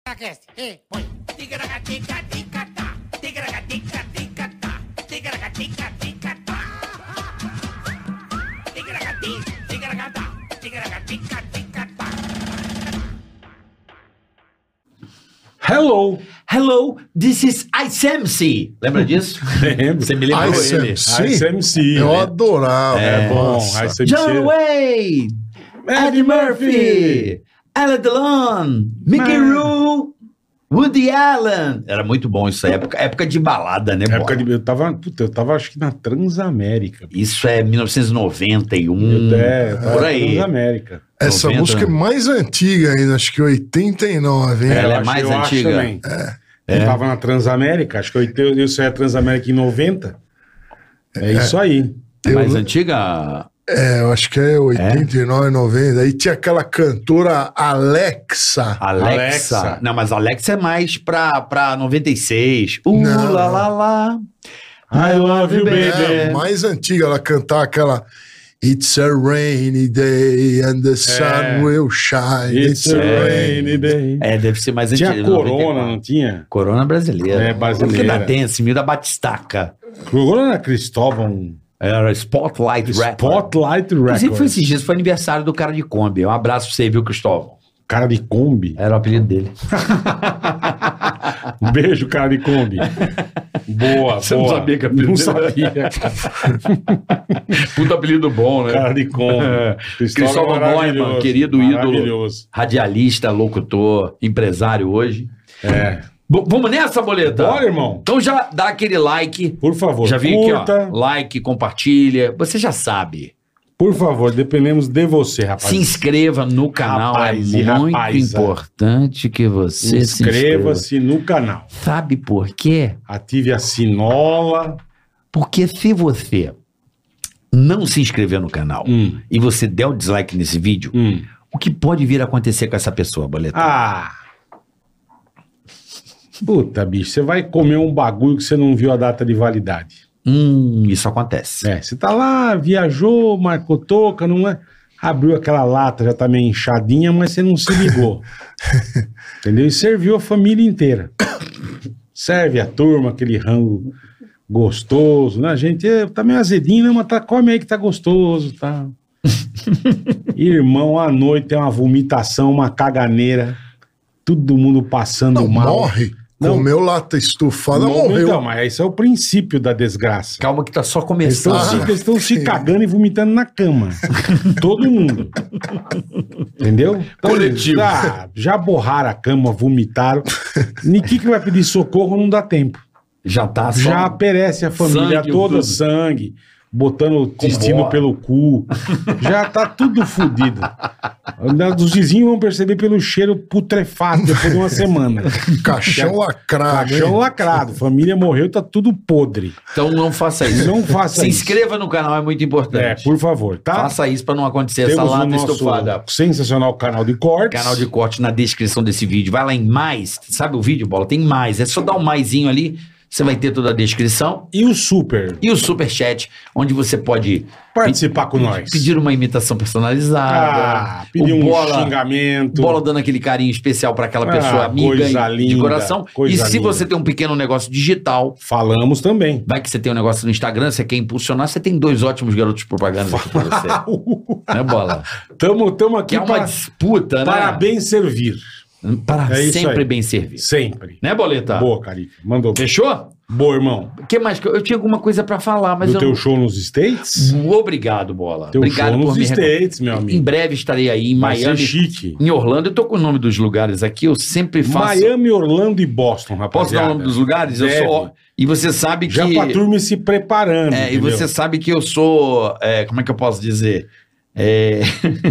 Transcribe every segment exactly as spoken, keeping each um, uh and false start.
Hello. Hello, this is Ice M C. Lembra disso? Lembro. Você me lembrou Ice ele. M C? Ice M C. Eu né? adorava. É bom. Nossa. Ice M C. John Wayne, Eddie Murphy, Alain Delon, Mickey Man. Rourke, Woody Allen. Era muito bom isso aí. Época, época de balada, né, Época Bola? de, eu, tava, puta, eu tava acho que na Transamérica. Isso é mil novecentos e noventa e um. Eu, é, eu tava por na aí. Transamérica. Essa noventa. música é mais antiga ainda, acho que oitenta e nove, hein? Ela Eu é acho- mais eu acho antiga. também. Eu tava na Transamérica, acho que eu, eu, eu saí a Transamérica em noventa. É, isso aí. É mais Eu- antiga? É, eu acho que é oitenta e nove, noventa. Aí tinha aquela cantora Alexa. Alexa. Alexa. Não, mas Alexa é mais pra, pra noventa e seis. Uh, Não, lá, não. lá, lá. I love you, baby. É, mais antiga, ela cantar aquela It's a rainy day and the sun É. will shine. It's a rainy day. É, deve ser mais Tinha antiga. Corona, noventa e quatro. não tinha? Corona brasileira. É, brasileira. Que da Dance, mil da Batistaca. Corona era Cristóvão. Era Spotlight Record. Spotlight Inclusive foi esses Records. dias, foi aniversário do cara de Kombi. Um abraço pra você, viu, Cristóvão? Cara de Kombi. Era o apelido dele. Um beijo, cara de Kombi. Boa, Você boa. não sabia que apelido Não dele sabia. Puta apelido bom, né? Cara de Kombi. É. Cristóvão Cristóvão maravilhoso, Neumann, querido ídolo. Maravilhoso. Radialista, locutor, empresário hoje. É. Bo- vamos nessa, Boleta? Bora, irmão. Então já dá aquele like. Por favor, Já vi curta. aqui, ó. Like, compartilha. Você já sabe. Por favor, dependemos de você, rapaz. Se inscreva no canal. Rapaz é e muito rapaza. importante que você se inscreva. Inscreva-se no canal. Sabe por quê? Ative a sinola. Porque se você não se inscrever no canal Hum, e você der o dislike nesse vídeo, hum. o que pode vir a acontecer com essa pessoa, Boleta? Ah! Puta, bicho, você vai comer um bagulho que você não viu a data de validade. Hum, isso acontece. É, você tá lá, viajou, marcou toca, não é? Abriu aquela lata, já tá meio inchadinha, mas você não se ligou. Entendeu? E serviu a família inteira. Serve a turma, aquele rango gostoso, né? A gente é, tá meio azedinho, né? Mas tá, come aí que tá gostoso, tá? Irmão, à noite é uma vomitação, uma caganeira. Todo mundo passando Não, mal. morre. Não. Comeu lata estufada, Não, morreu. Então, mas esse é o princípio da desgraça. Calma que tá só Eles estão começando. se, eles estão se cagando e vomitando na cama. Todo mundo. Entendeu? Então, Coletivo. tá, já borraram a cama, vomitaram. Ninguém que vai pedir socorro não dá tempo. Já tá só... Já perece a família sangue, toda, tudo. sangue, botando o intestino Vambora. pelo cu. Já tá tudo fodido. Os vizinhos vão perceber pelo cheiro putrefato depois de uma semana. Caixão lacrado. Caixão hein? lacrado. Família morreu, tá tudo podre. Então não faça isso. Não faça Se isso. inscreva no canal, é muito É, importante. por favor, tá? Faça isso pra não acontecer essa Temos o lata nosso estufada. sensacional canal de cortes. Canal de corte na descrição desse vídeo. Vai lá em mais. Sabe o vídeo, Bola? Tem mais. É só dar um maisinho ali. Você vai ter toda a descrição. E o super. E o superchat, onde você pode Participar com nós. pedir uma imitação personalizada. Ah, pedir o um bola, xingamento. Bola dando aquele carinho especial para aquela Ah, pessoa amiga coisa e- de linda, coração. coisa E se linda. você tem um pequeno negócio digital, Falamos também. vai que você tem um negócio no Instagram, você quer impulsionar, você tem dois ótimos garotos propagandas aqui pra você. Né, Bola? Tamo, tamo aqui Que é uma para disputa, né? parabéns servir. Para É isso sempre aí. bem servir. Sempre. Né, Boleta? Boa, Carica. Mandou. Fechou? Boa, irmão. O que mais? que Eu eu tinha alguma coisa pra falar, mas Do eu teu não... show nos States? Obrigado, Bola. Teu Obrigado show por nos me recordar. States, meu Em amigo. breve estarei aí em Vai ser Miami, chique. em Orlando. Eu tô com o nome dos lugares aqui, eu sempre faço... Miami, Orlando e Boston, rapaziada. Posso dar o nome dos lugares? Eu Deve. sou... E você sabe que... Já pra turma ir se preparando. É, e entendeu? você sabe que eu sou... é, como é que eu posso dizer? É...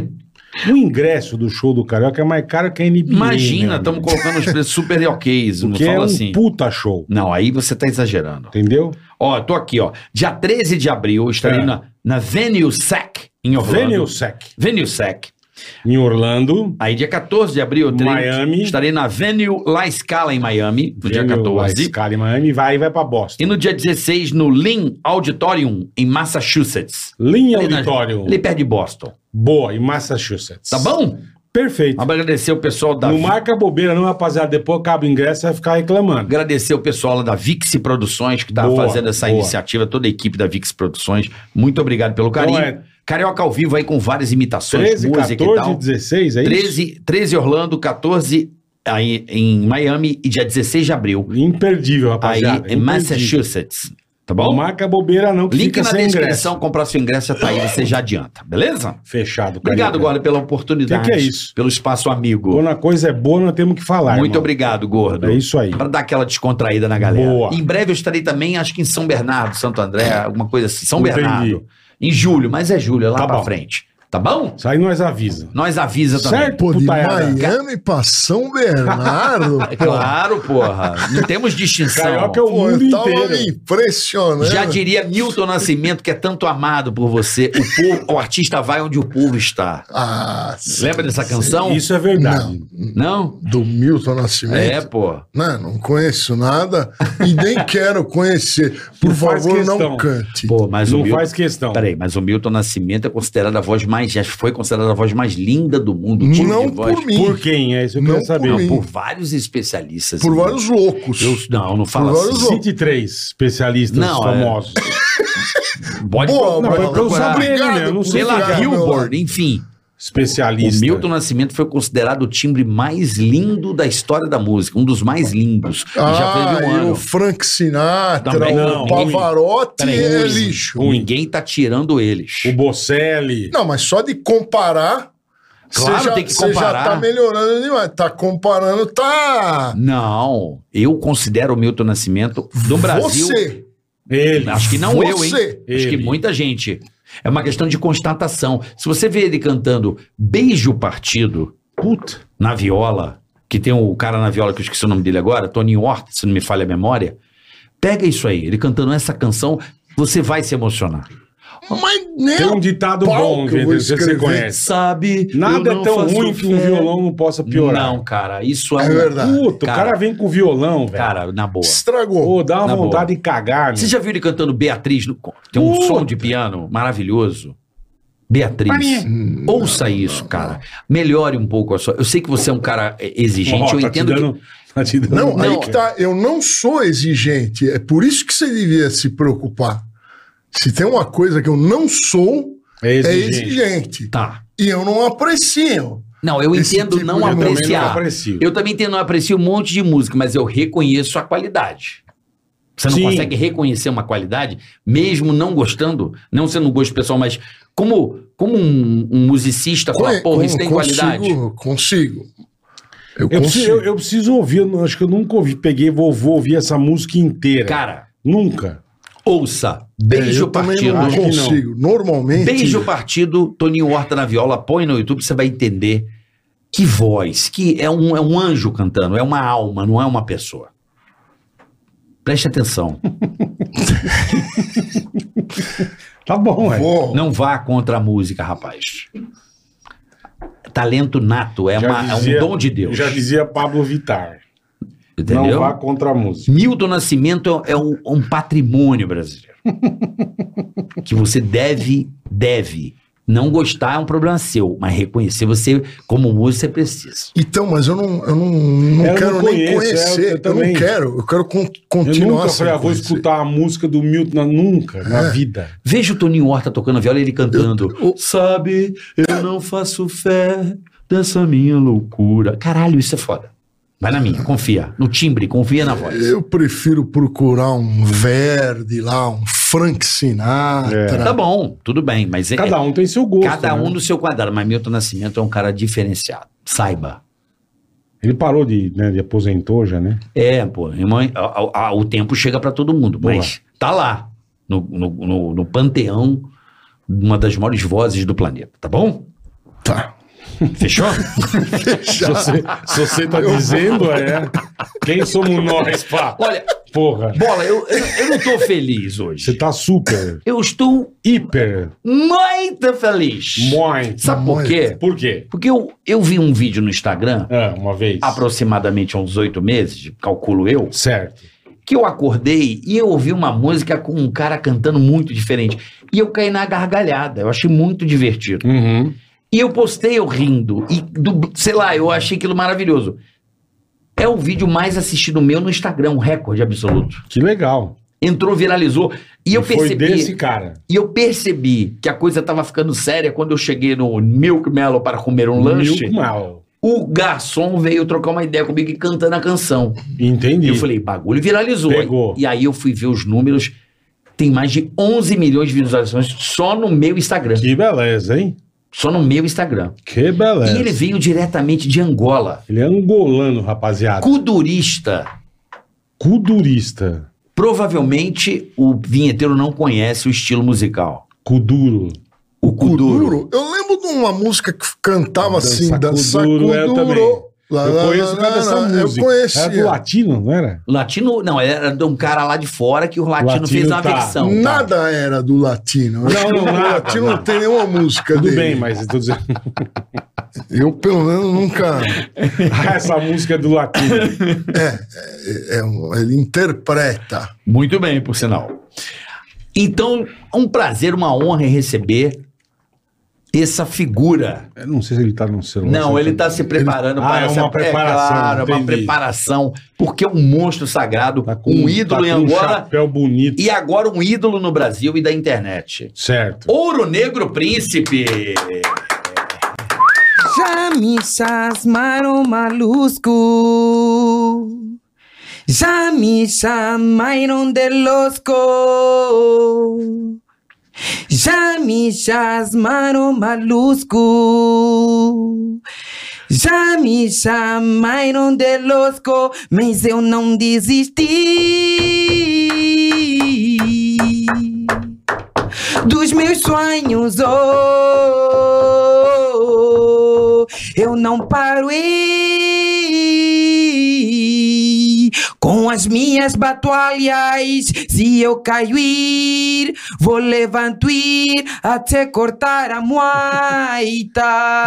O ingresso do show do Carioca é mais caro que a N B A. Imagina, meu estamos amigo. colocando os preços super ok's. Não Porque é fala um assim. puta show. Não, aí você tá exagerando. Entendeu? Ó, eu tô aqui, ó. Dia treze de abril, eu estarei É. na, na Venue Sec, em Orlando. Venue Sec. Venue Sec. Em Orlando. Aí, dia quatorze de abril, eu terei- Miami. estarei na Venue La Scala, em Miami, no dia Venue quatorze. La Scala em Miami, vai e vai pra Boston. E no dia dezesseis, no Lynn Auditorium, em Massachusetts. Linha Ali na- Auditorium. Ali perto de Boston. Boa, em Massachusetts. Tá bom? Perfeito. Agradecer o pessoal da... Não marca bobeira não, rapaziada. Depois acaba o ingresso e vai ficar reclamando. Agradecer o pessoal lá da Vix Produções, que tá Boa, fazendo essa boa. iniciativa, toda a equipe da Vix Produções. Muito obrigado pelo carinho. Então é- Carioca ao vivo aí com várias imitações, treze, música e quatorze, tal. dezesseis, é isso? treze, treze Orlando, quatorze aí em Miami e dia dezesseis de abril Imperdível, aí rapaziada. em imperdível. Massachusetts. Tá Não bom? marca bobeira não, que Link fica na sem descrição, ingresso. comprar seu ingresso já tá aí, você já adianta, beleza? Fechado, Obrigado, Carioca. Gordo, pela oportunidade. Que que é isso? Pelo espaço amigo. Quando a coisa é boa, nós temos que falar, Muito irmão. obrigado, Gordo. É isso aí. Pra dar aquela descontraída na galera. Boa. Em breve eu estarei também, acho que em São Bernardo, Santo André, alguma coisa assim. São Entendi. Bernardo. Em julho, mas é julho, é lá Tá pra bom. frente. Tá bom? Isso aí nós avisa. Nós avisa também. Certo. Pô, de Putaiada. Miami pra São Bernardo. É claro, porra. Não temos distinção. Carioca é o Pô, mundo eu tava inteiro. me impressionando. Já diria Milton Nascimento, que é tanto amado por você. O, povo, o artista vai onde o povo está. Ah, sim. Lembra dessa canção? Isso é verdade. Não, Não? do Milton Nascimento. É, pô. Não, não conheço nada e nem quero conhecer. Por Não faz favor, questão. não cante. Pô, mas Não o Milton... faz questão. Peraí, mas o Milton Nascimento é considerado a voz mais... Já foi considerada a voz mais linda do mundo. o tipo Não de voz. por mim. Por quem? É isso que eu Não queria saber. por mim. Por vários especialistas. Por vários loucos. Eu, não, não fala Por vários assim. loucos. Cite três especialistas Não, é- famosos. Pode, Boa, pode boa, procurar. saber, obrigado né? Eu não por sei Pela ficar ao meu Billboard, lado. enfim. O Especialista. Milton Nascimento foi considerado o timbre mais lindo da história da música, um dos mais lindos. E já Ah, fez um e ano. o Frank Sinatra, Também não, o Pavarotti Peraí, é ruim. lixo. Ninguém tá tirando eles. O Bocelli. Não, mas só de comparar, Claro, você já, tem que você já comparar. tá melhorando demais. Tá comparando, tá... Não, eu considero o Milton Nascimento do Brasil. Você. Ele. Acho que não Você. eu, hein? Acho que Ele. muita gente. É uma questão de constatação. Se você vê ele cantando Beijo Partido Puta. na viola, que tem o cara na viola que eu esqueci o nome dele agora, Toninho Horta, se não me falha a memória, pega isso aí, ele cantando essa canção, você vai se emocionar. Mas nem Tem um a ditado pau bom, que eu vou gente, que você escrever. conhece. Sabe? Nada eu é não tão faço ruim que um fé. violão não possa piorar. Não, cara, isso é, É um... verdade. Puta, Cara. o cara vem com violão, velho. Cara, na boa. Estragou. Pô, dá uma Na vontade boa. de cagar, Você meu. já viu ele cantando Beatriz? No... Tem um Puta. som de piano maravilhoso. Beatriz. Hum, Ouça isso, cara. Melhore um pouco a sua... Eu sei que você é um cara é, exigente, Ó, eu tá entendo te que... dando, tá te dando Não, aí Não, que tá. Eu não sou exigente. É por isso que você devia se preocupar. Se tem uma coisa que eu não sou, é é exigente. exigente. Tá. E eu não aprecio. Não, eu Esse entendo tipo não de- eu também não apreciar. aprecio. Eu também entendo, não aprecio um monte de música, mas eu reconheço a qualidade. Você não Sim. consegue reconhecer uma qualidade, mesmo não gostando, não sendo um gosto pessoal, mas como, como um, um musicista fala, Conhe- porra, isso con- tem consigo, qualidade. Consigo. Eu, Eu preciso, consigo. eu, eu preciso ouvir, eu não- acho que eu nunca ouvi, peguei, vou, vou ouvir essa música inteira. Cara, Nunca. ouça, É, Beijo eu também Partido. não Acho que não. consigo. Normalmente. Beijo Partido, Toninho Horta na viola, põe no YouTube, você vai entender que voz, que é um, é um anjo cantando, é uma alma, não é uma pessoa. Preste atenção. Tá bom, é. Vou- Não vá contra a música, rapaz. Talento nato, é, Já uma- é dizia- um dom de Deus. Já dizia Pablo Vittar. Entendeu? Não vá contra a música. Milton Nascimento é um, um patrimônio brasileiro. Que você deve, deve. Não gostar é um problema seu, mas reconhecer você como músico você precisa. Então, mas eu não, eu não, não Eu quero não nem conheço, conhecer. é, eu Eu, também. não quero. Eu quero con- Eu continuar nunca sem falei, ah, vou conhecer. escutar a música do Milton, na- nunca, na É. vida. Veja o Toninho Horta tocando viola e ele cantando. Eu- eu- Sabe, eu não faço fé dessa minha loucura. Caralho, isso é foda. Vai na minha, confia. No timbre, confia na voz. Eu prefiro procurar um Verdi lá, um Frank Sinatra. Tá bom, tudo bem, mas é, Cada um tem seu gosto. cada um né? no seu quadrado. Mas Milton Nascimento é um cara diferenciado. Saiba. Ele parou de, né, de aposentou já, né? É, pô, irmão, a- a- a- o tempo chega pra todo mundo, Boa. mas tá lá, no, no, no, no panteão, uma das maiores vozes do planeta, tá bom? Tá. Fechou? Se você, se você tá dizendo, é. Quem somos nós, pá? Olha, Porra. Bola, eu, eu, eu não tô feliz hoje. Você tá super, Eu estou hiper, muito feliz. muito. Sabe por muito. quê? Por quê? Porque eu, eu vi um vídeo no Instagram, Ah, uma vez. aproximadamente há uns oito meses, calculo eu, Certo. que eu acordei e eu ouvi uma música com um cara cantando muito diferente. E eu caí na gargalhada. Eu achei muito divertido. Uhum. E eu postei eu rindo. E, do, sei lá, eu achei aquilo maravilhoso. É o vídeo mais assistido meu no Instagram, um recorde absoluto. Que legal. Entrou, viralizou. E eu Foi percebi... desse cara. E eu percebi que a coisa tava ficando séria quando eu cheguei no Milk Mellow para comer um lanche. Milk Mal. O garçom veio trocar uma ideia comigo e cantando a canção. Entendi. E eu falei, bagulho viralizou. Pegou. E aí eu fui ver os números. Tem mais de onze milhões de visualizações só no meu Instagram. Que beleza, hein? Só no meu Instagram. Que beleza. E ele veio diretamente de Angola. Ele é angolano, rapaziada. Kudurista. Kudurista. Provavelmente o vinheteiro não conhece o estilo musical. Kuduro. O Kuduro. Eu lembro de uma música que cantava Dança assim, dança Kuduro, Kuduro. eu também. Lá, Eu lá, conheço lá, dessa lá, música. Eu conhecia. Era do latino, não era? Latino, não, era de um cara lá de fora que o latino, Latino fez uma tá. versão. Nada era do latino. Não, não, O nada, latino nada. não tem nenhuma música Tudo dele. bem, mas eu tô dizendo. Eu, pelo menos, nunca... Ah, essa música é do latino. É, é um- ele interpreta. Muito bem, por sinal. Então, um prazer, uma honra em receber essa figura. Eu não sei se ele tá no celular. Não, ele está se preparando Ah, para é essa... uma preparação, claro, é uma entendi. preparação, porque é um monstro sagrado, Tá com, um ídolo tá em com um Angola chapéu bonito. e agora um ídolo no Brasil e da internet. Certo. Ouro Negro Príncipe. Já me chamaram malusco, já me chamaram de louco, já me chamaram malusco, já me chamaram de louco, mas eu não desisti dos meus sonhos, oh, eu não parei com as minhas batalhas. Se eu cair, vou levantar até cortar a moita.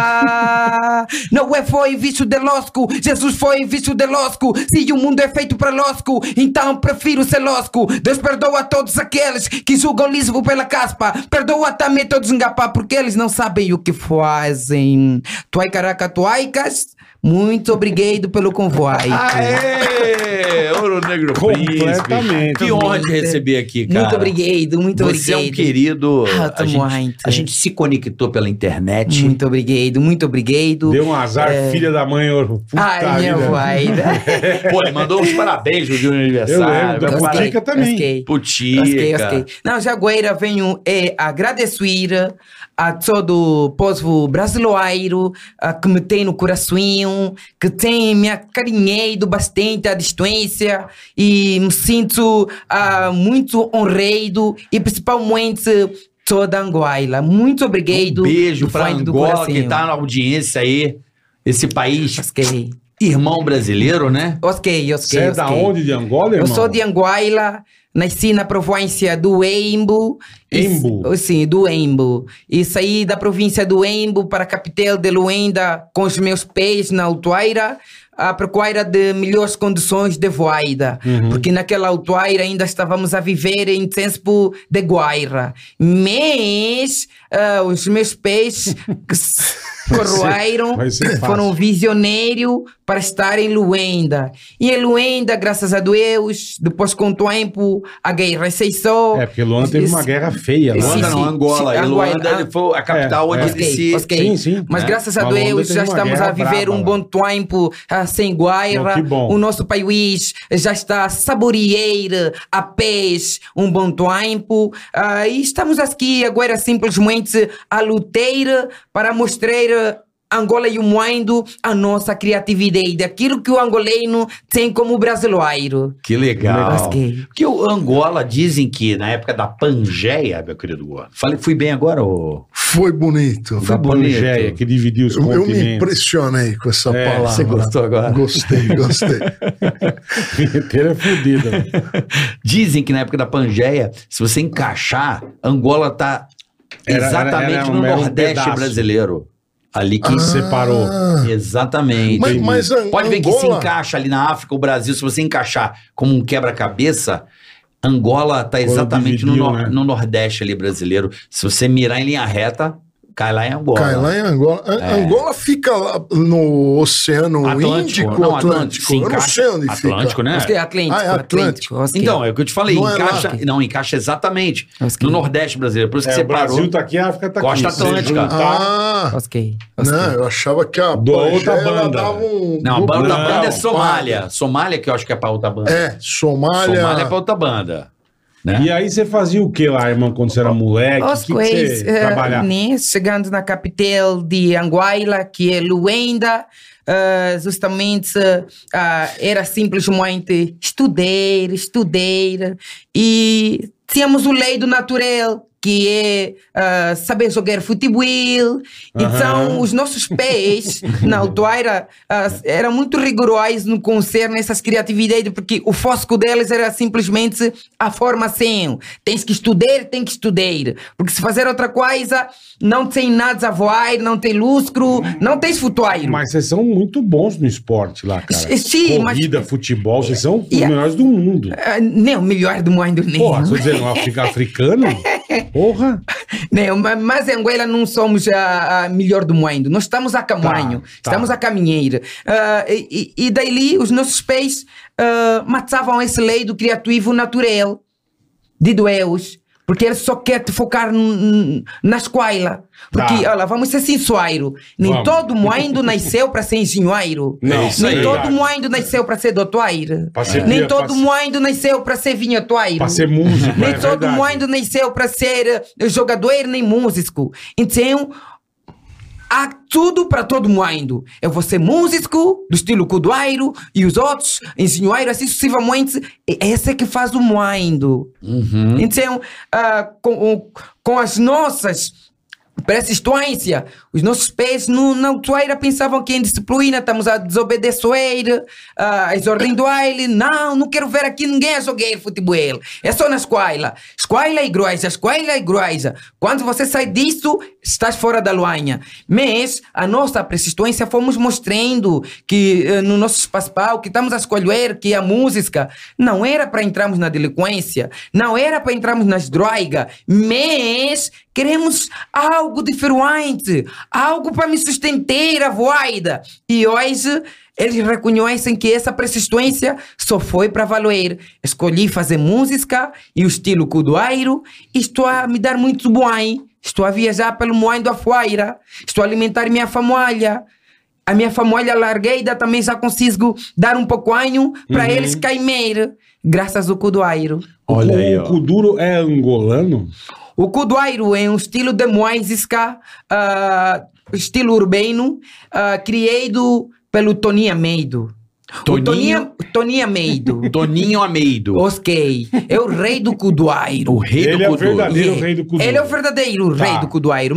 Noé foi visto de losco, Jesus foi visto de losco. Se o mundo é feito para losco, então prefiro ser losco. Deus perdoa a todos aqueles que julgam liso pela caspa. Perdoa também todos engapar, porque eles não sabem o que fazem. Tuai caraca, tuaicas, muito obrigado pelo convoi. Aê! Ouro Negro Príncipe. Completamente. Que honra te receber aqui, cara. Muito obrigado, muito Você obrigado. é um querido. Ah, a, tô gente, muito. a gente se conectou pela internet. Muito obrigado, muito obrigado. Deu um azar, filha da mãe. Puta Ai, minha vida. vai. Pô, ele mandou uns parabéns no dia do Eu aniversário. lembro, Meu Putica pai- também. Osquei. Putica. Osquei, osquei. Não, já agora venho é, agradecer a todo o povo brasileiro ah, que me tem no coração, que tem me acarinhado bastante à distância e me sinto ah, muito honrado e principalmente toda Angola. Muito obrigado. Um beijo do pra fundo do Angola, coração. que tá na audiência aí. Esse país, Osquei. irmão brasileiro, né? Osquei, Você osquei, é da osquei. onde? De Angola, Eu irmão? sou de Anguaila, nasci na província do Embu. E- Embu? Sim, do Embu. E saí da província do Embu para a capital de Luanda com os meus pés na altuaira, à procura de melhores condições de voada. Uhum. Porque naquela altuaira ainda estávamos a viver em tempo de guerra. Mas ah, os meus pés que se corroeram, vai ser fácil. foram visionários para estar em Luanda. E em Luanda, graças a Deus, depois com o tempo, a guerra cessou. É, porque Luanda teve uma Esse- guerra feia lá. esse- Luanda não, sim, Angola. sim, e Angola, Luanda ah, ele foi a capital é, onde é. ele se... Ok. Sim, sim. Mas né? graças a Mas Luanda Deus teve já uma estamos guerra a viver braba um lá. bom tempo ah, sem guerra. Não, que bom. O nosso país já está a saborear a paz um bom tempo. Ah, e estamos aqui agora simplesmente a lutar para mostrar Angola e o mundo a nossa criatividade, aquilo que o angolano tem como brasileiro. Que legal. Ok. Porque o Angola, dizem que na época da Pangeia, meu querido Goa. Falei, fui bem agora, ô? Foi bonito. Foi Da bonito. Pangeia, que dividiu os Eu, eu me continentes. impressionei com essa É, palavra. Você gostou agora? Gostei, gostei. Vinheteiro é fodido. né? Dizem que na época da Pangeia, se você encaixar, Angola tá Era- exatamente era- era no um- era um Nordeste pedaço. brasileiro. Ali que... Separou. Ah, Exatamente. mas, mas An- Pode ver que se Angola- encaixa ali na África, o Brasil, se você encaixar como um quebra-cabeça, Angola tá exatamente no, dividiu, nor- né? no Nordeste ali brasileiro. Se você mirar em linha reta, Cai lá em Angola. Cai lá em Angola. An- É. Angola fica lá no Oceano Atlântico. Índico Não, ou Atlântico? Sim, Eu não encaixa- sei onde Atlântico, fica. né? Acho que é Atlântico. Ah, é Atlântico. ok. Então, é o que eu te falei, Não é encaixa, lá. não, encaixa exatamente Ok. no Nordeste brasileiro, por isso que É, você o Brasil parou. tá aqui, a África tá Costa aqui. Se Atlântica. juntar- Ah, Ok. ok. não, eu achava que a Do outra Pangeia banda. dava um... Não, a duplo banda, Não, banda é grau, Somália. pai. Somália que eu acho que é pra outra banda. É, Somália... Somália é pra outra banda. Né? E aí você fazia o que lá, irmão, quando você era moleque? Os que que coisas, você eh, trabalhava? né, chegando na capital de Anguaila, que é Luenda, eh, justamente eh, era simplesmente estudar, estudar, e tínhamos o lei do natural, que é eh, saber jogar futebol. Então, os nossos pés, na altura, eh, eram muito rigorosos no concerne essas criatividades, porque o fosco deles era simplesmente a formação. Tens que estudar, tem que estudar. Porque se fazer outra coisa, não tem nada a voar, não tem lucro, não tens futuro. Mas vocês são muito bons no esporte lá, cara. Sim, mas- Corrida, futebol, vocês são os E a- melhores do mundo. Ah, não, melhor do mundo, nem. Porra, tô dizendo, África africano? Porra. Não, ma- mas em Angola não somos a, a melhor do mundo. Nós estamos a caminho, Tá, tá. estamos a caminhar. Ah, e, e e daí os nossos pés ah, matavam essa lei do criativo natural de Deus. Porque ele só quer te focar n- n- na escola. Porque, Tá. olha, vamos ser sinceros. Nem Vamos. todo mundo nasceu para ser engenheiro. Não, isso Nem é todo verdade. mundo nasceu para ser doutor. Pra ser Nem pia- todo pra ser- mundo nasceu para ser vinheteiro. Pra ser músico, Nem é todo verdade. mundo nasceu para ser eh, jogador nem músico. Então, há tudo para todo mundo. Eu vou ser músico, do estilo Cudoeiro, e os outros, engenheiro, assim sucessivamente. E esse é que faz o mundo. Uhum. Então, ah, com, com as nossas persistência, os nossos pés no, na altura pensavam que em disciplina estamos a desobedecer ah, as ordens do baile. Não, não quero ver aqui ninguém a jogar futebol. É só na escola. Escola e igreja, escola e igreja. Quando você sai disso, estás fora da linha. Mas a nossa persistência fomos mostrando que eh, no nosso espaço que estamos a escolher que a música não era para entrarmos na delinquência, não era para entrarmos nas drogas, mas queremos algo diferente, algo para me sustentar a voida. E hoje eles reconhecem que essa persistência só foi para valer. Escolhi fazer música e o estilo Cudoeiro e estou a me dar muito bem. Estou a viajar pelo mundo afuera. Estou a alimentar minha família. A minha família largueira também já consigo dar um pouquinho para eles cair, graças ao Cudoeiro. Olha aí, o ó. Kuduro é angolano? O Cudoeiro é um estilo de música, ah, estilo urbano, ah, criado pelo Toninho Almeida. O Toninho- Toninho, Toninho Almeida. Toninho Ameido. Ok, é o rei do Cudoeiro. O rei Ele do é o Kuduro. verdadeiro Yeah. rei do Kuduro. Ele é o verdadeiro Tá. rei do Cudoeiro.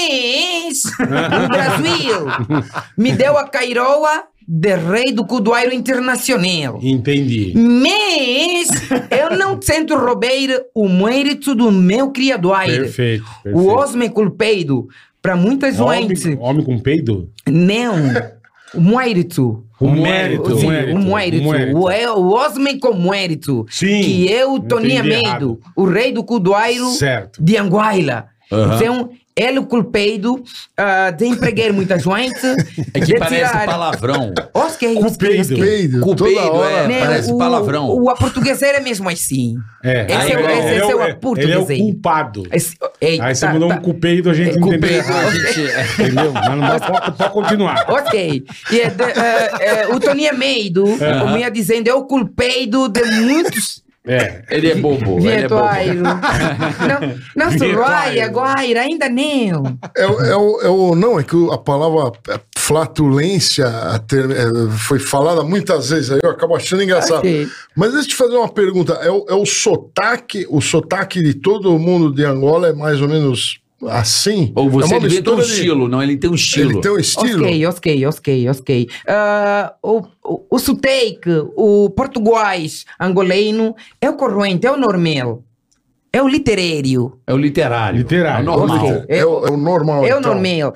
Mas o Brasil me deu a cairoa de rei do Cudoeiro internacional. Entendi. Mas eu não tento roubar o mérito do meu criador. Perfeito, O perfeito. Osme culpado, para muita gente, Homem, homem com peido? não. O mérito. O mérito, Sim, o mérito, o mérito. o mérito. O, é o Osme com mérito. Sim, Que é o eu Toninho entendi Almeida, errado. o rei do Cudoeiro Certo. de Anguaila. Aham. Então, ele é o culpado ah, de empregar muita gente. É que de parece tirar- palavrão. Ok, Culpado. ok, ok. Peido, Culpeido, toda hora. é. Né, Parece o, palavrão. O, a portugueser é mesmo assim. É. Esse Aí é o- ele esse é é o ele é o português. culpado. Esse- ei, Aí você tá, mandou tá. um culpado, a gente É, entendeu culpeido, errado. a gente... Entendeu? Mas não dá, pode, pode continuar. Ok. E é de- eh, eh, o Toninho Almeida, como ia dizendo, é o culpado de muitos É. Ele é bobo, ele é bobo. vinhetuários. Não, não sou Vinhetuário. raia, guaira, ainda não. É, o- é, o- é o, não, é que o- a palavra flatulência a ter- é, foi falada muitas vezes aí, eu acabo achando engraçado. Ok. Mas deixa eu te fazer uma pergunta. É o, é o sotaque, o sotaque de todo mundo de Angola é mais ou menos assim? Ou você é uma ele tem um mistura de- estilo, não, ele tem um estilo. Ele tem um estilo? Ok, ok, ok, ok. Ah, o, o, o sotaque, o português angolano é o corrente, é o normal. É o literário. É o literário. Literário. É o normal. Ok. É, o, é o normal. É o então. normal.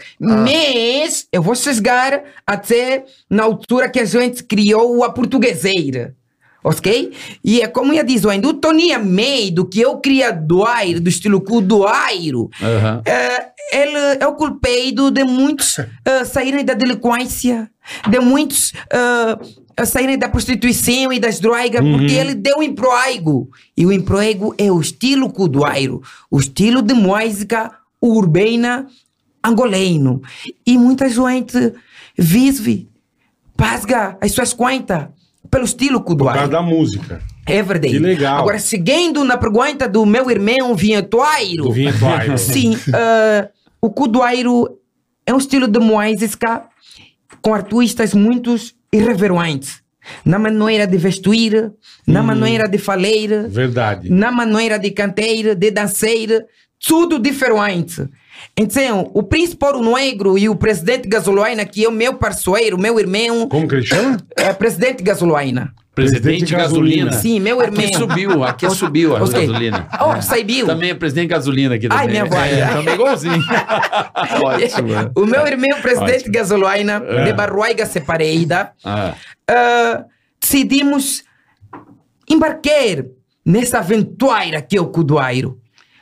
Mas eu vou chegar até na altura que a gente criou a portugueseira. ok? E é como eu disse ainda, o Tony Almeida, que é o criador do estilo Kuduairo, Aham. é, ele é o culpado de muitos uh, saírem da delinquência, de muitos uh, saírem da prostituição e das drogas, porque ele deu emprego. E o emprego é o estilo Kuduairo, o estilo de música urbana angolano. E muita gente vive, paga as suas contas pelo estilo Por causa Kuduairo. da música. É verdade. Que legal. Agora, seguindo na pergunta do meu irmão Vinhetuairo. Do Vinhetuairo. Sim, uh, o Kuduairo é um estilo de música com artistas muito irreverentes. Na maneira de vestir, na maneira de falar, Verdade. na maneira de cantar, de dançar, tudo diferente. Então, o Príncipe Ouro Negro e o Presidente Gasolaina, que é o meu parceiro, meu irmão, Como que ele chama? é Presidente Gasolaina. Presidente Presidente Gasolina. Gasolina. Sim, meu irmão. Aqui subiu, aqui subiu a Ok. gasolina. Oh, saiu. Também é presidente gasolina aqui também. Ai, minha avó. É, também igualzinho. Ótimo. O meu irmão, Presidente Ótimo. Gasolaina, de Barroiga Separeida, Ah. uh, decidimos embarcar nessa aventura que é o Kuduairo.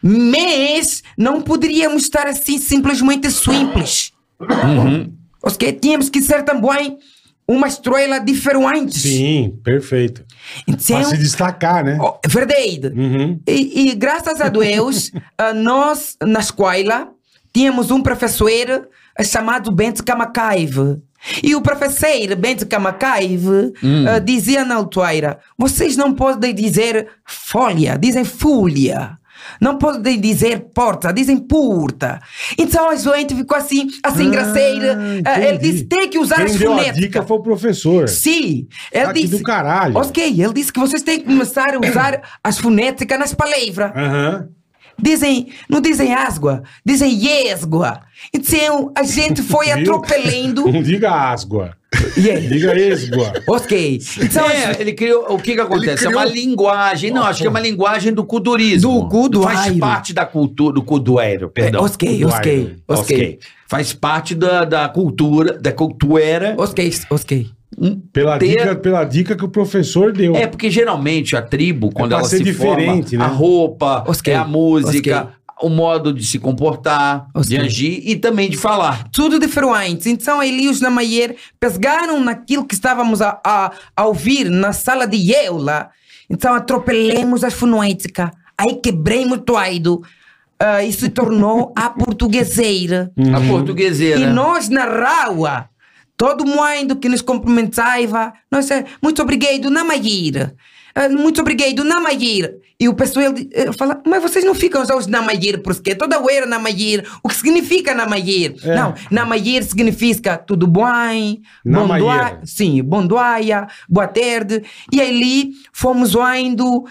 Mas não poderíamos estar assim simplesmente simples. Uhum. Ok? Tínhamos que ser também uma estrela diferente. Sim, perfeito. Então, Pra se destacar, né? oh, verdade. Uhum. E, e graças a Deus, ah, nós na escola tínhamos um professor ah, chamado Bento Kamakaeve. E o professor Bento Kamakaeve ah, dizia na altura: vocês não podem dizer folha, dizem folha. Não podem dizer porta, dizem porta. Então a gente ficou assim, assim, engraçada. Ah, ele entendi. disse: tem que usar Quem as deu a dica fonéticas. foi o professor. Sim, ele Ah, que disse. do caralho. Ok, ele disse que vocês têm que começar a usar as fonéticas nas palavras. Aham. Dizem, não dizem asgua, dizem yesgua. Então a gente foi Viu? atropelando. Não diga asgua. Yeah. Diga esgua. Ok. Então, É, ele criou. O que que acontece? criou- É uma linguagem. Não, acho que é uma linguagem do kudurismo. Do kuduairo. Faz parte da cultura, do kuduairo, perdão. ok, ok, ok. Ok. Faz parte da, da cultura, da cultura. Ok, ok. Pela, Ter- dica, pela dica que o professor deu. É, porque geralmente a tribo, quando pra ela ser se diferente, forma, né? a roupa, Ok, é a música, ok. o modo de se comportar, Ok. de agir e também de falar. Tudo diferente. Então, Elias na Maier pegaram naquilo que estávamos a, a, a ouvir na sala de aula. Então, atropelamos as fonéticas. Aí quebremos tudo. Uh, e se tornou a portugueseira. A portugueseira. E nós na rua, todo mundo que nos cumprimentava, nós é, muito obrigado, Namair. Uh, muito obrigado, Namair. E o pessoal uh, fala, mas vocês não ficam já os Namair, porque toda hora Namair. O que significa Namair? É. Não, Namair significa tudo bem, bom Namair. dia, sim, bom dia, boa tarde. E ali fomos indo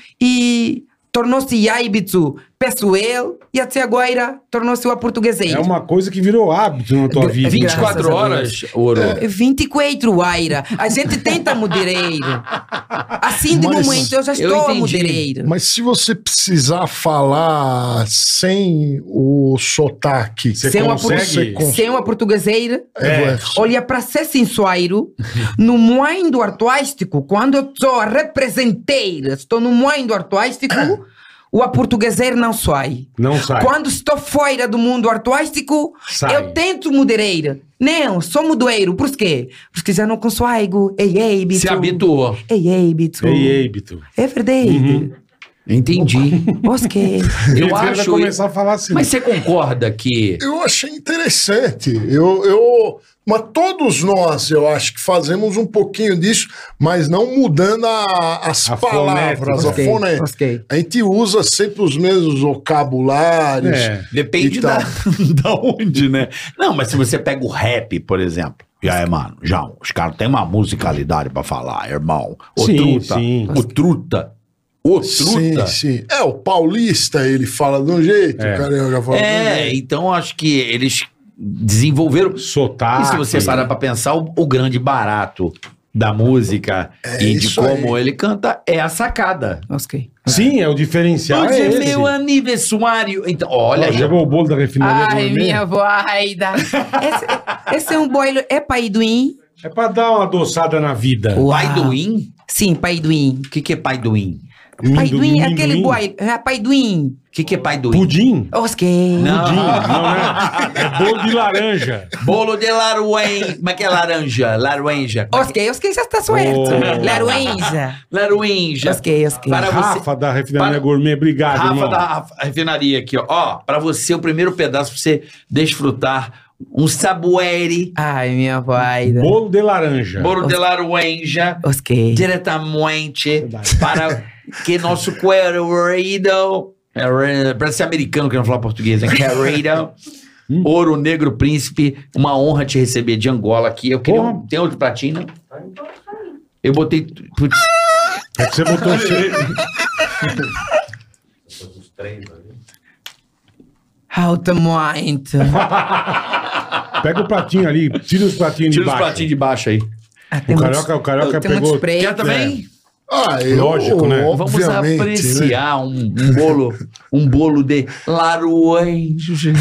e tornou-se hábito pessoal e até agora tornou-se a portugueseira. É uma coisa que virou hábito na tua Gra- vida. vinte vinte e quatro Graças a horas, Ouro. vinte e quatro, Aira. A gente tenta modereiro. Assim, de Mas momento, eu já eu estou a entendi. modereiro. Mas se você precisar falar sem o sotaque, Você Sem uma consegue? por- Sem uma portugueseira, É. olha, para ser sincero, no mundo artístico, quando eu estou a representar, estou no mundo artístico, o portugueseiro não sai. Não sai. Quando estou fora do mundo artístico, Sai. eu tento moderar. Não, sou mudoeiro. Por quê? Porque já não consigo. Ei, ei, bicho. Se habituou. Ei, ei, bicho. Ei, ei, Bito. É verdade. Uhum. Entendi. Ok. Eu Ele vai acho. começar a falar assim. Mas você concorda que. eu achei interessante. Eu, eu, mas todos nós, eu acho que fazemos um pouquinho disso, mas não mudando a- as A palavras, fonética. a Ok, fonética. ok. A gente usa sempre os mesmos vocabulários. É. Depende E da, tal. da onde, né? Não, mas se você pega o rap, por exemplo. E aí, mano, João, os caras têm uma musicalidade pra falar, irmão. O Sim, truta. sim. O truta. O truta. Sim, sim. É, o paulista, ele fala de um jeito, É. o carioca fala de um É, jeito. então acho que eles desenvolveram. Sotaque. E se você parar pra pensar, o, o grande barato da música É e de isso como aí. ele canta é a sacada. Ok. Sim, é o diferencial. Hoje é é esse. meu aniversário. Então, olha, Ó, chegou o bolo da refinaria Ai, gourmet. minha voida. Esse, esse é um boilo. É pai do in? É pra dar uma adoçada na vida. o pai do In? Sim, paiduim. O que, que é paiduim? Paiduim é aquele Minduim? boi. É paiduim. O que, que é paiduim? Pudim? Ok. Não. Pudim, não é? É bolo de laranja. Bolo de laruém. Como é que é laranja? Laruenja. Como é que- Ok, ok, já está certo. Oh. Laruenja. Laruenja. Ok, ok. Para você. Rafa da Refinaria Para- Gourmet, obrigado, Rafa irmão. da Rafa- refinaria aqui, ó. Ó, pra você, o primeiro pedaço pra você desfrutar um sabuere, Ai, minha voida. Bolo de laranja. bolo de laruenja, Ok. diretamente para que nosso querido, é, parece ser americano que não fala português, né? Querido, Ouro Negro Príncipe, uma honra te receber de Angola aqui. Eu queria, Porra. um- tem outro pratinho, né? Eu botei, putz, É que você botou cheio. Alta muito. Pega o pratinho ali, tira os pratinhos tira de os baixo. pratinhos de baixo aí. Ah, tem O muitos- Carioca, o Carioca tem muito pegou... spray. Quer também? Ah, eu, Lógico, né? Vamos obviamente, né? apreciar um, um bolo, um bolo de laruenja.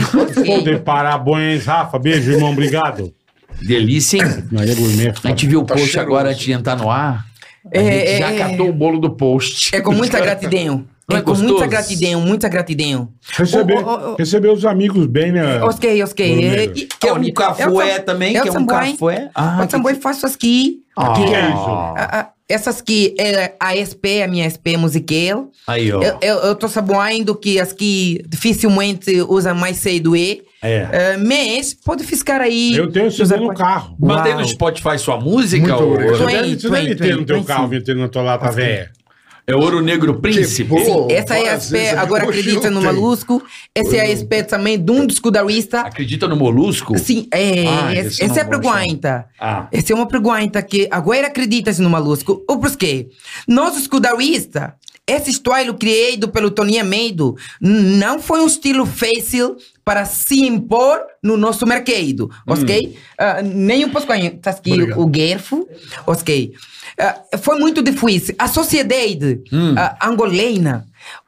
Pô, de parabéns, Rafa. Beijo, irmão. Obrigado. Delícia, hein? Maria Gourmet. A gente viu o Tá post cheiroso. agora antes de entrar no ar. A É, gente é, já é. catou o bolo do post. É com muita gratidão. Não É, é com gostoso? muita gratidão, muita gratidão. Receber, Oh, oh, oh. receber os amigos bem, né? Ok, ok. Gourmet. É, e- Quer um olha, cafué eu tam- também? eu Quer um também. cafué? Ah, Eu também faço aqui. Ah. O que, que é isso? Ah, ah, essas aqui é a S P, a minha S P musical. Aí, ó. Eu, eu, eu tô sabendo que as que dificilmente usam mais C do E. É. Ah, mas pode ficar aí. Eu tenho esse Usar no qua- carro. Mandei Uau. no Spotify sua música? Muito ou- obrigado. Você Twenty, deve, você deve twenty, ter no teu twenty. carro, vindo ter na tua lata velha. É Ouro Negro Príncipe? Que bom. Essa é a Às S P, vezes eu agora digo, acredita "Oxe, no não tem." Malusco. Essa é a S P também de um dos escudaristas. Acredita no molusco? Sim, é, Ah, essa esse eu essa é a não gosto, pergunta. Ah. Essa é uma pergunta que agora acreditas no Malusco. O porquê? Nós, escudaristas, esse estilo criado pelo Toninho Medo não foi um estilo fácil para se impor no nosso mercado, ok? Ah, nem um pouco. Está aqui Obrigado. o Gerfo, ok? Ah, foi muito difícil. A sociedade ah, angolana,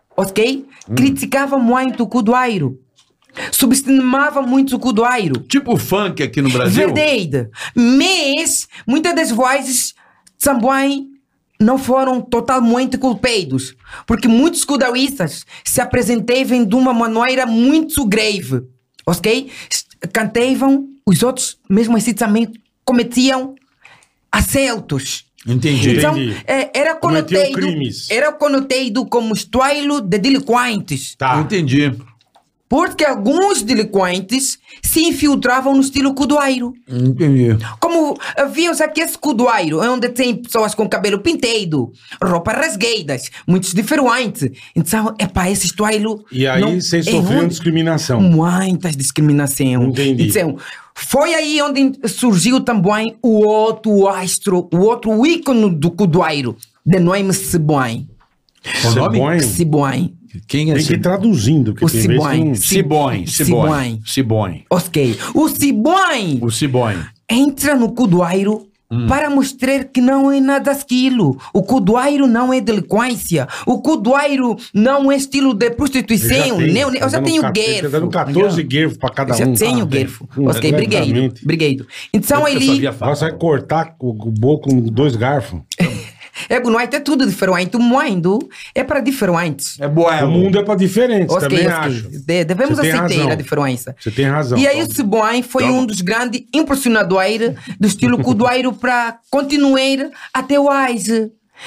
ok? Criticava muito o Cudoairo. Subestimava muito o Cudoairo. Tipo funk aqui no Brasil? Verdade. Mas muitas das vozes também não foram totalmente culpados, porque muitos escudaristas se apresentavam de uma maneira muito grave, ok? Cantavam, os outros mesmo assim também cometiam assaltos. Entendi. Então, Entendi. é, era Cometiam conotado, crimes. era conotado como estilo de delinquentes. Tá. Entendi. Porque alguns delinquentes se infiltravam no estilo cudoeiro. Entendi. Como havia aqui esse cudoeiro, onde tem pessoas com cabelo pintado, roupas rasgadas, muitos diferentes. Então, é para esse estilo. E aí não- vocês é sofriam onde- discriminação. Muitas discriminação. Entendi. Então, foi aí onde surgiu também o outro astro, o outro ícone do cudoeiro, de nome Siboney. O nome? Cebonha. Siboney. Quem é Tem que ir traduzindo. Que O tem vezes que Cibonha. não- Cibonhe. Cibonhe. Cibonhe. Ok. O Siboney O Cibonhe. entra no cudoeiro para mostrar que não é nada daquilo. O cudoeiro não é delinquência. O cudoeiro não é estilo de Eu prostituição. tenho, Nem- eu tá já dando tenho cate- tá guerfo. dando catorze guerfos pra cada Eu já um. tenho Ah, guerfo. hum, Ok, obrigado. exatamente. Obrigado. Então Eu só ele... via Agora falar. você vai cortar o o bolo com dois garfos. É bonito, é tudo diferente. O mundo é para diferentes. É boa. O mundo é pra diferentes, Ok, também ok. acho. De- devemos Você tem aceitar razão. a diferença. Você tem razão. E aí o Siboney foi um dos grandes impressionadores do estilo cudoeiro para continuar até hoje.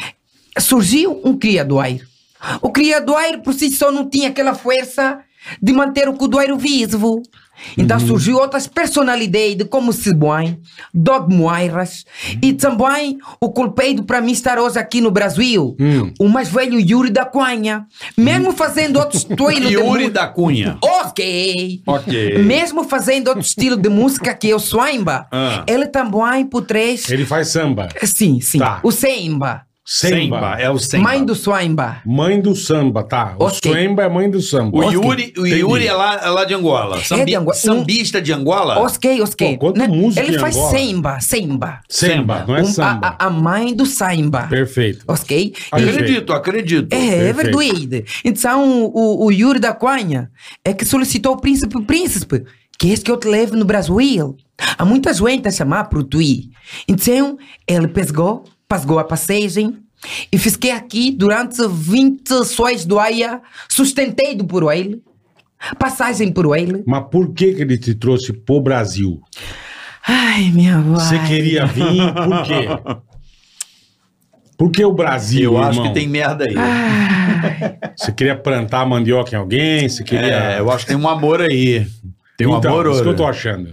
Surgiu um criador. O criador por si só não tinha aquela força de manter o cudoeiro vivo. Então Uhum. surgiu outras personalidades como Siboney, Dog Moiras e também o culpado para mim estar hoje aqui no Brasil, Hum. o mais velho Yuri da Cunha. Mesmo fazendo outro estilo de Yuri mu- da Cunha. Ok. Ok. Mesmo fazendo outro estilo de música que é o samba, Ah. ele também por trás. Ele faz samba. Sim, sim. Tá. O samba. Semba. É o Semba. Mãe do samba. Mãe do samba, tá. O Ok. Semba é mãe do samba. O Ok. Yuri, o Entendi. Yuri é, lá, é lá de Angola. Sambi- de Angola. Sambista de Angola? Ok, ok. Pô, quanto Né? música Ele em faz Angola. samba, samba. Semba, não é Um- samba. a, a- a mãe do samba. Perfeito. Ok? Acredito, acredito. É, é Perfeito. verdade. Então, o, o Yuri da Cunha é que solicitou o príncipe, príncipe, que é esse que eu te levo no Brasil. Há muita gente a chamar para o Tui. Então, ele pegou pagou a passagem e fiquei aqui durante vinte e seis dias, sustentado por ele, passagem por ele. Mas por que que ele te trouxe pro Brasil? Ai, minha avó. Você queria vir, por quê? Por que o Brasil, Eu acho irmão? que tem merda aí. Você queria plantar mandioca em alguém? Você queria... É, eu acho que tem um amor aí. Tem um então, amor isso que eu ouro. tô achando.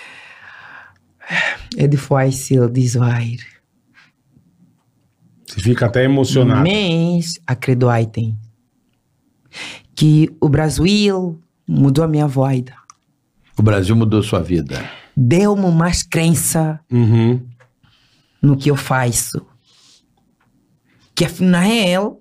É difícil dizer. Você fica até emocionado. Mas acreditem que o Brasil mudou a minha vida. O Brasil mudou sua vida. Deu-me mais crença Uhum. no que eu faço. Que afinal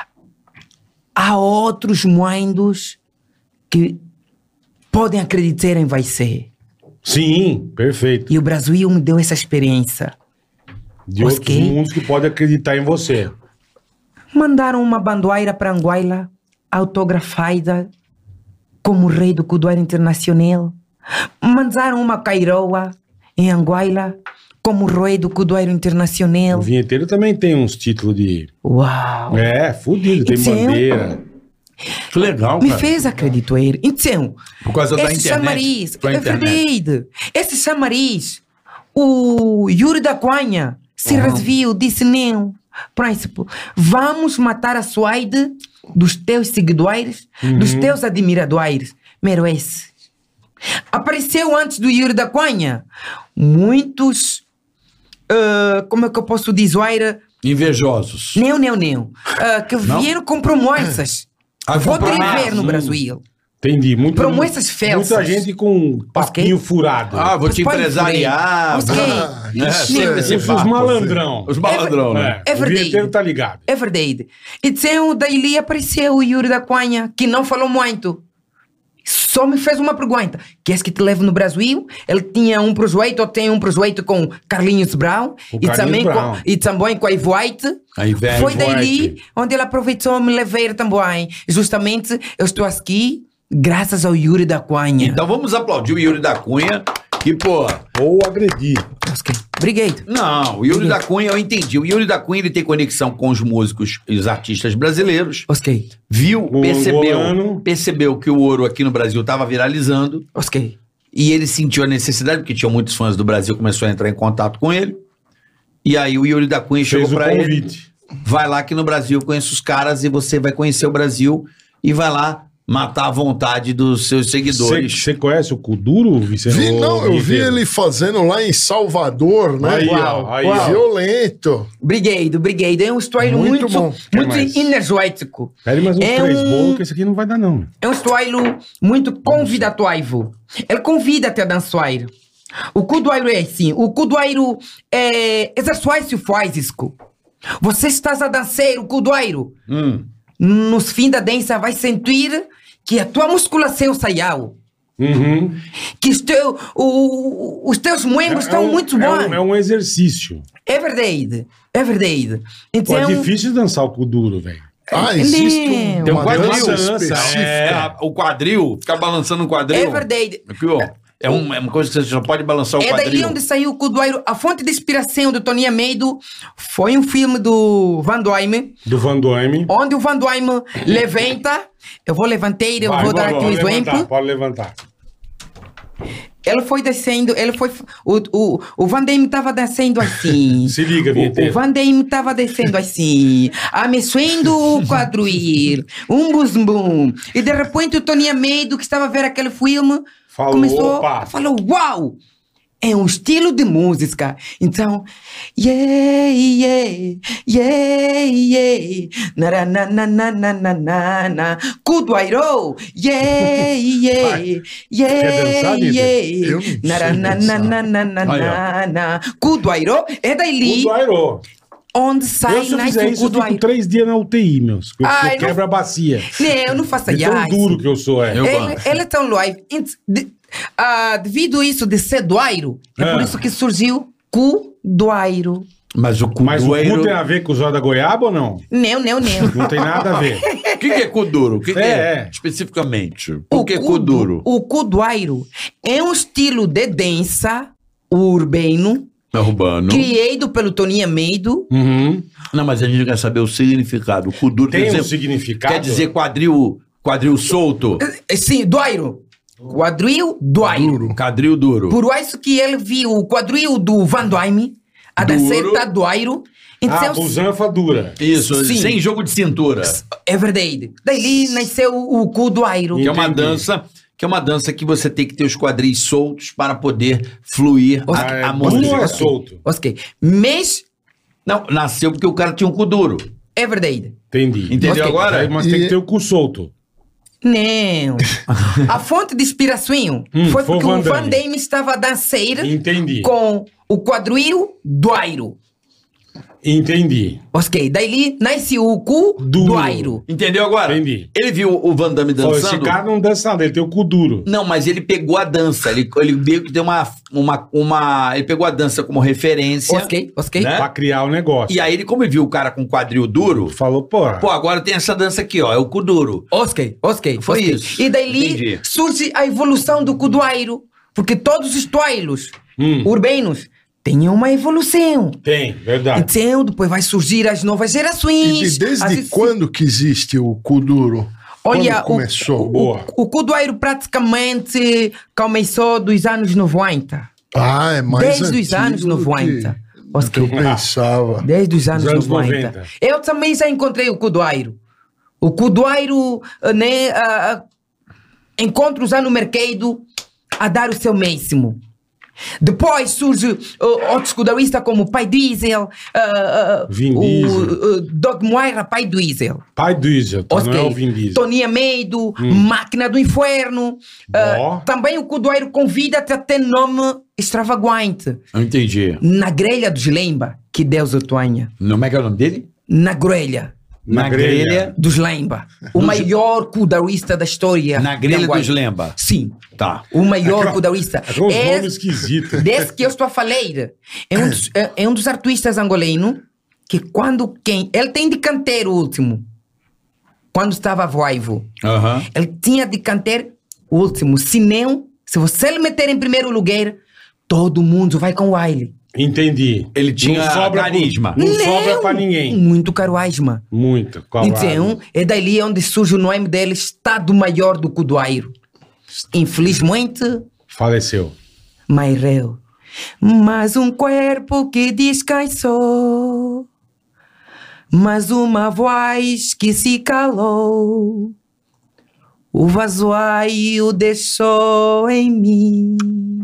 há outros mundos que podem acreditar em você. Sim, perfeito. E o Brasil me deu essa experiência. De Os outros quê? mundos que podem acreditar em você. Mandaram uma bandeira para Anguila, autografada como rei do Cudoeiro Internacional. Mandaram uma cairoa em Anguila como rei do Cudoeiro Internacional. O vinheteiro também tem uns títulos de... Uau! É, fudido, tem Então, bandeira. Que legal, Me cara. fez acreditar. Então, Por causa da esse internet. chamariz, Com a é internet. verdade. Esse chamariz, o Yuri da Cunha se Uhum. resviu, disse não. Príncipe, vamos matar a Suaide dos teus seguidores, dos Uhum. teus admiradores. Merece. Apareceu antes do Yuri da Cunha muitos, ah, como é que eu posso dizer? Invejosos. Não, não, não. Ah, que Não? vieram com promessas. Ah, Vou com te promessas. ver no Brasil. Entendi. Muito, Promessas falsas. Muita gente com papinho furado. Ah, vou te Mas pode empresariar. crer. vou- Ok. né? Isso Sempre é- esse Os, os papo, malandrão. assim. Os malandrão, né? É O verdade. vinheteiro tá ligado. É verdade. Então, daí apareceu o Yuri da Cunha, que não falou muito. Só me fez uma pergunta. Queres que te leve no Brasil? Ele tinha um projeto, ou tem um projeto com Carlinhos Brown. O E Carlinhos também, Brown. com, e também com a Ivy White. A Ivete Foi daí White. onde ele aproveitou me levar também. Justamente, eu estou aqui graças ao Yuri da Cunha. Então vamos aplaudir o Yuri da Cunha, que, pô... Ou agredir. Obrigado. Não, o Yuri da Cunha, eu entendi. O Yuri da Cunha, ele tem conexão com os músicos e os artistas brasileiros. Ok. Viu, O percebeu, angolano. percebeu que o ouro aqui no Brasil estava viralizando. Ok. E ele sentiu a necessidade, porque tinha muitos fãs do Brasil, começou a entrar em contato com ele. E aí o Yuri da Cunha Fez chegou o pra ele. convite. Vai lá aqui no Brasil, conhece os caras e você vai conhecer o Brasil e vai lá matar a vontade dos seus seguidores. Você conhece o Kuduro, Vicente? Vi, Ô, não, eu vi vinheteiro? ele fazendo lá em Salvador, né? Aí, Uau, ó. Aí, uau. ó. Violento. Obrigado, obrigado. É um estilo Muito muito, bom. muito, Quer mais? energético. Pede mais uns É três um- bolos, que esse aqui não vai dar, não. É um estilo muito convidativo. Ele convida-te a dançar. O cudoeiro é assim. O cudoeiro é exercício físico. Você estás a dançar o cudoeiro. Hum. No fim da dança vai sentir que a tua musculação saiu. Uhum. Que os, teu, o- os teus membros estão um- muito é bons. um, é um exercício. É verdade. É verdade. Pô, Então, é difícil dançar o Kuduro, velho. Ah, existe Não. um, Tem um uma quadril. dança Dança, específica. é. O quadril, ficar balançando o quadril. é verdade. Aqui, ó. É, um- é uma coisa que você só pode balançar o É daí quadril. onde saiu o Cudoeiro. A fonte de inspiração do Tony Ameido foi um filme do Van Damme, Do Van Damme. onde o Van Damme levanta. Eu vou levantar, eu Vai, vou dar vai, aqui um pode levantar, exemplo. Pode levantar. Ele foi descendo, ele foi. O, o, o Van Damme estava descendo assim. Se liga, O, o vinheteiro. Van Damme estava descendo assim, amexendo o quadril, um bumbum. E de repente o Tony Ameido, que estava a ver aquele filme, Falou, começou opa. a falar: Uau! É um estilo de música. Então, yeah, yeah, yeah, yeah. Naranananananana. Cudoeiro, yeah, yeah, yeah, Quer dançar, Dida? yeah. Eu não sei Narananananana. Cudoeiro é daí Kuduairo. onde Eu, sai se eu nasce fizer o isso, eu fico Cudoeiro. três dias na U T I, meus. Eu, Ai, eu não- quebro a bacia. Não, não faça De tão isso. duro que eu sou, é. Eu Ele, gosto. ele é tão live. Ent- de- ah, devido a isso de ser doairo, é Ah. por isso que surgiu Cudoeiro. Mas o Mas o cudoeiro... cu tem a ver com o zóio da goiaba ou não? Não, não, não. Não tem nada a ver. O que, que é kuduro? O que, que É, é, é. especificamente? O que é cudo- kuduro? O Cudoeiro é um estilo de dança urbano É urbano. criado pelo Toninho Almeida. Uhum. Não, mas a gente quer saber o significado. O cu duro Tem quer um dizer, significado? quer dizer quadril, quadril solto, Eh, Sim, doiro. Quadril doiro. quadril duro. Por isso que ele viu o quadril do Van Damme, a da Duro. certa doiro. Ah, Então, busanfa dura. Isso, Sim. sem jogo de cintura. é verdade. Daí nasceu o cu doiro. Que é uma Entendi. dança, que é uma dança que você tem que ter os quadris soltos para poder fluir Ah, a, é a duro música. ou é solto? Ok. Mas Não, nasceu porque o cara tinha um cu duro. é verdade. Entendi. Entendeu Ok. agora? Aí, mas tem E- que ter o cu solto. Não. A fonte de inspiração Hum, foi foi o porque Van o Van Damme. Damme estava a dançar Entendi. com o quadril doiro. Entendi. Ok. Daí nasceu o cu Duro. doiro. Entendeu agora? Entendi. Ele viu o Van Damme Falou, esse dançando. cara não dança nada, ele tem o cu duro. Não, mas ele pegou a dança. Ele, ele meio que deu uma, uma, uma. Ele pegou a dança como referência. Ok, ok. Né? Pra criar o negócio. E aí ele, como ele viu o cara com quadril duro, Falou, pô, pô, agora tem essa dança aqui, ó. É o cu duro. Ok, ok. Foi ok. isso. E daí Entendi. surge a evolução do cudoeiro. Porque todos os toilos Hum. urbanos têm uma evolução. tem, verdade. Então, depois vai surgir as novas E gerações. de- desde as- quando que existe o cu duro? Olha, Quando começou? o, Boa. o, o cudoeiro praticamente começou dos anos noventa. Ah, é mais Desde os antigo anos do noventa. Que, do que eu pensava. Desde os anos, anos noventa. noventa. Eu também já encontrei o cudoeiro. O cudoeiro, né, ah, ah, encontro-já no mercado a dar o seu máximo. Depois surge uh, outros cudoeiristas como o Pai Diesel, uh, uh, Vin o Diesel. uh, Doug Moira, Pai Diesel. Pai Diesel, tá, não é o Vin Diesel. Tony Almeida, Máquina do Inferno. Ó. Uh, também o cudoeiro convida-te a ter nome extravagante. Eu entendi. Na grelha dos Lemba, que Deus o tenha. Como é que é o nome dele? Na grelha Na grelha. dos Lemba. O maior cudoeirista da história. Na de grelha Anguai. dos Lemba. Sim. Tá. O maior Aquela- cudoeirista. Aqueles É- nomes esquisitos. Desse que eu estou a falar, é um dos, é, é um dos artistas angolanos que quando quem... Ele tem de cantar o último. Quando estava voivo. Aham. Ele tinha de cantar o último. Se não, se você lhe meter em primeiro lugar, todo mundo vai com o Wiley. Entendi. Ele tinha Não sobra carisma. Não, sobra pra ninguém. Muito carisma. Muito. Qual Então, é dali onde surge o nome dele, Estado Maior do Cudoeiro. Infelizmente, Faleceu. morreu. Mas um corpo que descansou, mas uma voz que se calou, o vazio deixou em mim.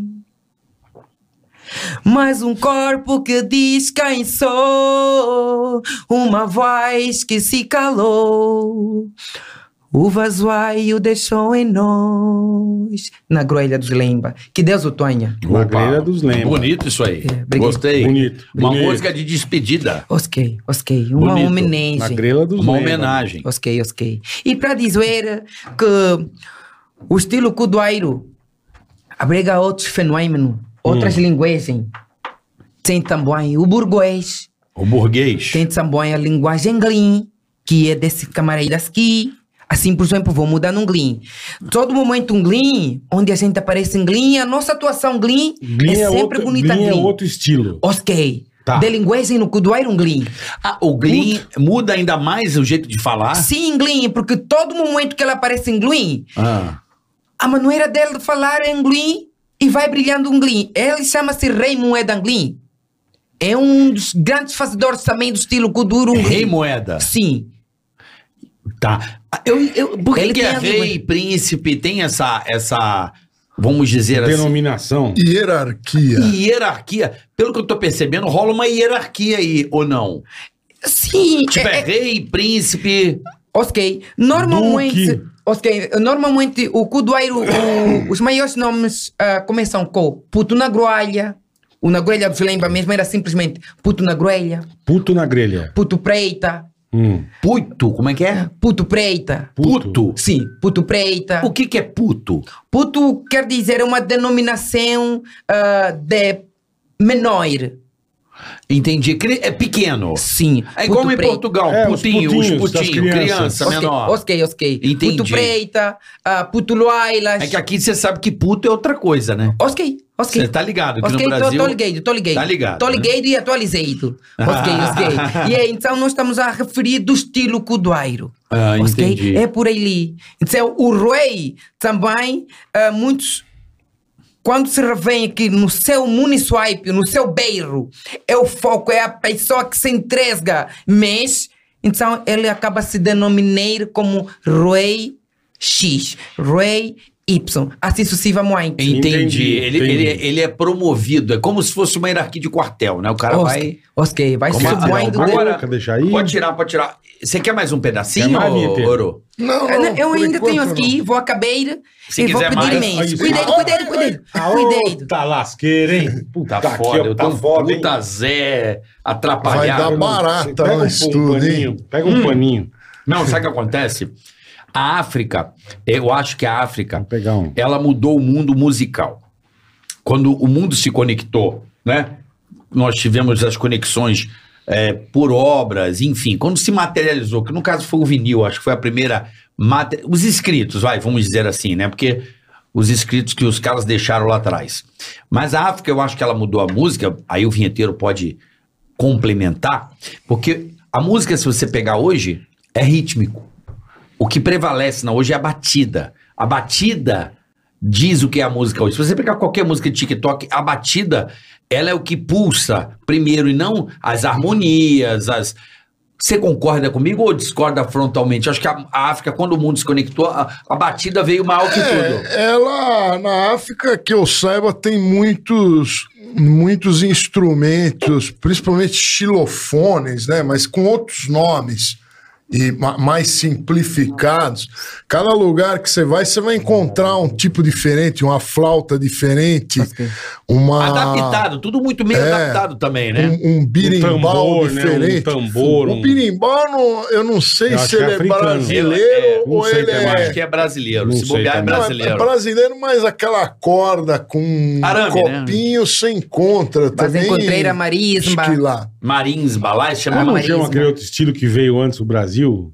Mas um corpo que descansou, uma voz que se calou, o vazio deixou em nós. Na grelha dos Lemba. Que Deus o tenha. Na grelha dos Lembra. Bonito isso aí. É, obrigado. Gostei. Bonito, Uma bonito. música de despedida. Ok, ok. Uma Bonito. Na homenagem. grelha dos Uma Lembra. homenagem. Ok, ok. E para dizer que o estilo cudoeiro abriga outros fenômenos, outras linguagens. Tem também o burguês, O burguês. tem também a linguagem glin, que é desse camarada aqui. Assim, por exemplo, vou mudar num glin. Todo momento um glin, onde a gente aparece em glin, a nossa atuação glin, Glin é é, sempre outro, bonita glin é glin. outro estilo. Ok. Tá. De linguagem no cudoeiro um glin. Ah, o Glyn muda ainda mais o jeito de falar? Sim, glin, porque todo momento que ela aparece em glin, Ah. a maneira dele de falar é em glin e vai brilhando um glin. Ele chama-se Rei Moeda Anglin. É um dos grandes fazedores também do estilo Kuduro. Rei Moeda. Sim. Tá. Eu, eu, por que, Ele que tem é a rei, língua. príncipe, tem essa, essa, vamos dizer assim, Denominação. Hierarquia. hierarquia? Pelo que eu tô percebendo, rola uma hierarquia aí, ou não? Sim. Tipo, é, é- é- rei, príncipe... Ok. Normalmente... Duque. Ok. Normalmente o Kudoeiro, o- os maiores nomes ah, começam com Puto na Groalha. O na Groelha dos Lemba mesmo era simplesmente Puto na Groelha. Puto na grelha. Puto Preita. Hum. Puto, como é que é? Puto Preita. Puto. Puto. Sim, Puto Preita. O que que é puto? Puto quer dizer uma denominação ah, de menor. Entendi. Cri- É pequeno. Sim. É igual Puto em preto. Portugal, É, os putinho, os putinhos das putinhos, crianças. criança Ok, menor. ok, ok. Entendi. Puto preta, uh, puto loailas. É que aqui você sabe que puto é outra coisa, né? Ok, ok. Você tá ligado que Ok, no Brasil... tô, tô ligado, tô ligado. Tá ligado, Tô né? ligado e atualizado. Ok, ok. E é, então nós estamos a referir do estilo cudoeiro. Ah, Ok? entendi. É por aí. Então o rei também, ah, muitos... Quando se revém aqui no seu município, no seu bairro, é o foco, é a pessoa que se entrega. Mas, então ele acaba se denominando como rei X, rei Y, assim sucessivamente. Entendi. Entendi, Ele, entendi. Ele, ele é promovido. É como se fosse uma hierarquia de quartel, né? O cara Ok, vai... ok, vai Como a- subindo. Agora- de- Agora, deixa aí. Pode tirar, pode tirar. Você quer mais um pedacinho, Quer mais, Vitor? Oro? Não, Eu, não, eu por ainda enquanto tenho não. aqui, vou acabar Se e vou quiser pedir mais, imenso. aí, Cuidado, ah, cuidado, cuidado. Ah, Cuidado. Tá lasqueira, hein? Puta, Tá aqui, foda, ó, eu tá tô foda, hein? puta Zé Vai atrapalhado. dar barata Pega no um estudo, paninho, hein? pega um paninho. Não, sabe o que acontece? A África, eu acho que a África, Vou pegar um. ela mudou o mundo musical. Quando o mundo se conectou, né? Nós tivemos as conexões é, por obras, enfim. Quando se materializou, que no caso foi o vinil, acho que foi a primeira... Mate... Os escritos, vai, vamos dizer assim, né? Porque os escritos que os caras deixaram lá atrás. Mas a África, eu acho que ela mudou a música, aí o vinheteiro pode complementar, porque a música, se você pegar hoje, é rítmico. O que prevalece na hoje é a batida. A batida diz o que é a música hoje. Se você pegar qualquer música de TikTok, a batida, ela é o que pulsa primeiro, e não as harmonias, as... Você concorda comigo ou discorda frontalmente? Acho que a, a África, quando o mundo se conectou, a, a batida veio maior que tudo. É, ela, na África, que eu saiba, tem muitos, muitos instrumentos, principalmente xilofones, né? Mas com outros nomes e ma- mais simplificados. Cada lugar que você vai, você vai encontrar um tipo diferente, uma flauta diferente, uma... Adaptado, tudo muito meio É. adaptado também, né? Um, um birimbau Um tambor, né? diferente. Um tambor, O um- birimbau, não- eu não sei Eu acho se que é ele é africano. brasileiro É, não ou sei ele também. Eu é... acho que é brasileiro. Não Se sei bobear, é também. Não, é- brasileiro. é brasileiro, mas aquela corda com Arame, um copinho você encontra Mas também. encontrei a marisma. Acho que lá. Marins, balai, chama Como não Marisma. chama aquele outro estilo que veio antes do Brasil?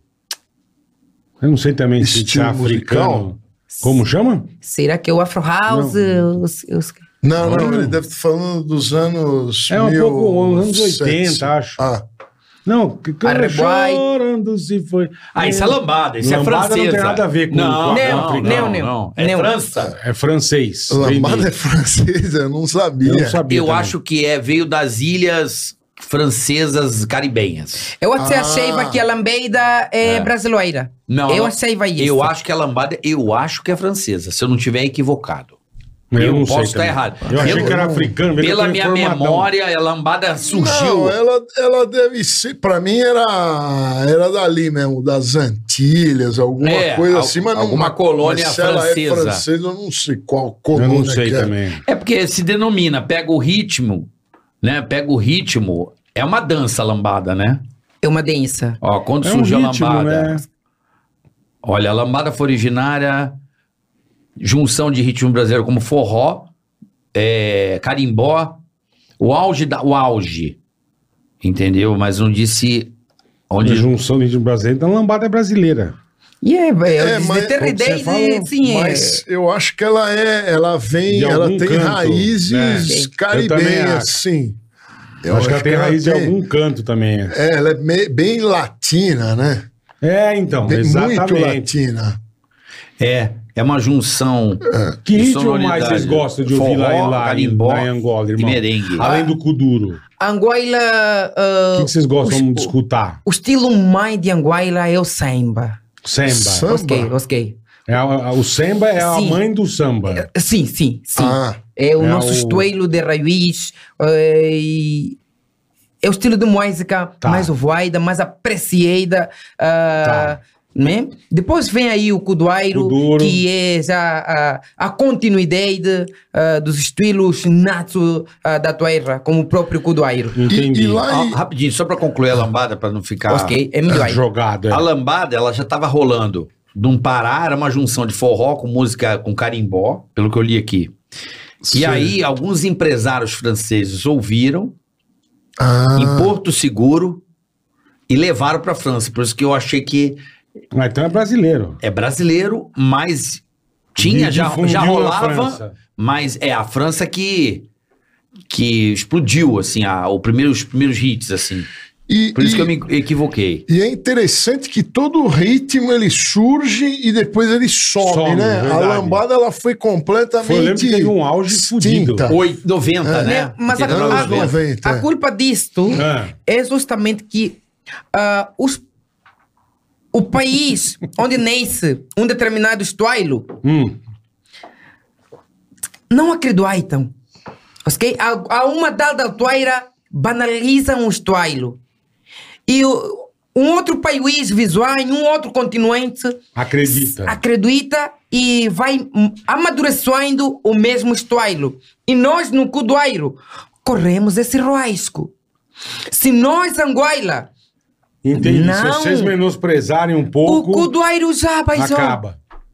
Eu não sei também se Estilo é africano. musical? Como chama? Será que é o Afro House? Os, os... Não, não, Não. ele deve estar falando dos anos. É um mil pouco anos setecentos. oitenta, acho. Ah, Não, que que Arrebuai. chorando se foi. Ah, isso é lambada, isso Lambada é não francesa. tem nada a ver com- não, com a não, África. não, Não, não, não. É Não. França. É francês. lambada entendi. é francesa, eu não sabia. Eu não sabia. Eu também. acho que é, veio das ilhas francesas caribenhas. Eu até Ah. achei que a lambeida é, brasileira. Não, Eu não. achei vai isso. Eu acho que a lambada, eu acho que é francesa, se eu não tiver equivocado. Eu, eu não posso sei estar também. errado. Eu achei Pelo- que era africano. veio Pela aquele minha formadão. memória, a lambada surgiu. Não, ela, ela deve ser. Pra mim era, era dali mesmo, das Antilhas, alguma É, coisa al- assim, mas não. alguma colônia mas se ela francesa. é francesa, eu não sei qual Eu colônia. não sei que é. também. É porque se denomina, pega o ritmo, né? Pega o ritmo, é uma dança a lambada, né? É uma dança. Ó, quando É um surgiu ritmo, a lambada. né? Olha, a lambada foi originária, junção de ritmo brasileiro como forró, é, carimbó, o auge da, o auge, entendeu? Mas não disse Onde onde. junção de ritmo brasileiro, então lambada é brasileira. E é, velho, É, eu mas- ter como que você ideia falou? de, sim, é. Mas eu acho que ela é, ela vem, De ela algum tem canto, raízes né? Sim. Eu também caribenhas, acho. sim. Eu acho que ela tem raiz de tem- algum canto também. é. É, ela é me- bem latina, né? É, então, Bem- muito exatamente. latina. É, é uma junção. Que de ritmo mais sonoridade. vocês gostam de ouvir lá, Forró, lá, em, carimbó lá em Angola, irmão? e merengue. Além do Kuduro. Anguila, O uh, que, que vocês gostam o- de escutar? o estilo mais de Anguila é o samba. Samba. Samba. Ok, ok. É a- a- o samba é a Sim. mãe do samba. Sim, sim, sim. Ah. É o É nosso o- estilo de raiz. É, e é o estilo de música Tá. mais ouvida, mais apreciada. ah, Tá. né? Depois vem aí o Kuduairo, Kuduro. que é já a, a continuidade ah, dos estilos natos ah, da terra, como o próprio Kuduairo. Entendi. E, e lá Ó, em- rapidinho, só pra concluir a lambada, pra não ficar. Ok, é melhor. Jogado, é. A lambada, ela já tava rolando. De um Pará, era uma junção de forró com música com carimbó, pelo que eu li aqui. Sim. E aí, alguns empresários franceses ouviram Ah. em Porto Seguro, e levaram pra França. Por isso que eu achei que Mas então é brasileiro. é brasileiro, mas tinha, já, Difundiu já na rolava, França. mas é a França que, que explodiu, assim, a, o primeiro, os primeiros hits, assim. E, Por isso e- que eu me equivoquei. e é interessante que todo ritmo ele surge e depois ele some, Some, né? verdade. A lambada ela foi completamente Foi, eu lembro que teve um auge fudido. extinta. Oito, noventa, né? Né? Mas a, Entendeu? Anos a- noventa. a culpa disto É. é justamente que ah, os, o país onde nasce um determinado estilo Hum. não acreditam. Ok? A, a uma dada altura banalizam o estilo. E o, um outro país visual, em um outro continente, Acredita. acredita e vai hum, amadurecendo o mesmo estilo. E nós, no Cudoeiro, corremos esse risco. Se nós, Angola, Entendi. Não. Se vocês menosprezarem um o pouco, Cudoeiro já baixou. acaba.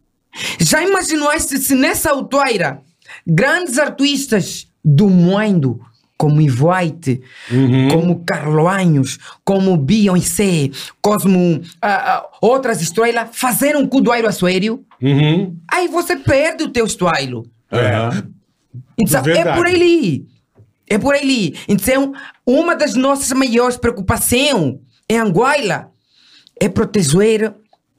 Já imaginou se, se nessa altura grandes artistas do mundo, como Ivo White, Uhum. como Carlos, como Beyoncé, como ah, ah, outras estrelas, fazer um Cudoeiro a sério? Uhum. Aí você perde o teu estilo. É. Então, Verdade. é por ali. É por ali. Então, uma das nossas maiores preocupações em Angola é proteger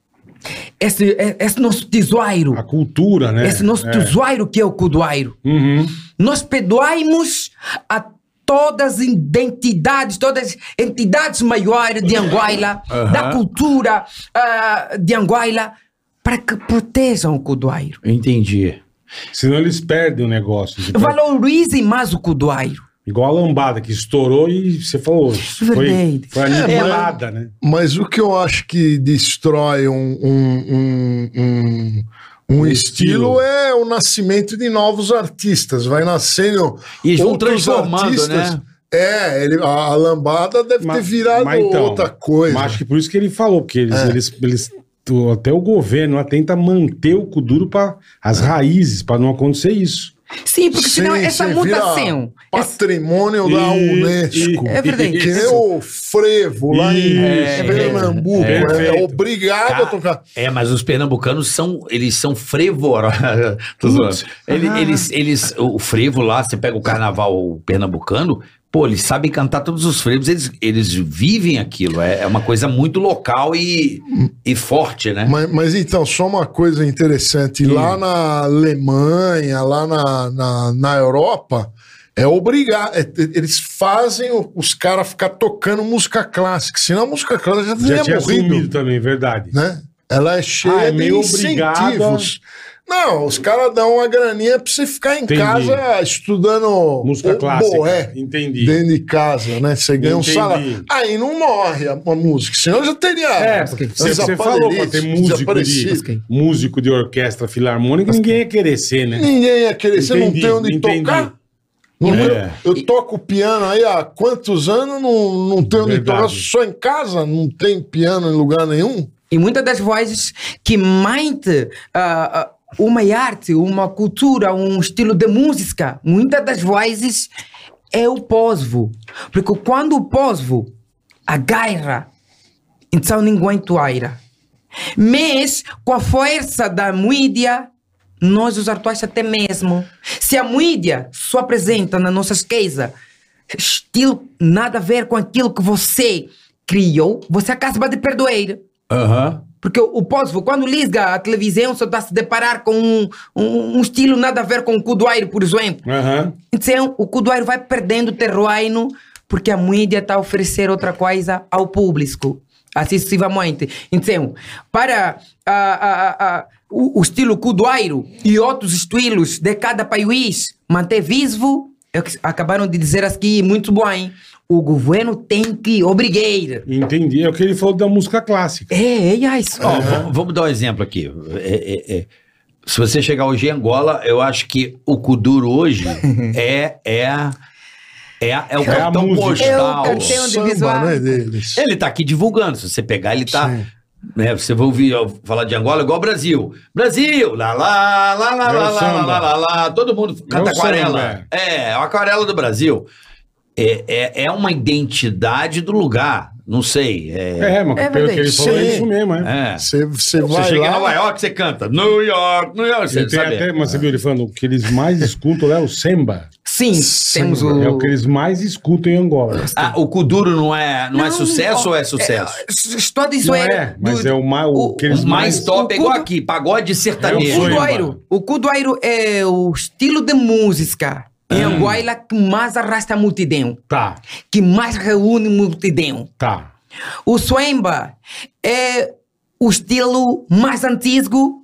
esse, esse nosso tesouro. A cultura, né? Esse nosso É. tesouro que é o Cudoeiro. Uhum. Nós perdoamos a todas as identidades, todas as entidades maiores de Angola, da cultura ah, de Angola, para que protejam o Cudoeiro. Entendi. Senão eles perdem o negócio. Tipo, Valorizem mais o Cudoeiro. igual a lambada que estourou e você falou. Foi, Verdade. foi aniquilada, né? Mas o que eu acho que destrói um, um, um, um, um Um estilo, estilo. é o nascimento de novos artistas. Vai nascendo E eles vão outros transformando, artistas. né? É, ele, a, a lambada deve ter virado mas então, outra coisa. Mas acho que por isso que ele falou, porque eles, É. eles, eles tu- até o governo lá tenta manter o Kuduro para as raízes, para não acontecer isso. Sim, porque senão Sim, essa sim, mutação. vira essa- patrimônio da E- Unesco. e- É verdade. Que nem o frevo lá em Isso, Pernambuco. é, É, perfeito. obrigado Cara, a tocar. É, mas os pernambucanos são, eles são frevoros. Tô zoando. Ele- Ah. Eles, eles, o frevo lá, você pega o carnaval pernambucano, pô, eles sabem cantar todos os frevos, eles, eles vivem aquilo. É, é uma coisa muito local e, e forte, né? Mas, mas então, só uma coisa interessante. Lá na Alemanha, lá na, na, na Europa, é obrigado. é- eles fazem o- os caras ficar tocando música clássica. Senão a música clássica já Já teria tinha morrido. sumido também, verdade. Né? Ela é cheia Ah, é de meio obrigado incentivos. Não, os caras dão uma graninha pra você ficar em Entendi. casa estudando Música o clássica. boé Entendi. dentro de casa, né? Você ganha Entendi. um salário. Aí não morre a, a música, senão já teria. É, porque você, você falou para ter músico de, músico de orquestra filarmônica, ninguém ia querer ser, né? Ninguém ia querer, você não Entendi, tem onde entendi. tocar. Não É. tem- eu toco piano aí há quantos anos, não, não tenho onde Verdade. tocar, só em casa, não tem piano em lugar nenhum. E muitas das vozes que mente ah, ah, uma arte, uma cultura, um estilo de música, muitas das vozes é o povo. Porque quando o povo agarra, então ninguém toira. Mas com a força da mídia, nós os artistas até mesmo. Se a mídia só apresenta nas nossas casas estilo nada a ver com aquilo que você criou, você acaba de perdoar. Aham. Porque o, o povo, quando liga a televisão, só está a se deparar com um, um, um estilo nada a ver com o Cudoeiro, por exemplo. Aham. Então, o Cudoeiro vai perdendo terreno porque a mídia está a oferecer outra coisa ao público, assim sucessivamente. Então, para a, a, a, a, o, o estilo Cudoeiro e outros estilos de cada país manter vivo, é o que acabaram de dizer aqui muito bem. O governo tem que obrigar. Entendi. É o que ele falou da música clássica. É, é isso. Ó, v- vamos dar um exemplo aqui. É- é- é. Se você chegar hoje em Angola, eu acho que o Kuduro hoje é, é, a- é, a- é o É a cartão música. postal. É o cartão de Samba, visual. né, deles. Ele tá aqui divulgando. Se você pegar, ele tá. Sim. Né, você vai ouvir ó, falar de Angola igual Brasil. Brasil! Lá, lá, lá, lá, É o lá, lá, samba. lá, lá, lá. Todo mundo canta É o aquarela. samba, É, é a aquarela do Brasil. é, é, é uma identidade do lugar. Não sei. É, É, mas É pelo que ele verdade. falou, é Sim. isso mesmo, é. é. Você, você Você vai chega lá... em Nova York, você canta New York, New York. Você Ele tem sabe? até, mas você viu ele falando, o que eles mais escutam é o samba. Sim, Sim, temos o... É o que eles mais escutam em Angola. Ah, o Kuduro não é, não é Não, sucesso ó, ou é sucesso? É, estou dizendo... Não é, mas é o, mais, o que eles O mais mais... top é igual Kudu- aqui, pagode É sertanejo. o sonho. Kuduairo. O Kuduairo é o estilo de música em Ah. Angola que mais arrasta a multidão, Tá, que mais reúne multidão. tá. O Swemba é o estilo mais antigo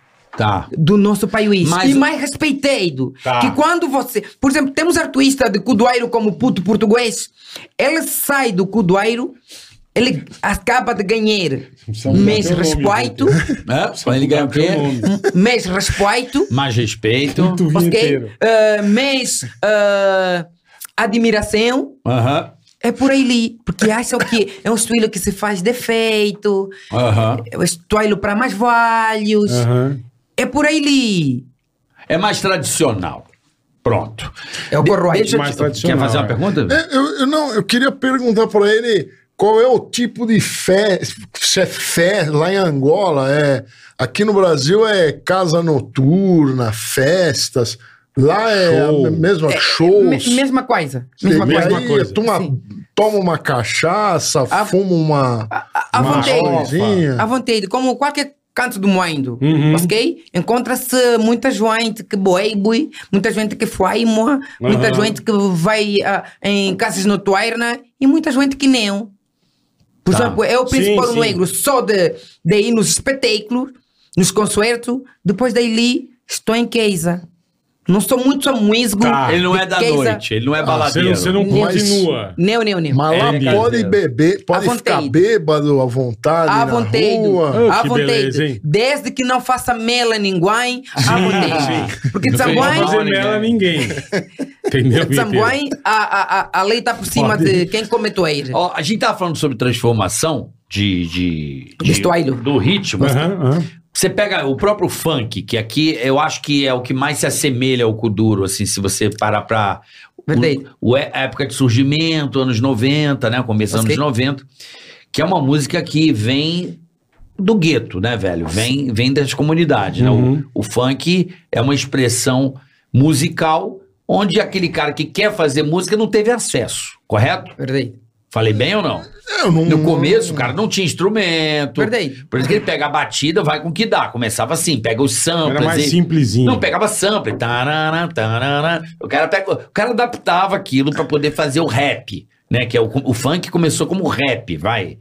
Tá. do nosso país Mas- e mais respeitado. Tá. Que quando você... Por exemplo, temos artistas de Kuduairo como Puto Português. Ele sai do Kuduairo, ele acaba de ganhar Só mês tem o nome, respeito, É? Pra ele ganhar o quê? mês respeito, Mais respeito. Muito ok? vinheteiro. Ah, mês ah, admiração. Aham. É por aí, porque acham que é um estilo que se faz defeito, Aham. é um estilo para mais velhos. Aham. É por aí. É mais tradicional. Pronto. É o corroído. Deixa eu Mais te- tradicional, Quer fazer uma é. pergunta? É, eu, eu não, eu queria perguntar para ele qual é o tipo de fé, se é fé lá em Angola, é, aqui no Brasil é casa noturna, festas, lá é Show. a mesma Me- shows. mesma coisa. Sim, Mesma e coisa. mesma aí, coisa. Toma, Sim. toma uma cachaça, A- fuma uma, À uma vontade. coisinha. À vontade. Como qualquer canto do mundo. Uhum. Ok? Encontra-se muita gente que bebe, muita gente que fuma, muita Aham. gente que vai ah, em casas noturnas e muita gente que não. Por Tá. exemplo, eu, Sim, principal sim. negro, só de, de ir nos espetáculos, nos concertos, depois daí estou em casa. Não sou muito só músico. Tá. Ele não é de da casa. noite, ele não é Você baladeiro. não, você não Mas- continua. Não, não, não. Mas lá É, pode cara. beber, pode À ficar vontade. bêbado à vontade À na vontade. rua. Oh, À que vontade. beleza, hein? Desde que não faça mela a ninguém, à vontade. Porque Não fez Não mal Zambuai, fazer ninguém. mela a ninguém. Entendeu, Vitor? Zambuai, a, a, a, a lei está por cima Pode. de quem come toeira. Ó, a gente tava falando sobre transformação de... de, De estilo. Do ritmo. Aham, aham. Você pega o próprio funk, que aqui eu acho que é o que mais se assemelha ao Kuduro, assim, se você parar pra... Verdade. O, o é- época de surgimento, anos noventa, né? Começo dos Ok. anos noventa. Que é uma música que vem do gueto, né, velho? Vem, vem das comunidades, né? Uhum. O, o funk é uma expressão musical onde aquele cara que quer fazer música não teve acesso, correto? Verdade. Falei bem ou não? Eu não, No começo, o cara não tinha instrumento. Verdade. Por isso que ele pega a batida, vai com o que dá. Começava assim, pega os samples. Era mais e- simplesinho. Não, pegava sample. Tarará, tarará. O cara, pega, o cara adaptava aquilo pra poder fazer o rap, né? Que é o, o funk começou como rap, vai.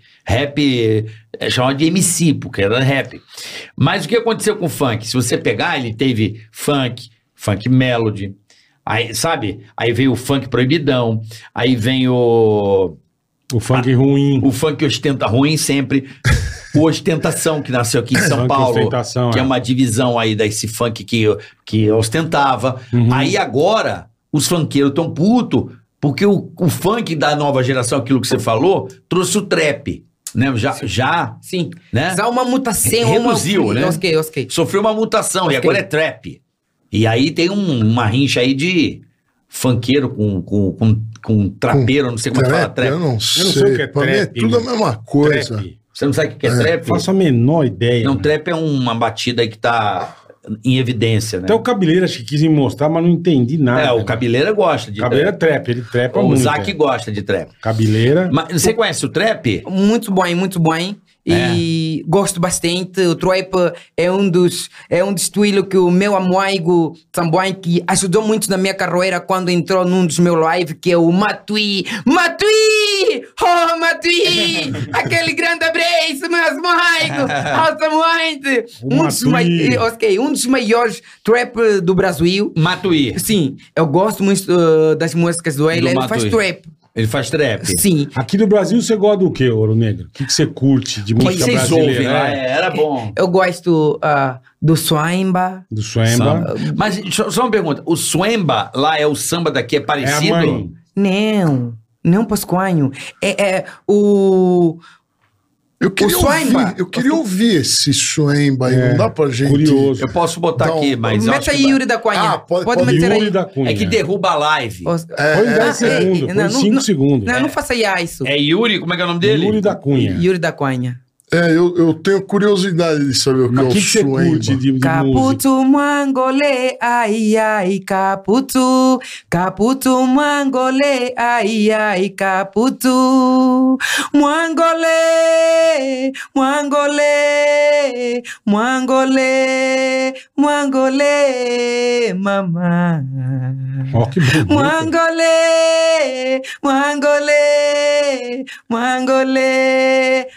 Rap é chamado de M C, porque era rap. Mas o que aconteceu com o funk? Se você pegar, ele teve funk, funk melody, aí, sabe? Aí veio o funk proibidão, aí vem o... O funk ruim. O funk ostenta ruim sempre. O ostentação, que nasceu aqui em São Funk Paulo, ostentação, que é. é. uma divisão aí desse funk que, que ostentava. Uhum. Aí agora, os funkeiros estão putos, porque o, o funk da nova geração, aquilo que você falou, trouxe o trap. Né? Já, já Sim. né? Há uma mutação. Reduziu, uma... né? Ok, ok. sofreu uma mutação e Ok. agora é trap. E aí tem um- uma rincha aí de funkeiro com, com, com, com trapeiro, não sei como é que fala Trap, eu trap. não sei sei. o que é Pra mim é trap, tudo a meu. mesma coisa. Trap. Você não sabe o que é, trap? Faço a menor ideia. Não, né? trap é uma batida aí que tá em evidência, né? Até o Cabeleiro acho que quis me mostrar, mas não entendi nada. É, o Cabeleira gosta de Cabeleira é trap. trap, ele trepa O muito. Zac é. gosta de trap. Cabeleira. Mas você conhece o trap? Muito bom, muito bom. E gosto bastante. O trap é um dos é um dos estilos que o meu amigo também que ajudou muito na minha carreira quando entrou num dos meus lives, que é o Matui. Matui! Oh, Matui! Aquele grande abraço, meus amigos! Gosto muito! O Um dos, Matui. mai- ok, um dos maiores trap do Brasil. Matuí. Sim, eu gosto muito uh, das músicas do ele. Do Ele Matuí. faz trap. Ele faz trap. Sim. Aqui no Brasil você gosta do quê, Ouro Negro? O que, que você curte de O que música vocês brasileira? ouvem lá? É, É, era bom. Eu gosto uh, do Swamba. Do Swemba. Samba. Mas só só uma pergunta. O Swemba lá é o samba daqui, é É a parecido? mãe. Não, não Pascoanho. É, é o, Eu queria, O Suemba. ouvir, eu queria ouvir esse Suemba aí, É, não dá pra gente... curioso. Eu posso botar Não, aqui, mas eu acho Mete que aí vai- Yuri da Cunha. Ah, pode- pode, pode meter Yuri aí. da Cunha. é que derruba a live. Os- É, Põe é, dez é, segundos, não, põe não, cinco não. segundos. Não, não faça isso. É Yuri, como é que é o nome dele? Yuri da Cunha. Yuri da Cunha. É, eu, eu tenho curiosidade de saber o que Mas é o o que, que você Suemba. curte de, de música? Caputo mangole, ai ai caputo. Caputo mangole, ai ai caputo. Mangole, mangole, mangole, mangole, mamãe. Ó, que bonito. Mangole, mangole, mangole,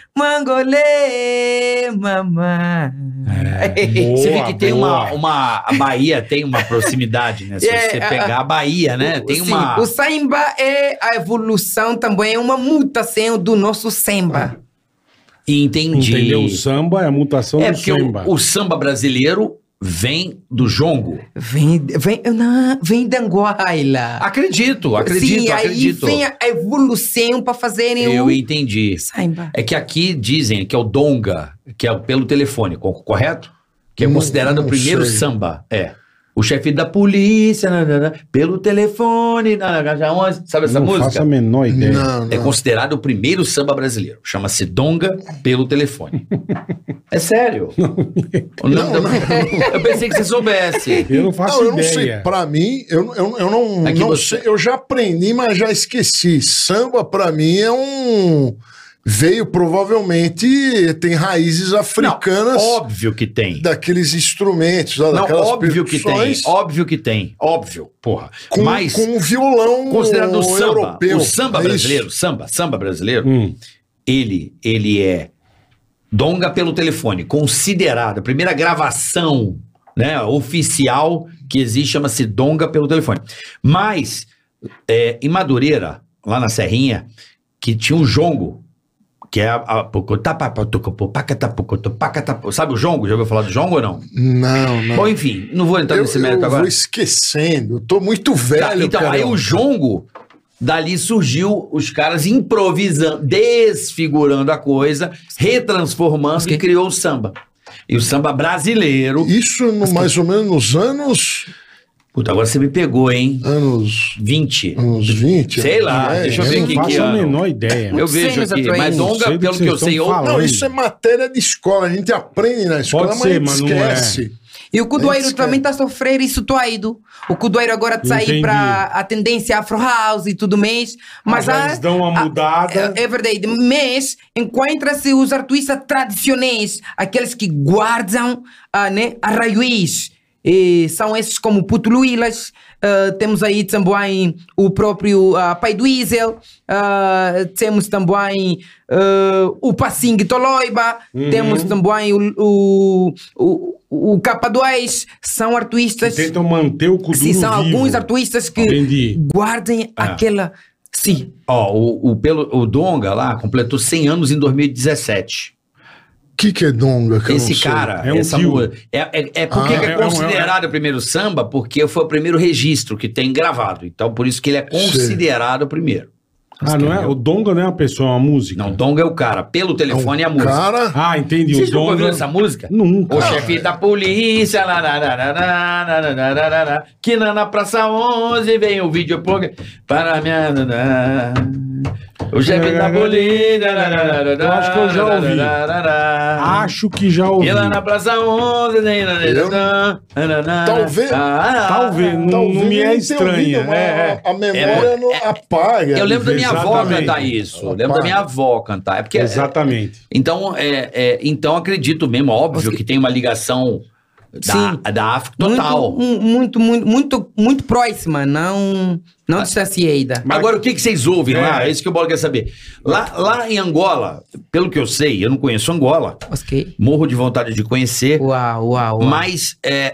mangole, mamãe. boa. Você vê que tem uma, boa. uma. A Bahia tem uma proximidade, né? Se É, você a- pegar a Bahia, né? Tem Sim, uma. o samba é a evolução também, é uma mutação do nosso samba. Entendi. Entendeu? O samba é a mutação É do porque samba. o, o samba brasileiro vem do jongo. Vem, vem, não, vem da Anguaila. Acredito, acredito, Sim, acredito. aí vem a evolução para fazerem Eu o entendi. samba. É que aqui dizem que é o donga, que é pelo telefone, co- correto? Que é Não- considerado o não primeiro sei. samba. É. O chefe da polícia, nanana, pelo telefone, nanana, onze, sabe essa não música? faço a menor ideia. Não, É não. considerado o primeiro samba brasileiro. Chama-se Donga pelo telefone. É sério. O nome da- Eu pensei que você soubesse. Eu não faço Não, eu não ideia. sei. Pra mim, eu, eu, eu não, É que não você- sei. Eu já aprendi, mas já esqueci. Samba, pra mim, é um. Veio provavelmente. Tem raízes africanas Não, óbvio que tem. daqueles instrumentos, lá, Não, daquelas óbvio que tem. percussões Óbvio que tem. Óbvio, porra. Com, Mas, com um violão considerando o samba, europeu. o samba é isso? brasileiro, samba, samba brasileiro, Hum. ele, ele é donga pelo telefone, considerado, a primeira gravação, né, oficial que existe chama-se donga pelo telefone. Mas, é, em Madureira, lá na Serrinha, que tinha um jongo, que é a... a sabe o jongo? Já ouviu falar do jongo ou não? Não, não. Bom, enfim, não vou entrar eu nesse eu mérito agora. vou esquecendo. Eu tô muito velho, Tá, então, aí Carioca. o jongo, dali surgiu os caras improvisando, desfigurando a coisa, retransformando e criou o samba. E o samba brasileiro... Isso no, mais ou menos nos anos. Puta, agora você me pegou, hein? Anos. vinte. Anos vinte. Sei lá, é, deixa eu é, ver Eu aqui não que faço a ano. menor ideia. Eu vejo anos aqui, atrás. mas Não donga, sei do pelo que que eu vocês sei, estão ou... falando. Não, isso é matéria de escola. A gente aprende na escola, Pode mas ser, a gente mas não é. esquece. E o Cudoeiro Esquece. também está a sofrer isso tudo. O Cudoeiro agora Entendi. sai para a tendência Afro House e tudo mais. Mas Ah, já há- eles dão uma há- mudada. É, é verdade. Mas encontra-se os artistas tradicionais, aqueles que guardam ah, né, a raiz. E são esses como Puto Luilas, ah, temos aí também o próprio ah, Pai do Isel, ah, temos também ah, o Passing Toloiba, temos também o, o, o, o Capa dois, são artistas, Tentam manter o Kuduro sim, são vivo. alguns artistas que Entendi. guardem aquela... Sim, Ó, o, o, pelo, o Donga lá completou cem anos em dois mil e dezessete. O que, que é donga? Que eu Esse não sei? cara, É um essa tio. mu- é, é, é por que Ah, que é- é, é um- considerado o primeiro samba? Porque foi o primeiro registro que tem gravado. Então, por isso que ele é considerado o primeiro. Ah, não é? O Donga não é uma pessoa, é uma música. Não, Donga é o cara. Pelo telefone é, a música. Cara, Ah, entendi. Vocês o nunca Donga... ouviram essa música? Nunca. O chefe da polícia, lá, lá, lá, lá, lá, lá, lá, lá, lá, lá, que na, na Praça onze vem o vídeo para minha... lá, lá. O chefe da polícia... lá, lá, lá, lá, Eu acho que eu já lá, ouvi. lá, lá, lá. Acho que já ouvi. E lá na Praça onze... né, lá, lá, lá, lá, lá, lá. Talvez- Ah, Talvez, não, talvez não me é eu tenha estranha. ouvido, mas É, é. A, a memória não apaga. Eu lembro da minha avó Exatamente. cantar isso. Eu lembro Rapaz. da minha avó cantar. É porque... Exatamente. Então, é, é, então acredito mesmo, óbvio, que tem uma ligação da, Sim. da África total. Muito, muito, muito, muito, muito próxima, não, não distanciada. Agora, o que, que vocês ouvem É. lá? É isso que o Bola quer saber. Lá, lá em Angola, pelo que eu sei, eu não conheço Angola, Ok. morro de vontade de conhecer, Uau, uau, uau. mas é,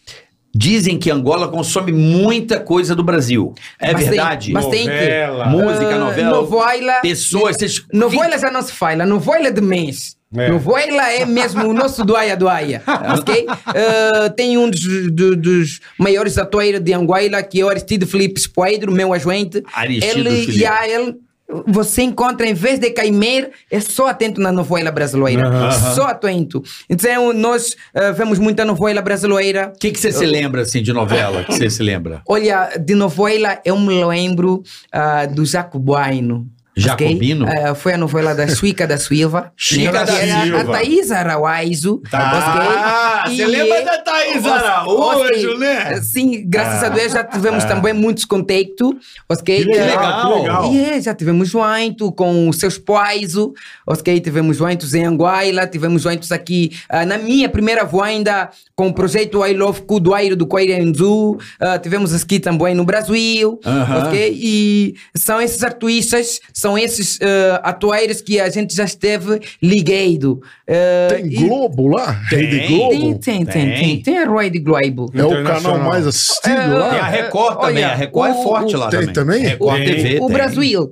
dizem que Angola consome muita coisa do Brasil. É Bastante, verdade? bastante. Novela. Música, Ah, novela, Novela. pessoas... Vocês... Novela já não se fala, novela de mês. É. Novela é mesmo o nosso doaia doaia, ok? Ah, tem um dos, do- dos maiores atores de Angola, que é o Aristide Felipe Spoedro, meu agente. Aristides Ele, Filipe. já, ele você encontra, em vez de Caimer, é só atento na novela brasileira. Uhum. Só atento. Então, nós uh, vemos muita novela brasileira. O que que você se lembra, assim, de novela? que você se lembra? Olha, de novela, eu me lembro uh, do Jacobino. Jacobino? Okay? Uh, foi a novela da Chica da Silva. Chica né? da Que era Silva. A Thaís Araújo. Ah, okay? você E- lembra da Thaís ok, Araújo, né? Sim, graças a Deus já tivemos também muitos contactos. Okay? Que legal, legal. que legal. E é, já tivemos jointo com os seus pais, ok? Tivemos jointos em Anguila, tivemos jointos aqui ah, na minha primeira voinda com o projeto I Love Cudoeiro do Coirenzu. Uh, tivemos aqui também no Brasil, Aham. ok? E são esses artistas, são esses uh, atueiros que a gente já esteve ligado. Uh, Tem e- Globo lá? Tem. Rede Globo? Tem, tem, tem, Tem. tem. Tem a Rede Globo. É o canal Internacional. mais assistido É, lá? Tem a Record também. Olha, a Record o- é forte o- lá Tem também. também? Record Tem. T V O tem. Brasil,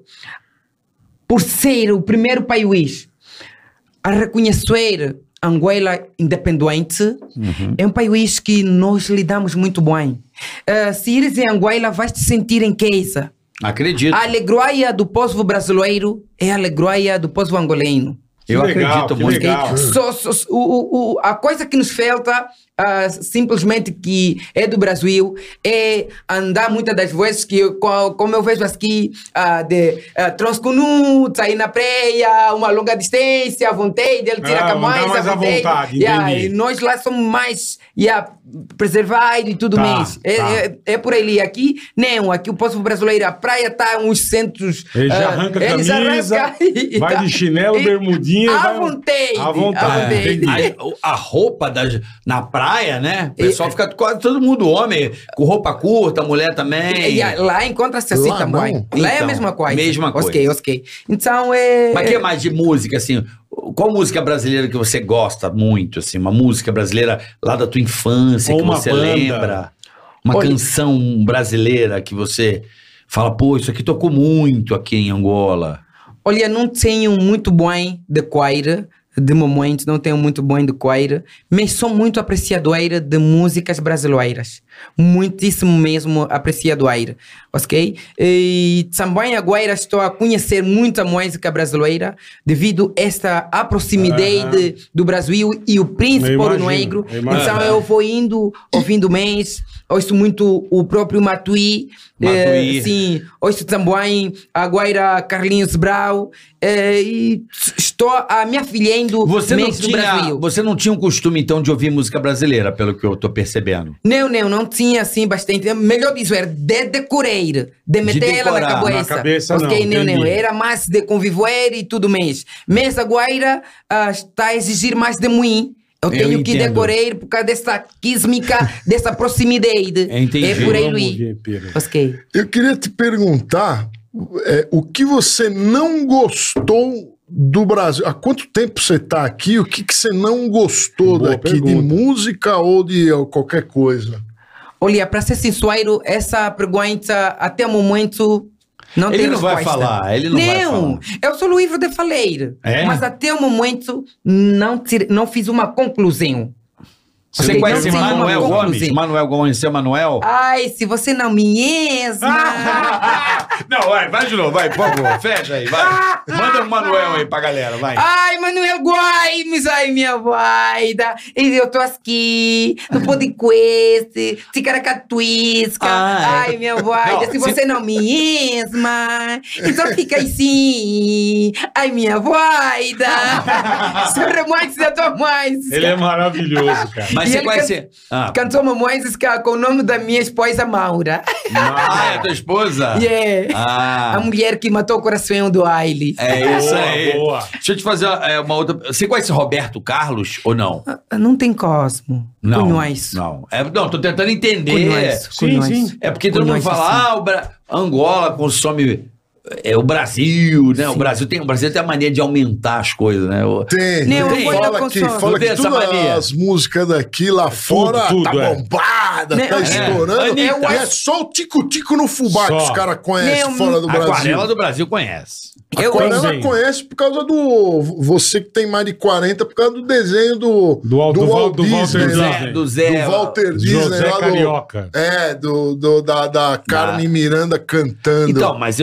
por ser o primeiro país a reconhecer Angola independente, Uhum. é um país que nós lidamos muito bem. Uh, se ires em Angola, vais te sentir em casa. Acredito. A alegria do povo brasileiro é a alegria do povo angolano. Eu Que legal, acredito que muito. legal. Só- só- o, o, o- a coisa que nos falta, ah, simplesmente que é do Brasil, é andar muitas das vezes que, eu- co- como eu vejo aqui, ah, de uh, Transconu, sair na praia, uma longa distância, à vontade, ele tira Ah, a mais, andar mais à vontade, Yeah, entendi. e nós lá somos mais yeah, preservados e tudo Tá, mais. É, tá. é, é por ali. Aqui, não. Aqui o povo brasileiro, a praia está uns centos. Ele já ah, arranca a ele já camisa, arranca e vai tá- de chinelo, e- bermudinha. À vai- vontade. À vontade, à vontade. entendi. A, a roupa das, na praia, né? O pessoal fica quase todo mundo homem, com roupa curta, mulher também. E a- lá encontra-se assim Lá também. não. Lá é a Então, mesma coisa. mesma Ok, coisa. ok. Então é. Mas que mais de música, assim? Qual música brasileira que você gosta muito, assim? Uma música brasileira lá da tua infância Ou que uma você banda. lembra? Uma Olha- canção brasileira que você fala, pô, isso aqui tocou muito aqui em Angola. Olha, não tenho muito bem de coira, de momento, não tenho muito bem de coira, mas sou muito apreciadora de músicas brasileiras. Muitíssimo mesmo apreciadora, ok? E também agora estou a conhecer muita música brasileira devido a esta a proximidade do Brasil e o Príncipe Eu Ouro imagino, Negro. eu imagino. Então eu vou indo, ouvindo mês, ouço muito o próprio Matuí, Matuí. eh, sim, ouço também agora Carlinhos Brau, eh, e estou a me afiliando Você não, mês do tinha, Brasil. você não tinha um costume, então, de ouvir música brasileira, pelo que eu tô percebendo. Não, não, não tinha assim bastante. Melhor dizer, de decorar, de meter ela na decorar, cabeça. na cabeça, Ok, não, não, não. entendi. Era mais de conviver e tudo mais. Mas agora ah, está a exigir mais de mim. Eu Eu tenho que entendo. decorar por causa dessa quísmica, dessa proximidade. Entendi. É por aí, Vamos Luís. ver, Pedro. Ok. Eu queria te perguntar é, o que você não gostou do Brasil. Há quanto tempo você está aqui? O que, que você não gostou Boa daqui, de pergunta. música ou de ó, qualquer coisa? Olha, para ser sincero, essa pergunta até o momento não Ele tem não vai resposta. falar, ele não vai falar. eu sou livre de falar. É? Mas até o momento não, tire- não fiz uma conclusão. Você Não conhece tem uma Manuel Gomes? conclusão. Manuel Gomes, seu Manuel? Ai, se você não me esma. Não, vai, vai de novo, vai, por favor, fecha aí, vai. Manda um Manuel aí pra galera, vai. Ai, Manuel Gomes, ai, minha vaida. E eu tô aqui no podcast, Ticaracatuisca. Ah, é. Ai, minha vaida, Não, se se- você não me esma, então fica assim. Ai, minha vaida. Sou romance da tua mãe. Ele é maravilhoso, cara. Mas E você ele conhece... Ah, Cantou uma música com o nome da minha esposa Maura. ah, é tua esposa? Yeah. Ah, A mulher que matou o coração do Aile. é isso Boa, aí. boa. Deixa eu te fazer é, uma outra... Você conhece Roberto Carlos ou não? Não tem Cosmo. Não, Conheço. não. É, não, tô tentando entender. Conheço. Sim, Conheço. sim. É porque todo mundo Conheço, fala, sim. ah, o Bra- Angola consome... É o Brasil, né? O Brasil, tem, o Brasil tem a mania de aumentar as coisas, né? O- Tem, Nem tem. eu Fala vou que, na fala Não que tem essa todas mania. as músicas daqui lá fora tudo, tá é. bombada, Né? tá É. estourando. Anitta. E é só o tico-tico no fubá Só. que os caras conhecem Não, fora do a Brasil. Aquarela do Brasil conhece. A Eu- Aquarela também. conhece por causa do... Você que tem mais de quarenta, por causa do desenho do... Do Walt- do Walt- do Walter Disney lá. Disney. Do Zé. Do Walter Disney José lá do... Carioca. É, do, do- da, da Carmen Miranda cantando. Então, mas eu, eu sei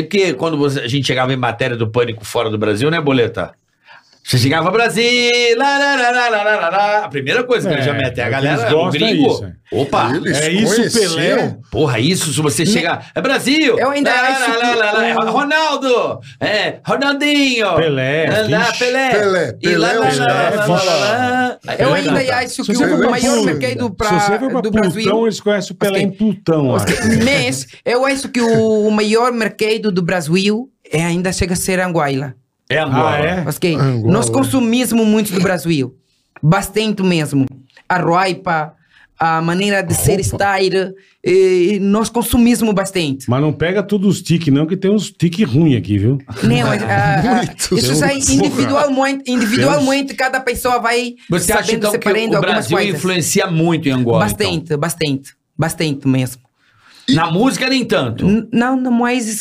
sei porque quando você- a gente chegava em matéria do Pânico fora do Brasil, né, Boleta? Você chegava ao Brasil, lá, lá, lá, lá, lá, lá, lá. A primeira coisa que É, eles já metem, a é que galera, eles o gostam gringo. disso, é. Opa, Eles É isso, conheciam. Pelé. porra, isso, se você chegar. É Brasil! Eu ainda lá, acho lá, que lá, lá, o- Ronaldo! É, Ronaldinho! Pelé, é, lá, vixe. Pelé! Pelé, E lá, Pelé, lá, os lá, caras, lá, vixe. lá, lá. Eu É ainda verdade. acho Se que você o for pra maior Plutão, mercado pra, Se você for pra do Plutão, Brasil... eles conhecem o Pelé Ok. em Plutão, acho. Mas eu acho que o, o maior mercado do Brasil é, ainda chega a ser Anguila. É Angola. Ah, é? Okay? Angola, Nós consumimos muito do Brasil. Bastante mesmo. A roupa, a maneira de ser style. eh, nós consumimos bastante. Mas não pega todos os tiques, não, que tem uns tiques ruins aqui, viu? Não, mas, ah, ah, Muitos. isso aí Porra. individualmente, individualmente cada pessoa vai Você acha sabendo então que separando o algumas Brasil coisas. influencia muito em Angola? Bastante, bastante. Bastante mesmo. Então? Na música, nem tanto. N- Não, na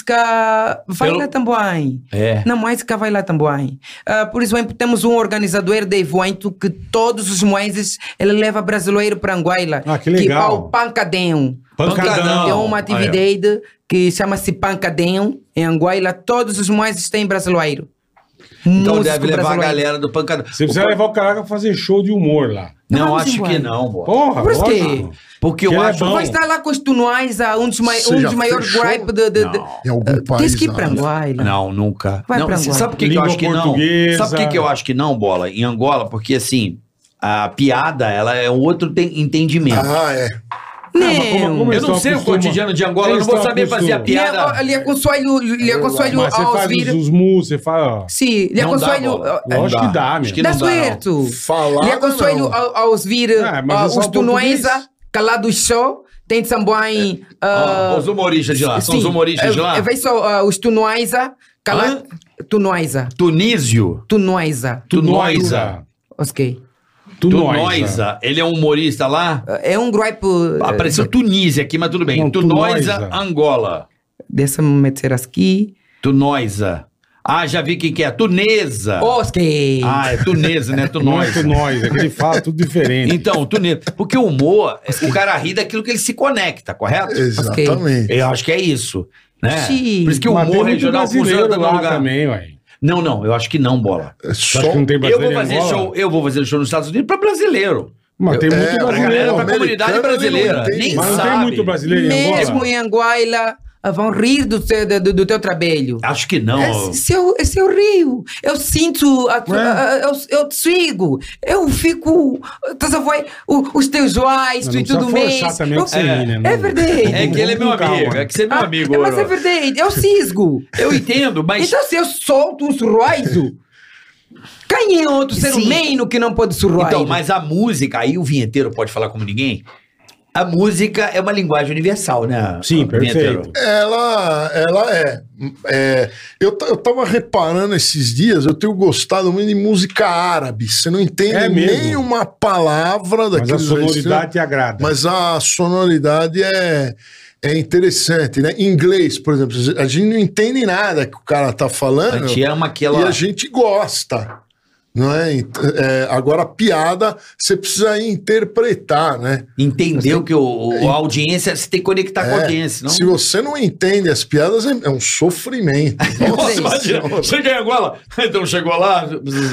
música vai Pelo- lá também. É. Na música vai lá também. Ah, por exemplo, temos um organizador de evento que todos os meses ele leva brasileiro para Anguila. Ah, que legal. é o Pancadão. Pancadão. É uma Ah, atividade que chama-se Pancadão. Em Anguila, todos os meses tem brasileiro. Então Músico deve levar a brasileiro. galera do pancadão. Você precisa levar o cara pra fazer show de humor lá. Não, Vamos acho embora. que não, boa. Porra, Por quê? lógico. Porque eu Que ele é acho. bom. Vai estar lá com os tunuais, ah, um dos, mai- Você um já dos maiores fechou? gripes de... de, de... Não. Em algum Tens país. que ir para lá. Anguila. Não, nunca. Vai não, pra você Angola. sabe por que, que eu Língua acho que não? portuguesa. Sabe por que, que eu acho que não, Bola? Em Angola, porque assim, a piada, ela é um outro te- entendimento. Ah, é. Não. mas como- como eu eles não estão sei o acostuma- cotidiano de Angola, eu não Eles vou estão saber fazer a acostum- piada. Lhe aconselho, lhe aconselho Mas você a faz ouvir... os, os mus, você fala, ó. Sim, lhe Não dá, aconselho... Bola. ah, Lógico que dá, Acho meu. que Dá não dá, não. certo. Falar. Lhe aconselho não. a, a ouvir É, mas ah, isso é os o tunuenses, português. Calados Show, tem também... Ó, ah, os humoristas de lá, são os sim, humoristas de eh, lá? Vem só ah, os tunuenses, cala... Tunuenses, Tunísio, tunuenses, Tunoisa, ok. Tunoisa. Tunoisa, ele é um humorista lá? É um grupo... eh, Apareceu Tunísia aqui, mas tudo bem. Não, Tunoisa, Tunoisa. Angola. Deixa-me meter aqui. Tunoisa. Ah, já vi quem que é. Tunesa. Ok. Ah, é tunesa, né? Não é Tunoisa. Tunoisa, é que ele fala tudo diferente. Então, tunesa. Porque o humor, o cara ri daquilo que ele se conecta, correto? Exatamente. Eu acho que é isso. Né? Sim. Por isso que o Mas tem humor muito regional funciona brasileiro no lá lugar. também, ué. Não, não, eu acho que não, Bola. É Você só... acha que não tem Eu brasileiro vou em fazer Angola? show, eu vou fazer show nos Estados Unidos para brasileiro. Mas tem muito É, Pra brasileiro. galera, pra americano, comunidade ele brasileira. não entende. Nem Mas não sabe. tem muito brasileiro em Mesmo Angola? em Anguila, ah, vão rir do teu, do, do teu trabalho. Acho que não. É seu, é seu rio. Eu sinto, a, tu- É. a- eu, eu te sigo. Eu fico. Estás a ver o- os teus joias Não e precisa tudo forçar mais. também Eu- o que você ri, né? É Não- verdade. É que ele é meu Com calma. amigo. É que você é meu Ah, amigo. é, mas é Oro. verdade. Eu cisgo. Eu entendo, mas. Então, se eu solto um sorriso, quem é outro ser Sim. humano que não pode sorrir? Então, mas a música, aí o vinheteiro pode falar como ninguém. A música é uma linguagem universal, né? Sim, vinheteiro? perfeito. Ela, ela é. é eu, ta- eu tava reparando esses dias, eu tenho gostado muito de música árabe. Você não entende É mesmo? nem uma palavra Mas a daqueles sonoridade te agrada. Mas a sonoridade é, é interessante, né? Em inglês, por exemplo, a gente não entende nada que o cara tá A falando gente ama aquela. e a gente gosta. Não é? Ent- é, agora, a piada, você precisa interpretar, né? Entendeu que o, o- a audiência, você tem que conectar com a É, audiência, não? Se você não entende as piadas, é, é um sofrimento. Nossa, imagina, Senhora. cheguei em Angola, então chegou lá.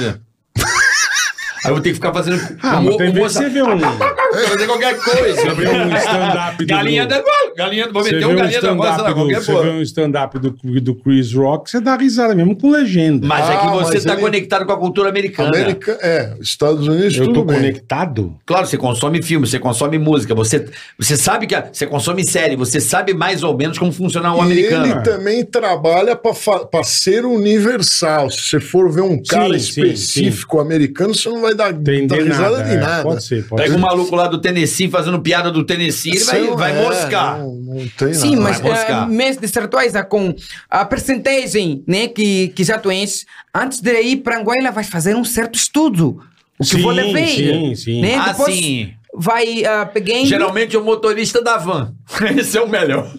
Aí eu vou ter que ficar fazendo. Ah, mas tem vezes que você vê um... fazer qualquer coisa. Você vê um stand-up do... Galinha da Angola, galinha, vou Você meter vê um um galinha da Angola, sei lá, stand-up do, qualquer você porra. vê um stand-up do, do Chris Rock, você dá risada mesmo com legenda. Mas é que Ah, você mas está ele- conectado com a cultura americana. América, é, Estados Unidos, Eu tô tudo bem. conectado? Claro, você consome filme, você consome música, você, você sabe que a- você consome série, você sabe mais ou menos como funciona o E americano. ele também trabalha para ser universal. Se você for ver um cara sim, específico americano, você não vai dar, Entender dar risada nada, de é, nada. pode ser, pode Pega ser. um maluco lá do Tennessee fazendo piada do Tennessee, ele Você vai, não- vai é, moscar. Não, não tem Sim, nada. mas Vai buscar. uh, mesmo de certeza com a percentagem né, que, que já tu enches, antes de ir para Anguila vai fazer um certo estudo. O que Sim, vou levar. sim, sim. Né? Ah, Depois sim. vai uh, pegando... Geralmente é o motorista da van. Esse é o melhor.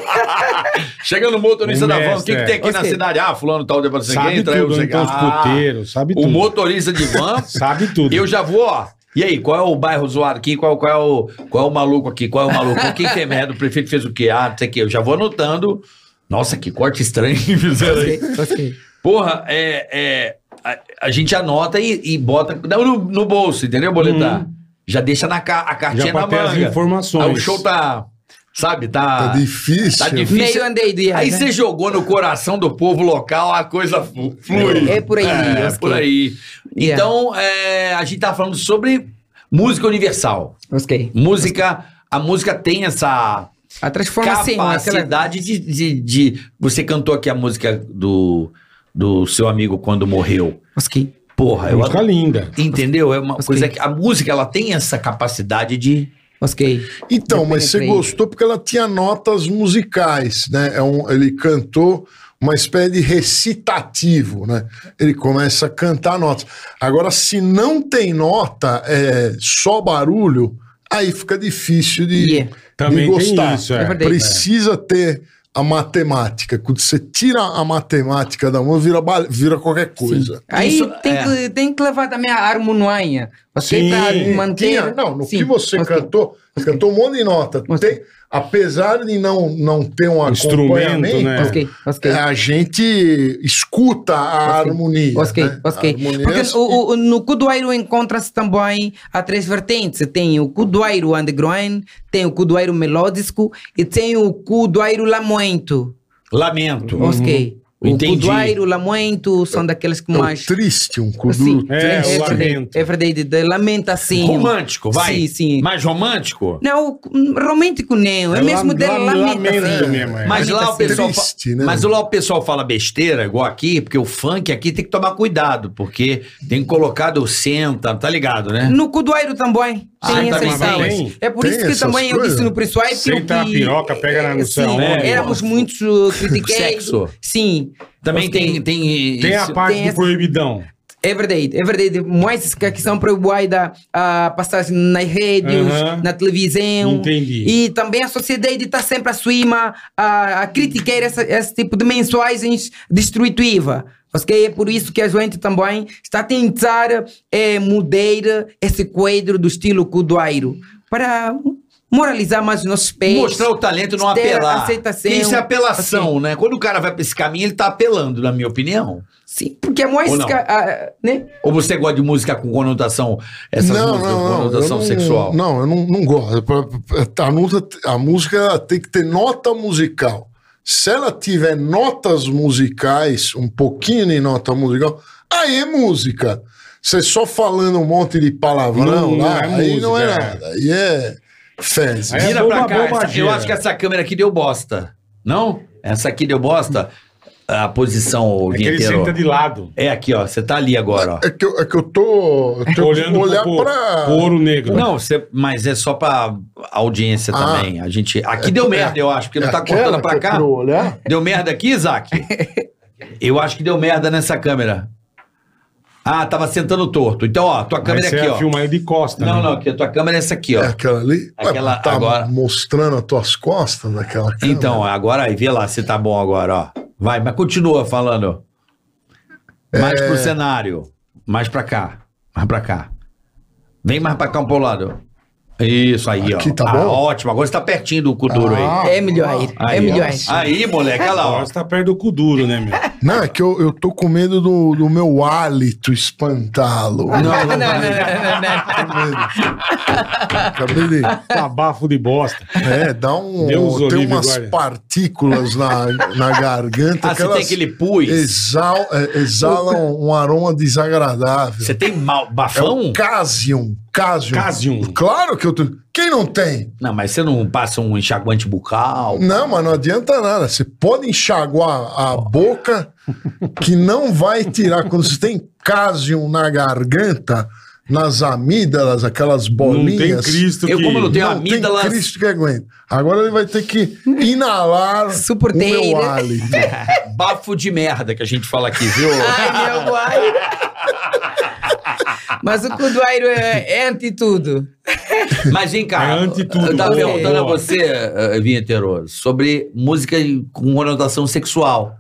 Chega no motorista O da van, o mestre, que, que tem aqui é. na Ou seja, cidade? Ah, fulano tal, depois você Sabe entra, eu tudo, sei então os ah, puteiros, sabe o tudo. motorista de van, Sabe tudo. eu já vou, ó. E aí, qual é o bairro zoado aqui? Qual, qual, é o, qual é o maluco aqui? Qual é o maluco? Quem tem merda? O prefeito fez o quê? Ah, não sei o quê. Eu já vou anotando Nossa, que corte estranho que fizeram aí. Gostei, gostei. Porra, é, é, a, a gente anota e, e bota não, no, no bolso, entendeu, Boletar? Hum. Já deixa na ca, a cartinha Já pra na ter as manga. informações. Aí o show tá, sabe, tá... Tá difícil. Tá difícil. Meio andei do dia, Aí né? você jogou no coração do povo local, a coisa flu- flui. É por aí, É, ok. por aí. Yeah. Então, é, a gente tá falando sobre música universal. Gostei. Música, a música tem essa A transformação. capacidade de, de, de... Você cantou aqui a música do, do seu amigo quando morreu. Gostei. Porra, eu Música linda. entendeu? É uma Gostei. coisa que a música ela tem essa capacidade de Gostei. Então, mas você Penetrei. gostou porque ela tinha notas musicais, né? É um, ele cantou uma espécie de recitativo, né? Ele começa a cantar notas. Agora, se não tem nota, é só barulho, aí fica difícil de, Yeah. Também de gostar. tem isso, é. É verdade. Precisa ter a matemática. Quando você tira a matemática da mão, vira, ba- vira qualquer coisa. Aí Isso, tem, é. que, tem que levar também a harmonia. Ok? Sim. Pra manter. Tinha- não, no Sim, que você gostei. cantou, você cantou um monte de nota. Gostei. Tem, apesar de não, não ter um Instrumento, acompanhamento, né? Gostei, gostei. a gente escuta a Gostei. harmonia. Gostei, né? gostei. A harmonia Porque é- o, o- no Cudoeiro encontra-se também a três vertentes. Tem o Cudoeiro underground, tem o Cudoeiro melódico e tem o Cudoeiro lamento. lamento. Ok. O Entendi. Cudoeiro, lamento são daqueles que é o mais... triste, um Sim, kuduro. É, é, o verdade, lamento. é verdade, de lamentação. Romântico, vai. Sim, sim. Mais romântico? Não, romântico não, é, É mesmo lam- de lam- lamentação. lamento mesmo, é. Mas lá o pessoal fa- Triste, né? Mas lá o pessoal fala besteira, igual aqui, porque o funk aqui tem que tomar cuidado, porque tem que colocar do senta, tá ligado, né? No Cudoeiro também Ah, tem também essas tem? salas. É por Tem isso que essas também eu coisas? disse no pessoal que Senta a que- piroca, pega na não sei sim, aonde. éramos muito uh, criticados. Sexo. Sim. Também Gostei. tem, tem. Tem a isso- parte tem do essa- proibidão. É verdade, é verdade. Músicas que são proibidas a passagem nas redes, Aham. na televisão. Entendi. E também a sociedade está sempre acima a, a criticar essa, esse tipo de mensagens destrutivas. Okay? É por isso que a gente também está a tentar eh, mudar esse quadro do estilo Cudoeiro para moralizar mais os nossos pés. Mostrar o talento e não ter apelar. aceitação. Porque isso é apelação, né? Quando o cara vai pra esse caminho, ele tá apelando, na minha opinião. Sim, porque a Ou não? música, ah, né? Ou você gosta de música com conotação, essas não, músicas não, com não, conotação eu não, sexual? Não, eu não, não gosto. A, música- a música tem que ter nota musical. Se ela tiver notas musicais, um pouquinho de nota musical, aí é música. Você só falando um monte de palavrão Não, não lá, é aí não é música, é. nada. Aí é fezes. Aí é Vira boba- pra cá. essa- bobageira. eu acho que essa câmera aqui deu bosta. Não? Essa aqui deu bosta? A posição, o É que ele vinheteiro. senta de lado. É aqui, ó. Você tá ali agora, ó. É que eu, é que eu tô, eu tô Olhando olhar pro, pra. pro ouro negro. Não, você, mas é só pra audiência Ah. também. A gente, aqui deu merda, eu acho, porque não tá Aquela cortando pra que é cá. pra eu olhar? Deu merda aqui, Isaac? Eu acho que deu merda nessa câmera. Ah, tava sentando torto. Então, ó, tua câmera Mas é você aqui, ó. filma ele de costa. Não, né? não, aqui, a tua câmera é essa aqui, ó. É aquela ali? Aquela Ué, tá agora. mostrando as tuas costas daquela câmera. Então, agora aí, vê lá se tá bom agora, ó. Vai, mas continua falando. Mais É. pro cenário. Mais pra cá. Mais pra cá. Vem mais pra cá um pro lado. Isso aí, Aqui ó. tá Ah, bom? ótimo. Agora você tá pertinho do cu duro Ah. aí. É melhor aí. Aí, É melhor ó. aí. Aí, moleque, olha lá, ó. Agora você tá perto do cu duro, né, meu? Não, é que eu, eu tô com medo do, do meu hálito espantá-lo. Não, não, não, não, não, não. Acabei de. Tá bafo de bosta. É, dá um. Deus o tem livre, umas guarda. partículas na, na garganta Ah, que você tem elas aquele pus. exal, é, exalam um aroma desagradável. Você tem mal, É bafão? o Casium. Casium. Casium. Claro que eu tô. Quem não tem? Não, mas você não passa um enxaguante bucal? Não, mas não adianta nada. Você pode enxaguar a boca que não vai tirar. Quando você tem Casium na garganta, nas amígdalas, aquelas Não tem bolinhas. Cristo Eu, que... como não tenho Não amígdalas- tem Cristo que aguenta. Agora ele vai ter que inalar o Suporteira. meu hálito. Bafo de merda que a gente fala aqui, viu? Ai, meu pai. Mas o Cudoeiro é, é ante tudo. Mas vem cá, É ante tudo. eu tava Boa, perguntando boa. a você, eh, Vinheteiro, sobre música com conotação sexual.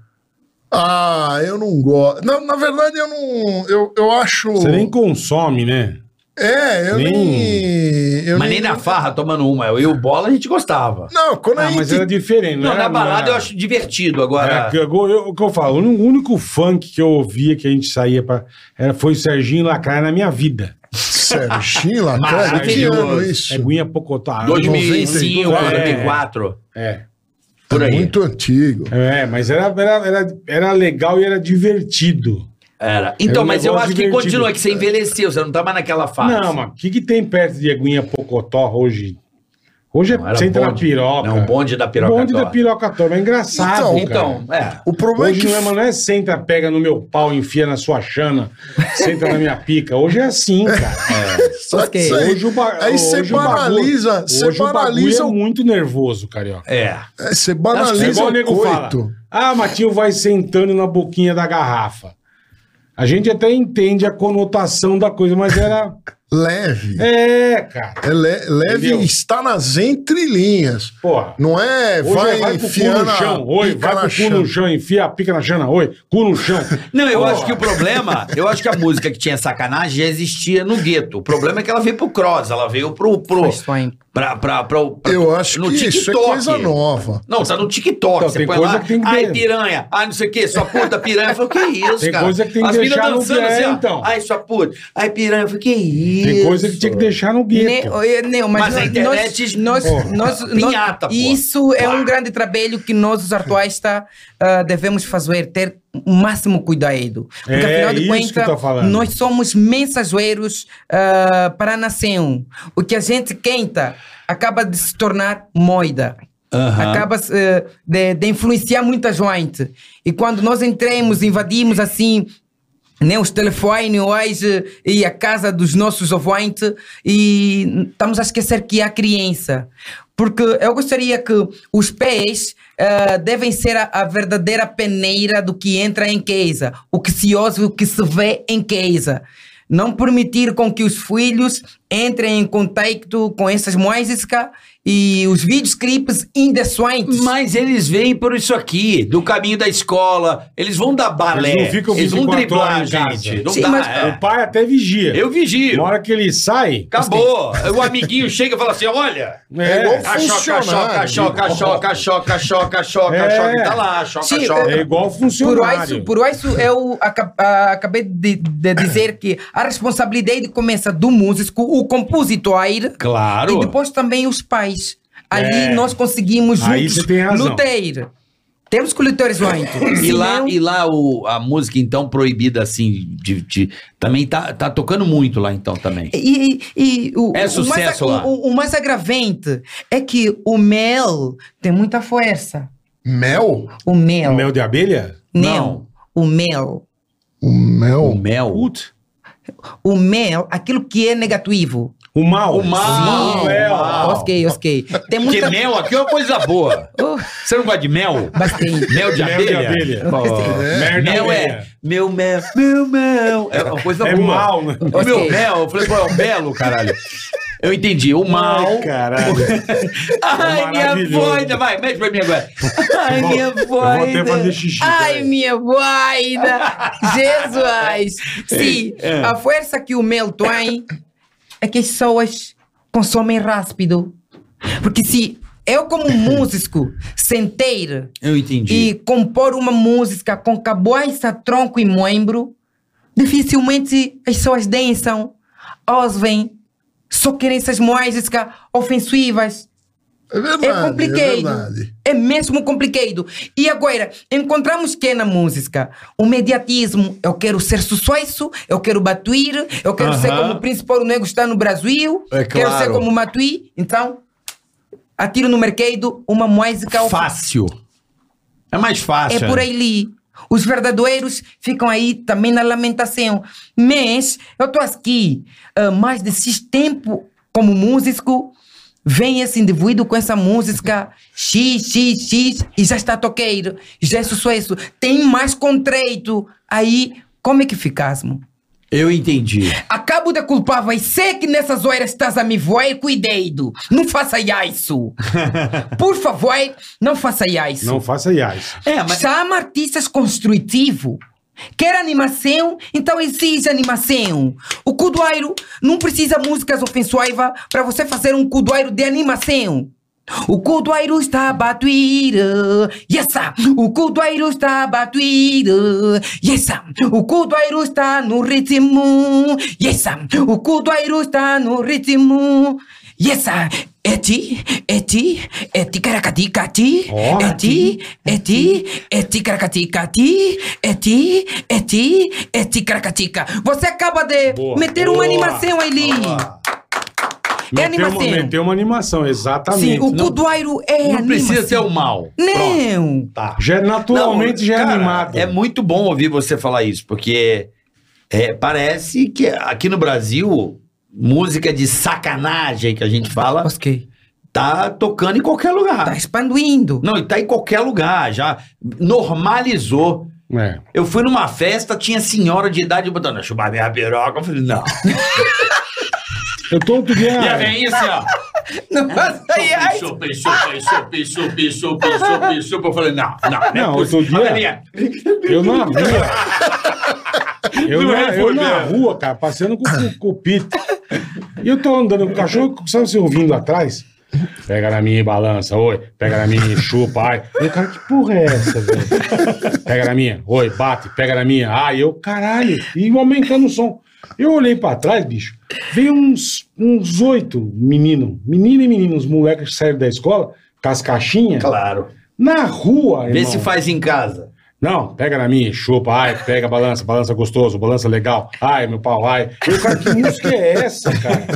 Ah, eu não gosto. Na, na verdade, eu não. Eu, eu acho. Você nem consome, né? É, eu Nem- nem... eu Mas nem na farra, tomando uma. Eu e o Bola, a gente gostava. Não, quando a Ah, mas gente... era diferente. Não, era- na balada era- eu acho divertido. Agora, É, que eu, eu- o que eu falo, o único funk que eu ouvia que a gente saía pra. Era, foi o Serginho Lacraia na minha vida. Serginho lá, cara, que Maravilhoso. ano É isso? Guinha Pocotá. dois mil e cinco, é. dois mil e quatro. É. Por aí. Muito antigo. É, mas era, era, era, era legal e era divertido. Era. Então, um mas eu negócio acho que divertido. continua, que você envelheceu, você não tá mais naquela fase. Não, mas o que, que tem perto de Aguinha Pocotó hoje? Hoje Não, é era você entra na bonde. piroca. Não, o bonde da piroca bonde da torta. piroca torta. É engraçado, Então, cara. é. O problema Hoje é que... não é, mas não é senta, pega no meu pau, enfia na sua chana, senta na minha pica. Hoje é assim, cara. Só que isso aí, Hoje o ba- aí você hoje o bagulho- banaliza, você Hoje o bagulho banaliza é o... muito nervoso, carioca. É. é, Você É banaliza igual o o nego fala. coito. Ah, Matinho vai sentando na boquinha da garrafa. A gente até entende a conotação da coisa, mas era... Leve. É, cara. É le- leve Entendeu? e está nas entrelinhas. Porra. Não é Hoje vai, é vai pro cu enfiando no a chão. Oi, pica vai na pro cu chana. no chão, enfia a pica na chana. Oi, cu no chão. Não, eu Porra. acho que o problema, eu acho que a música que tinha sacanagem já existia no gueto. O problema é que ela veio pro cross, ela veio pro. pro Faz tempo. pra, pra, pra, pra- Eu acho no que isso é TikTok. coisa nova. Não, tá no TikTok. Então, você tem põe coisa lá, que tem que ai, ver. piranha, ai, não sei o que, sua puta, piranha. Eu falei, que isso, Tem cara? coisa que tem que As minas deixar no dançando gueto, assim, ó, então. ai, sua puta, ai, piranha. Eu falei, que isso? Tem coisa que tinha que deixar no gueto. Ne- eh, Não, mas, Mas a nós- internet- nós, Porra. nós, nós, Pinhata, pô. isso é Pá. um grande trabalho que nós, os artistas, ah, devemos fazer, ter o máximo cuidado. Porque, É, afinal de isso que eu contas, tô falando. nós somos mensageiros ah, para a nação. O que a gente quenta acaba de se tornar moida. Aham. Acaba eh, de, de influenciar muita gente. E quando nós entramos, invadimos assim né, os telefones hoje e a casa dos nossos ouvintes e estamos a esquecer que há criança. Porque eu gostaria que os pais eh, devem ser a, a verdadeira peneira do que entra em casa, o que se ouve, o que se vê em casa. Não permitir com que os filhos entrem em contato com essas músicas e os videoclipes indecentes. Mas eles vêm por isso aqui, do caminho da escola. Eles vão dar balé. Eles não ficam Eles vão vinte e quatro driblar a horas em casa. gente. Não Sim, dá, mas- é. O pai até vigia. Eu vigio. Na hora que ele sai... Acabou. O amiguinho chega e fala assim: olha. É igual Cachoca, funcionário. cachoca, cachoca, cachoca, cachoca, cachoca, É. cachoca. Tá lá, choca, Sim, choca. É igual Por funcionário. isso, por isso eu aca- ah, acabei de, de dizer que a responsabilidade começa do músico, o compositor, Claro. e depois também os pais. Ali É. nós conseguimos Aí juntos você tem razão. lutar. Temos que lutar juntos. E lá, Senão- e lá o, a música, então, proibida, assim, de, de- também tá, tá tocando muito lá, então, também. E, e- e o, É o sucesso mais, lá. O, o mais agravante é que o mel tem muita força. Mel? O mel. Mel de abelha? Não. O mel. O mel? O mel. Putz. O mel, aquilo que é negativo. O mal. O mal. O mel. Mal. Ok, ok. Tem Porque muita... mel aqui é uma coisa boa. Oh, Você não gosta de mel? bastante. Mel de Mel de abelha? abelha. Oh, É. Merda Mel abelha. é meu mel, meu mel. É uma coisa É boa. mal, né? O meu Ok. mel, eu falei, pô, é o belo, caralho. Eu entendi. O mal. Ai, caralho. Ai, minha maravilhoso. voida. Vai, mete pra mim agora. Ai, Eu vou- minha eu vou até voida. fazer xixi. Ai, peraí. minha voida! Jesus! Sim, É. a força que o mel tem é que as pessoas consomem rápido. Porque se eu, como músico, sentir Eu entendi. e compor uma música com cabeça, tronco e membro, dificilmente as pessoas dançam, ouvem, só querem essas músicas ofensivas. É verdade. É complicado. É verdade. É mesmo complicado. E agora, encontramos que na música o mediatismo. Eu quero ser sucesso, eu quero bater, eu quero Aham. ser como o Príncipe Ouro Negro está no Brasil, É quero claro. ser como o Matuí. Então, atiro no mercado uma música. Fácil. É mais fácil. É por aí. Os verdadeiros ficam aí também na lamentação. Mas eu estou aqui há mais de seis tempo como músico. Vem esse indivíduo com essa música X, X, X e já está toqueiro, já é sucesso. Tem mais contrato. Aí, como é que ficasmo? Eu entendi. Acabo de culpar, vai ser que nessas horas estás a me voar, cuidado. Não faça isso. Por favor, não faça isso. Não faça isso. É, mas... Chama artistas construtivos. Quer animação? Então exige animação. O cudoeiro não precisa músicas ofensivas para você fazer um cudoeiro de animação. O cudoeiro está a bater, yes, o cudoeiro está a bater, yes, o cudoeiro está no ritmo, yes, o cudoeiro está no ritmo, yes, eti, eti, eti, caracati, cati, eti, eti, eti, caracati, cati, eti, eti, eti, caracatica. Você acaba de Boa. meter Boa. uma animação ali. Boa. É Meteu animação. Uma, meteu uma animação, exatamente. Sim, o Não- cudoeiro é Não precisa animação. ser o mal. Não. Tá. Já naturalmente Não, já é cara, animado. É muito bom ouvir você falar isso, porque é, parece que aqui no Brasil, música de sacanagem que a gente fala, Ok. tá tocando em qualquer lugar. Tá expandindo. Não, e tá em qualquer lugar, já normalizou. É. Eu fui numa festa, tinha senhora de idade botando chupar minha piroca. Eu falei, não. Eu tô outro dia. E a veinha assim, ó. Não faça aí. Chupa, chupa, chupa, chupa, chupa, chupa, chupa. Eu falei, não, não. Não, Não, é outro possível. dia- A veinha, Eu na rua. Eu, Não na, é, eu foi na mesmo. rua, cara, passeando com, com, com o Pito. E eu tô andando com o cachorro, sabe você ouvindo atrás? Pega na minha e balança, oi. Pega na minha e chupa, ai. E o cara, que porra é essa, velho? Pega na minha, oi, bate, pega na minha. Ai, eu, caralho. E aumentando o som. Eu olhei pra trás, bicho. Veio uns, uns oito meninos, menino e menino, os moleques que saíram da escola, com as caixinhas, claro. na rua, Vê irmão. se faz em casa. Não, pega na minha, chupa, ai, pega, balança, balança gostoso, balança legal, ai, meu pau, ai. E o cara, que música é essa, cara?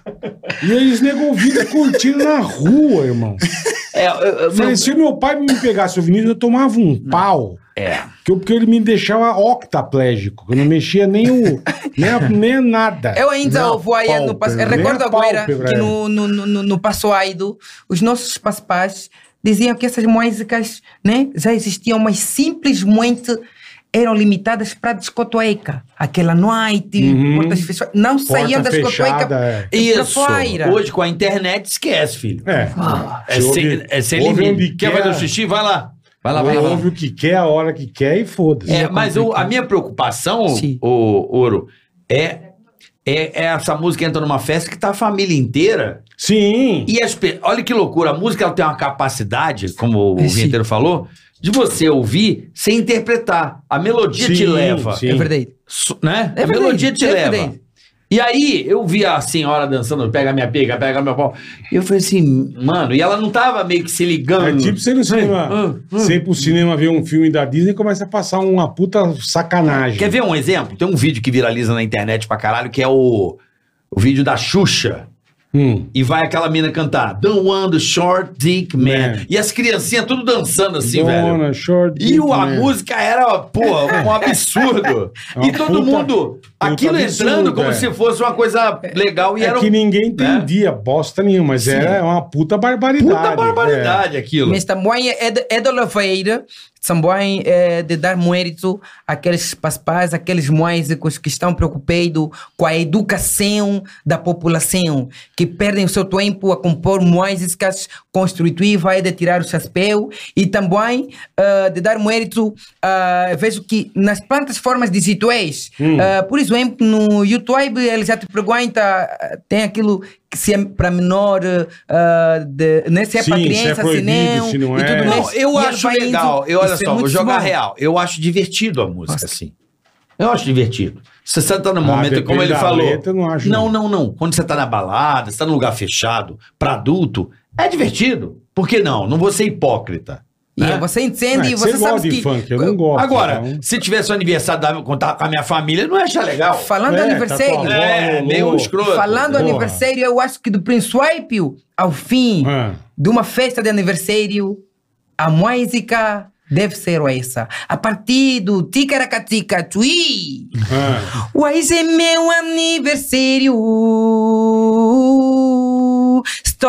E eles negam vida curtindo na rua, irmão. É, eu, eu, Eu falei, se o meu pai me pegasse o Vinícius, eu tomava um pau. é. Que eu- Porque ele me deixava octaplégico, eu não mexia nem o. nem, a- nem nada. Eu ainda Nem a vou aí no passo. Eu pálpebra, recordo nem a agora pálpebra, que é. no, no, no, no Passo Aido, os nossos paspás diziam que essas músicas, né, já existiam, mas simplesmente eram limitadas para a discoteca. Aquela noite, Uhum. portas fechadas. Não saíam da discoteca fechada, é. para Isso. fora. Hoje com a internet, esquece, filho. É. É Você sem, ouve- é sem ouve limite. onde Quer quer. fazer o xixi? Vai lá. Vai lá, vai lá. Vai lá. Ouve o que quer, a hora que quer e foda-se. É, mas o- a minha preocupação, Sim. o Ouro, é, é, é essa música entra numa festa que tá a família inteira. Sim. E as, pe- olha que loucura, a música ela tem uma capacidade, como o Sim. vinheteiro falou, de você ouvir sem interpretar. A melodia te Sim, leva, sim. É verdade. su- né? É a verdade, melodia te é leva. verdade. E aí, eu vi a senhora dançando, pega minha pega, pega meu pau. E eu falei assim, mano, e ela não tava meio que se ligando. É tipo você ir no cinema. hum, hum. Você ir pro cinema ver um filme da Disney e começa a passar uma puta sacanagem. Quer ver um exemplo? Tem um vídeo que viraliza na internet pra caralho, que é o, o vídeo da Xuxa. Hum. E vai aquela mina cantar Don't want the short dick man. Man. E as criancinhas tudo dançando assim, velho. Dona, short E o, a man. música era, pô, um absurdo. É uma E todo puta- mundo, puta aquilo absurdo, entrando como é. se fosse uma coisa legal. E É era um- que ninguém né? entendia bosta nenhuma, mas Sim. era uma puta barbaridade. Puta barbaridade aquilo. Mas também é de, é de Oliveira, também é de dar mérito àqueles paspás, àqueles músicos que estão preocupados com a educação da população, que perdem o seu tempo a compor músicas construtivas, de tirar o chapéu, e também ah, de dar mérito, ah, vejo que nas plataformas digitais, Hum. ah, por exemplo, no YouTube, ele já te pergunta, ah, tem aquilo que se é para menor, ah, de, né? se é Sim, para se é criança, se, proibido, não, se não e é. tudo Não, mais. eu E ele acho vai legal. indo. Eu, olha Isso é só, vou muito jogar bom. real. Eu acho divertido a música, Nossa. assim. Eu acho divertido. Você tá no Ah, momento, depende como ele da falou. letra, eu não acho, não, não. não, não. Quando você tá na balada, você tá num lugar fechado, pra adulto, é divertido. Por que não? Não vou ser hipócrita. E né? você entende, É, e você você sabe gosta de que... funk, eu não gosto. Agora, então. se tivesse o aniversário da, contar com a minha família, eu não ia achar legal. Falando É, aniversário, tá tua avó. É, rolou. meio escroto. falando Porra. aniversário, eu acho que do princípio ao fim Ah. de uma festa de aniversário, a música deve ser essa. A partir do ticaracatica tui, Ah. hoje é meu aniversário, estou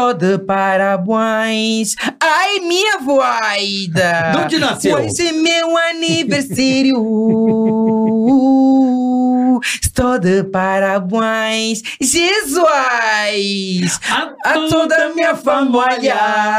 estou de parabéns. Ai, minha voida. De onde nasceu? Hoje é meu aniversário. Estou de parabéns, Jesus, A a toda a minha família.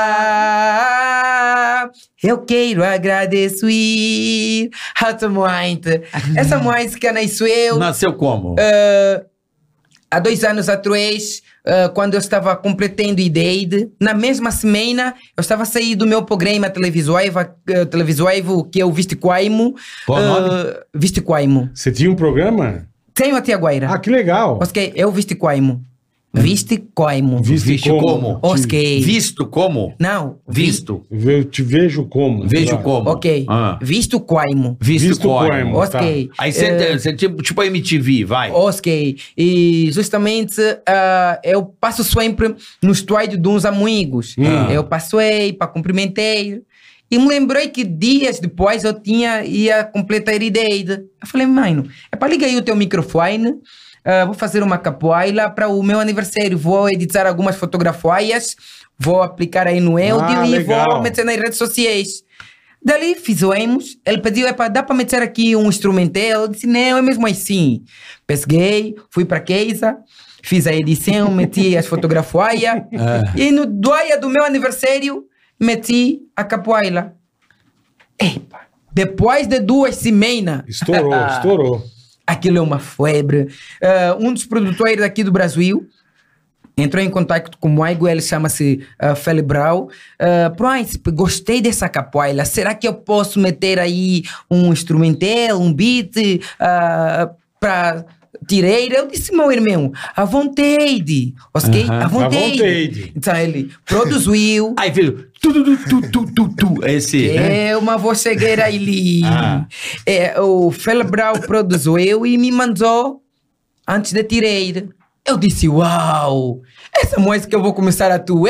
Eu quero agradecer. Muito. Essa música nasceu Nasceu como? uh, há dois anos atrás, uh, quando eu estava completando idade. Na mesma semana, eu estava a sair do meu programa televisivo, uh, televisivo que é o Viste Quaimo. Qual o nome? Uh, Viste Quaimo. Você tinha um programa? Tenho até agora. Ah, que legal. Ok, eu Viste Quaimo. Viste Quaimo. Viste Viste como? Ok. Visto como? Não. Visto. Eu te vejo como. Vejo claro. como? Ok. Ah. Visto Quaimo. Visto, Visto como? como. Ok. Aí você, Eh, você tipo, tipo a M T V, vai. Ok. E justamente ah, eu passo sempre no estúdio de uns amigos. Hum. Eu passei para cumprimentar. E me lembrei que dias depois eu tinha, ia completar a idade. Eu falei, mano, é para ligar aí o teu microfone. ah, vou fazer uma capoeira para o meu aniversário. Vou editar algumas fotografias. Vou aplicar aí no áudio Ah, e legal. vou meter nas redes sociais. Dali fizemos, ele pediu, epa, dá para meter aqui um instrumental? Eu disse, não, é mesmo assim. Pesquei, fui para casa, fiz a edição, meti as fotografias. E no dia do meu aniversário, meti a capoeira. Epa, depois de duas semanas, Estourou, estourou. aquilo é uma febre. Ah, um dos produtores aqui do Brasil entrou em contato comigo, ele chama-se uh, Feli Brau. Uh, Príncipe, gostei dessa capoeira. Será que eu posso meter aí um instrumental, um beat uh, para tireira? Eu disse, meu irmão, à vontade, ok? Aham. À vontade. À vontade. Então ele produziu. Aí, filho, tu, tu, tu, tu, tu, tu, é esse, né? É uma voz cegueira ali. Ah. É, o Feli Brau produziu e me mandou antes da tireira. Eu disse, uau, essa música eu vou começar a atuar.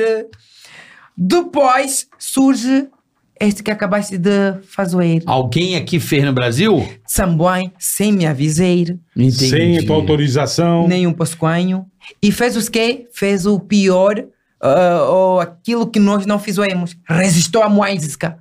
Depois surge este que acabaste de fazer. Alguém aqui fez no Brasil? Também, sem me avisar, Entendi. Sem a tua autorização. nenhum pascoanho. E fez os quê? Fez o pior, ah, ou aquilo que nós não fizemos. Resistou à música.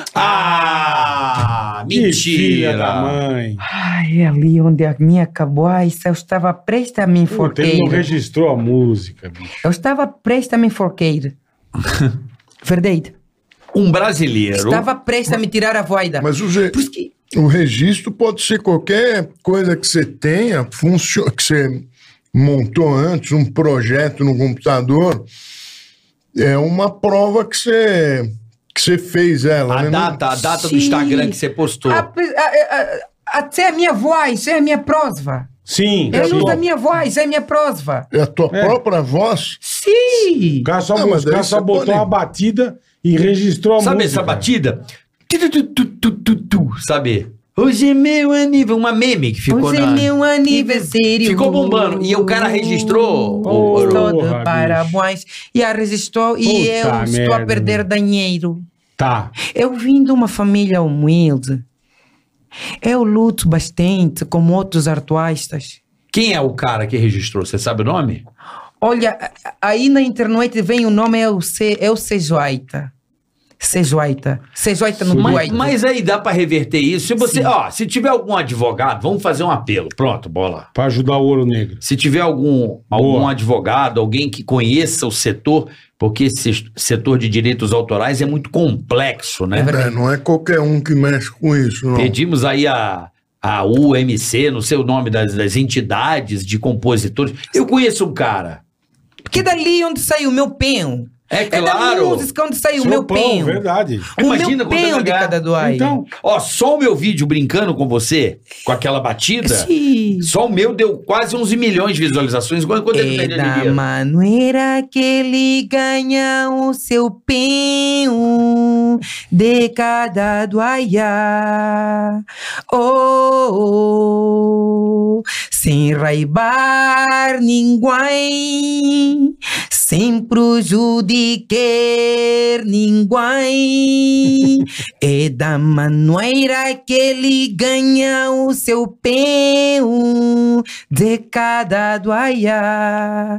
Ah, Que filha da mentira. mãe. Ai, é ali onde a minha acabou, ai, eu estava prestes a me Puta, ele não enforquear. registrou a música, bicho. Eu estava prestes a me enforquear. Verdade. Um brasileiro. Estava prestes a me tirar a voida. Mas o, ge- Por isso que... o registro pode ser qualquer coisa que você tenha, funcio- que você montou antes, um projeto no computador. É uma prova que você, que você fez ela. A né? data, a data do Sim. Instagram que você postou. A- a- a- a- Até a minha voz é a minha prosva. Sim. Ele sim. usa a minha voz, é a minha prosva. É a tua É. própria voz? Sim. O cara só, Não, mas o cara daí só você botou pode- uma batida e registrou a Sabe música. essa batida? Tu, tu, tu, tu, tu, tu, sabe? Hoje é meu aniversário. Uma meme que ficou Hoje é na... meu aniversário. Ficou bombando. E o cara registrou. Oh, Estou de Porra, parabéns. E a registrou. E Puta eu estou a merda, perder meu. dinheiro. Tá. Eu vim de uma família humilde. Eu luto bastante como outros artistas. Quem é o cara que registrou? Você sabe o nome? Olha, a- aí na internet vem o nome, é o, C, é o Sejoita. Sejoita. Sejoita no Mas, Duarte. mas aí dá pra reverter isso. Se você, ó, se tiver algum advogado, vamos fazer um apelo. Pronto, bola. Pra ajudar o Ouro Negro. Se tiver algum, algum Boa. advogado, alguém que conheça o setor, porque esse setor de direitos autorais é muito complexo, né? É verdade. É, não é qualquer um que mexe com isso, não. Pedimos aí a, a U M C, não sei o nome das, das entidades de compositores. Eu conheço um cara. Porque dali onde saiu o meu penho. É É da claro. música onde saiu o Seu meu pão, penho. verdade. O Imagina meu quanto penho vai de ganhar. cada doai. Então, Ó, só o meu vídeo brincando com você, com aquela batida, Sim. só o meu deu quase onze milhões de visualizações. Quanto quanto ele É perdeu de da dinheiro? maneira que ele ganha o seu penho de cada doaia. Oh, oh, sem raibar ninguém. ninguém, sem prejudicar ninguém. É da maneira que ele ganha o seu pão de cada doia.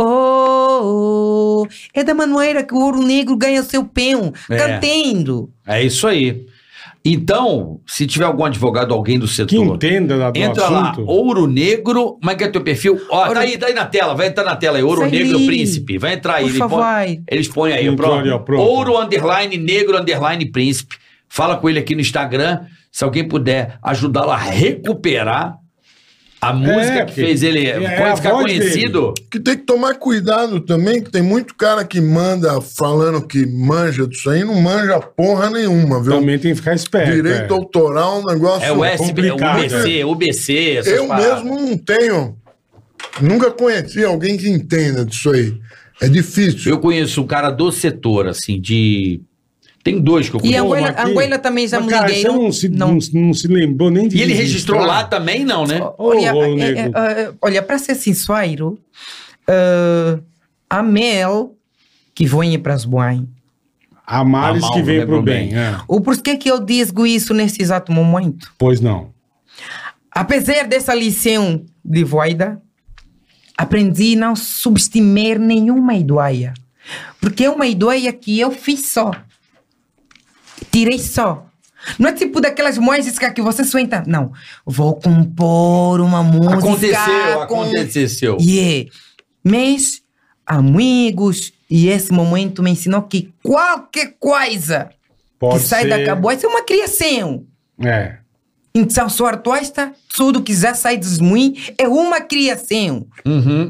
Oh, é da maneira que o Ouro Negro ganha o seu pão, É. cantando. É isso aí. Então, se tiver algum advogado, alguém do Que setor, entenda da- do entra lá, assunto. Ouro Negro, como é que é teu perfil? Ó, Ouro- tá aí, tá aí na tela, vai entrar na tela aí, Ouro Sai Negro aí. Príncipe, vai entrar aí. Por ele favor. põe- eles põem aí, Entrou pronto. ali, ó, pronto. Ouro Underline Negro Underline Príncipe. Fala com ele aqui no Instagram, se alguém puder ajudá-lo a recuperar a música que que- fez ele é pode a ficar voz conhecido. Que tem que tomar cuidado também, que tem muito cara que manda falando que manja disso aí, não manja porra nenhuma, viu? Também tem que ficar esperto. Direito é. autoral é um negócio... É o S B, o complicado, U B C, U B C, essas Eu paradas. mesmo não tenho, nunca conheci alguém que entenda disso aí. É difícil. Eu conheço um cara do setor, assim, de... Tem dois que eu E conheço. a Anguela, mas que- Anguela também já Mas, me cara, liguei. você não se, não. não se lembrou nem de E ele registrou registrar? lá também, não, né? Olha, Ô, Ouro é- Negro. é- é- olha, para ser sincero, eh, a Mel que vem para as boas. Há males Há mal que vem não pro vem pro bem. bem. é. O porquê que eu digo isso nesse exato momento? Pois não. Apesar dessa lição de voida, aprendi a não subestimar nenhuma ideia. Porque é uma ideia que eu fiz só. Tirei só. Não é tipo daquelas músicas que você suenta. Não. Vou compor uma música. Aconteceu, com... aconteceu. Yeah. Mas, amigos, e esse momento me ensinou que qualquer coisa Pode que sai ser... da cabeça é uma criação. É. Então, sou artista, tudo que já sai de mim é uma criação. Uhum.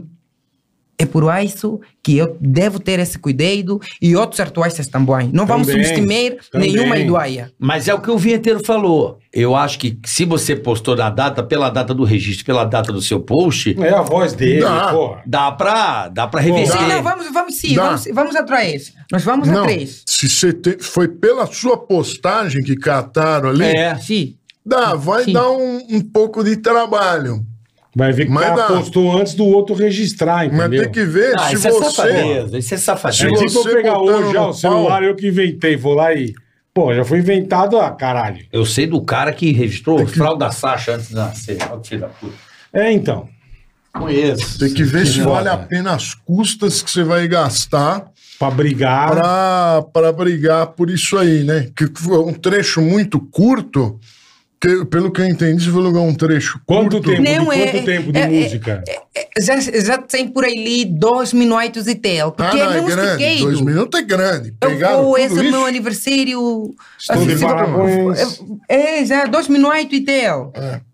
É por isso que eu devo ter esse cuidado e outros artistas também. Não vamos Também, subestimar também. nenhuma ideia. Mas é o que o vinheteiro falou. Eu acho que se você postou na data, pela data do registro, pela data do seu post, É a voz dele, Dá. porra. dá pra, dá pra Dá. reverter. Sim, não, vamos, vamos sim, Dá. vamos, vamos atrás. Nós vamos Não, atrás. se você te- foi pela sua postagem que cataram ali, É. Sim. dá, vai Sim. dar um, um pouco de trabalho. Vai ver que o Mas cara dá. postou antes do outro registrar, Mas entendeu? tem que ver Ah, se isso é você... safadeza, isso é É safadeza. tipo eu você pegar botando hoje já no o celular, eu que inventei, vou lá e... Pô, já foi inventado, ah, caralho. Eu sei do cara que registrou o fralda Sasha antes de nascer. Olha que filho da puta. É, então. Conheço. Tem que ver se foda. vale a pena as custas que você vai gastar Pra brigar... para para brigar por isso aí, né? Que foi um trecho muito curto, que, pelo que eu entendi, você falou que é um trecho Quanto curto. tempo, de, Não, quanto é- tempo de é- é- música? Já, já tem por aí dois minutos e tal. Ah, Porque não, é é muito grande. pequeno. Dois minutos é grande. Eu Pegaram vou, tudo esse é o isso? meu aniversário. Estou de se- parabéns. É, já dois minutos e tal.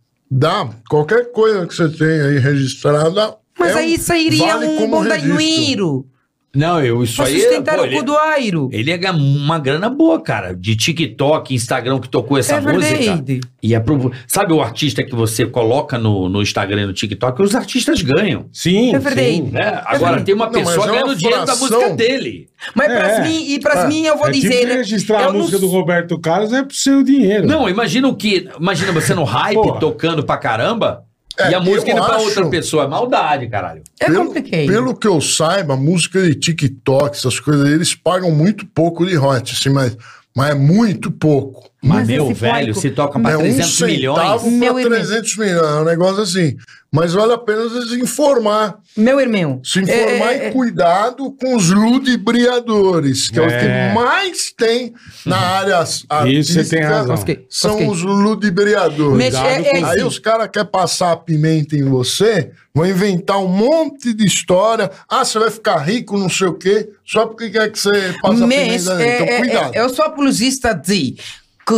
Dá. Qualquer coisa que você tenha aí registrada. Mas é um- aí sairia vale um como bom registro. dinheiro. Não, eu, isso Pra aí... sustentar pô, o ele, Cudoairo. ele ia ganhar uma grana boa, cara. De TikTok, Instagram que tocou essa É música. verdade. E é pro... Sabe o artista que você coloca no, no Instagram e no TikTok? Os artistas ganham. Sim, É verdade. sim. Né? Agora verdade. tem uma Não, mas pessoa é uma ganhando dinheiro da fração. música dele. Mas É. para mim, e para É. mim eu vou É tipo dizer. registrar eu a não música do sou- Roberto Carlos é pro seu dinheiro. Não, imagina o que. Imagina você no hype Porra. tocando pra caramba É, e a música eu indo pra acho- outra pessoa. É maldade, caralho. É Pelo, complicado. pelo que eu saiba, música de TikTok, essas coisas, eles pagam muito pouco de royalties, assim, mas, mas é muito pouco. Mas, Mas meu esse velho, público- se toca pra é um trezentos milhões. centavo Meu para irmão. trezentos milhões, é um negócio assim. Mas vale a pena se informar. Meu irmão. Se informar é, é, e cuidado com os ludibriadores, que é, É. o que mais tem na área artística. Isso você tem razão. Ok, São ok. os ludibriadores. Mas é- é- com Aí isso. os caras querem passar a pimenta em você, vão inventar um monte de história. Ah, você vai ficar rico, não sei o quê, só porque quer que você passe a Mas pimenta nele. Então, é, é, cuidado. é, eu sou apologista de que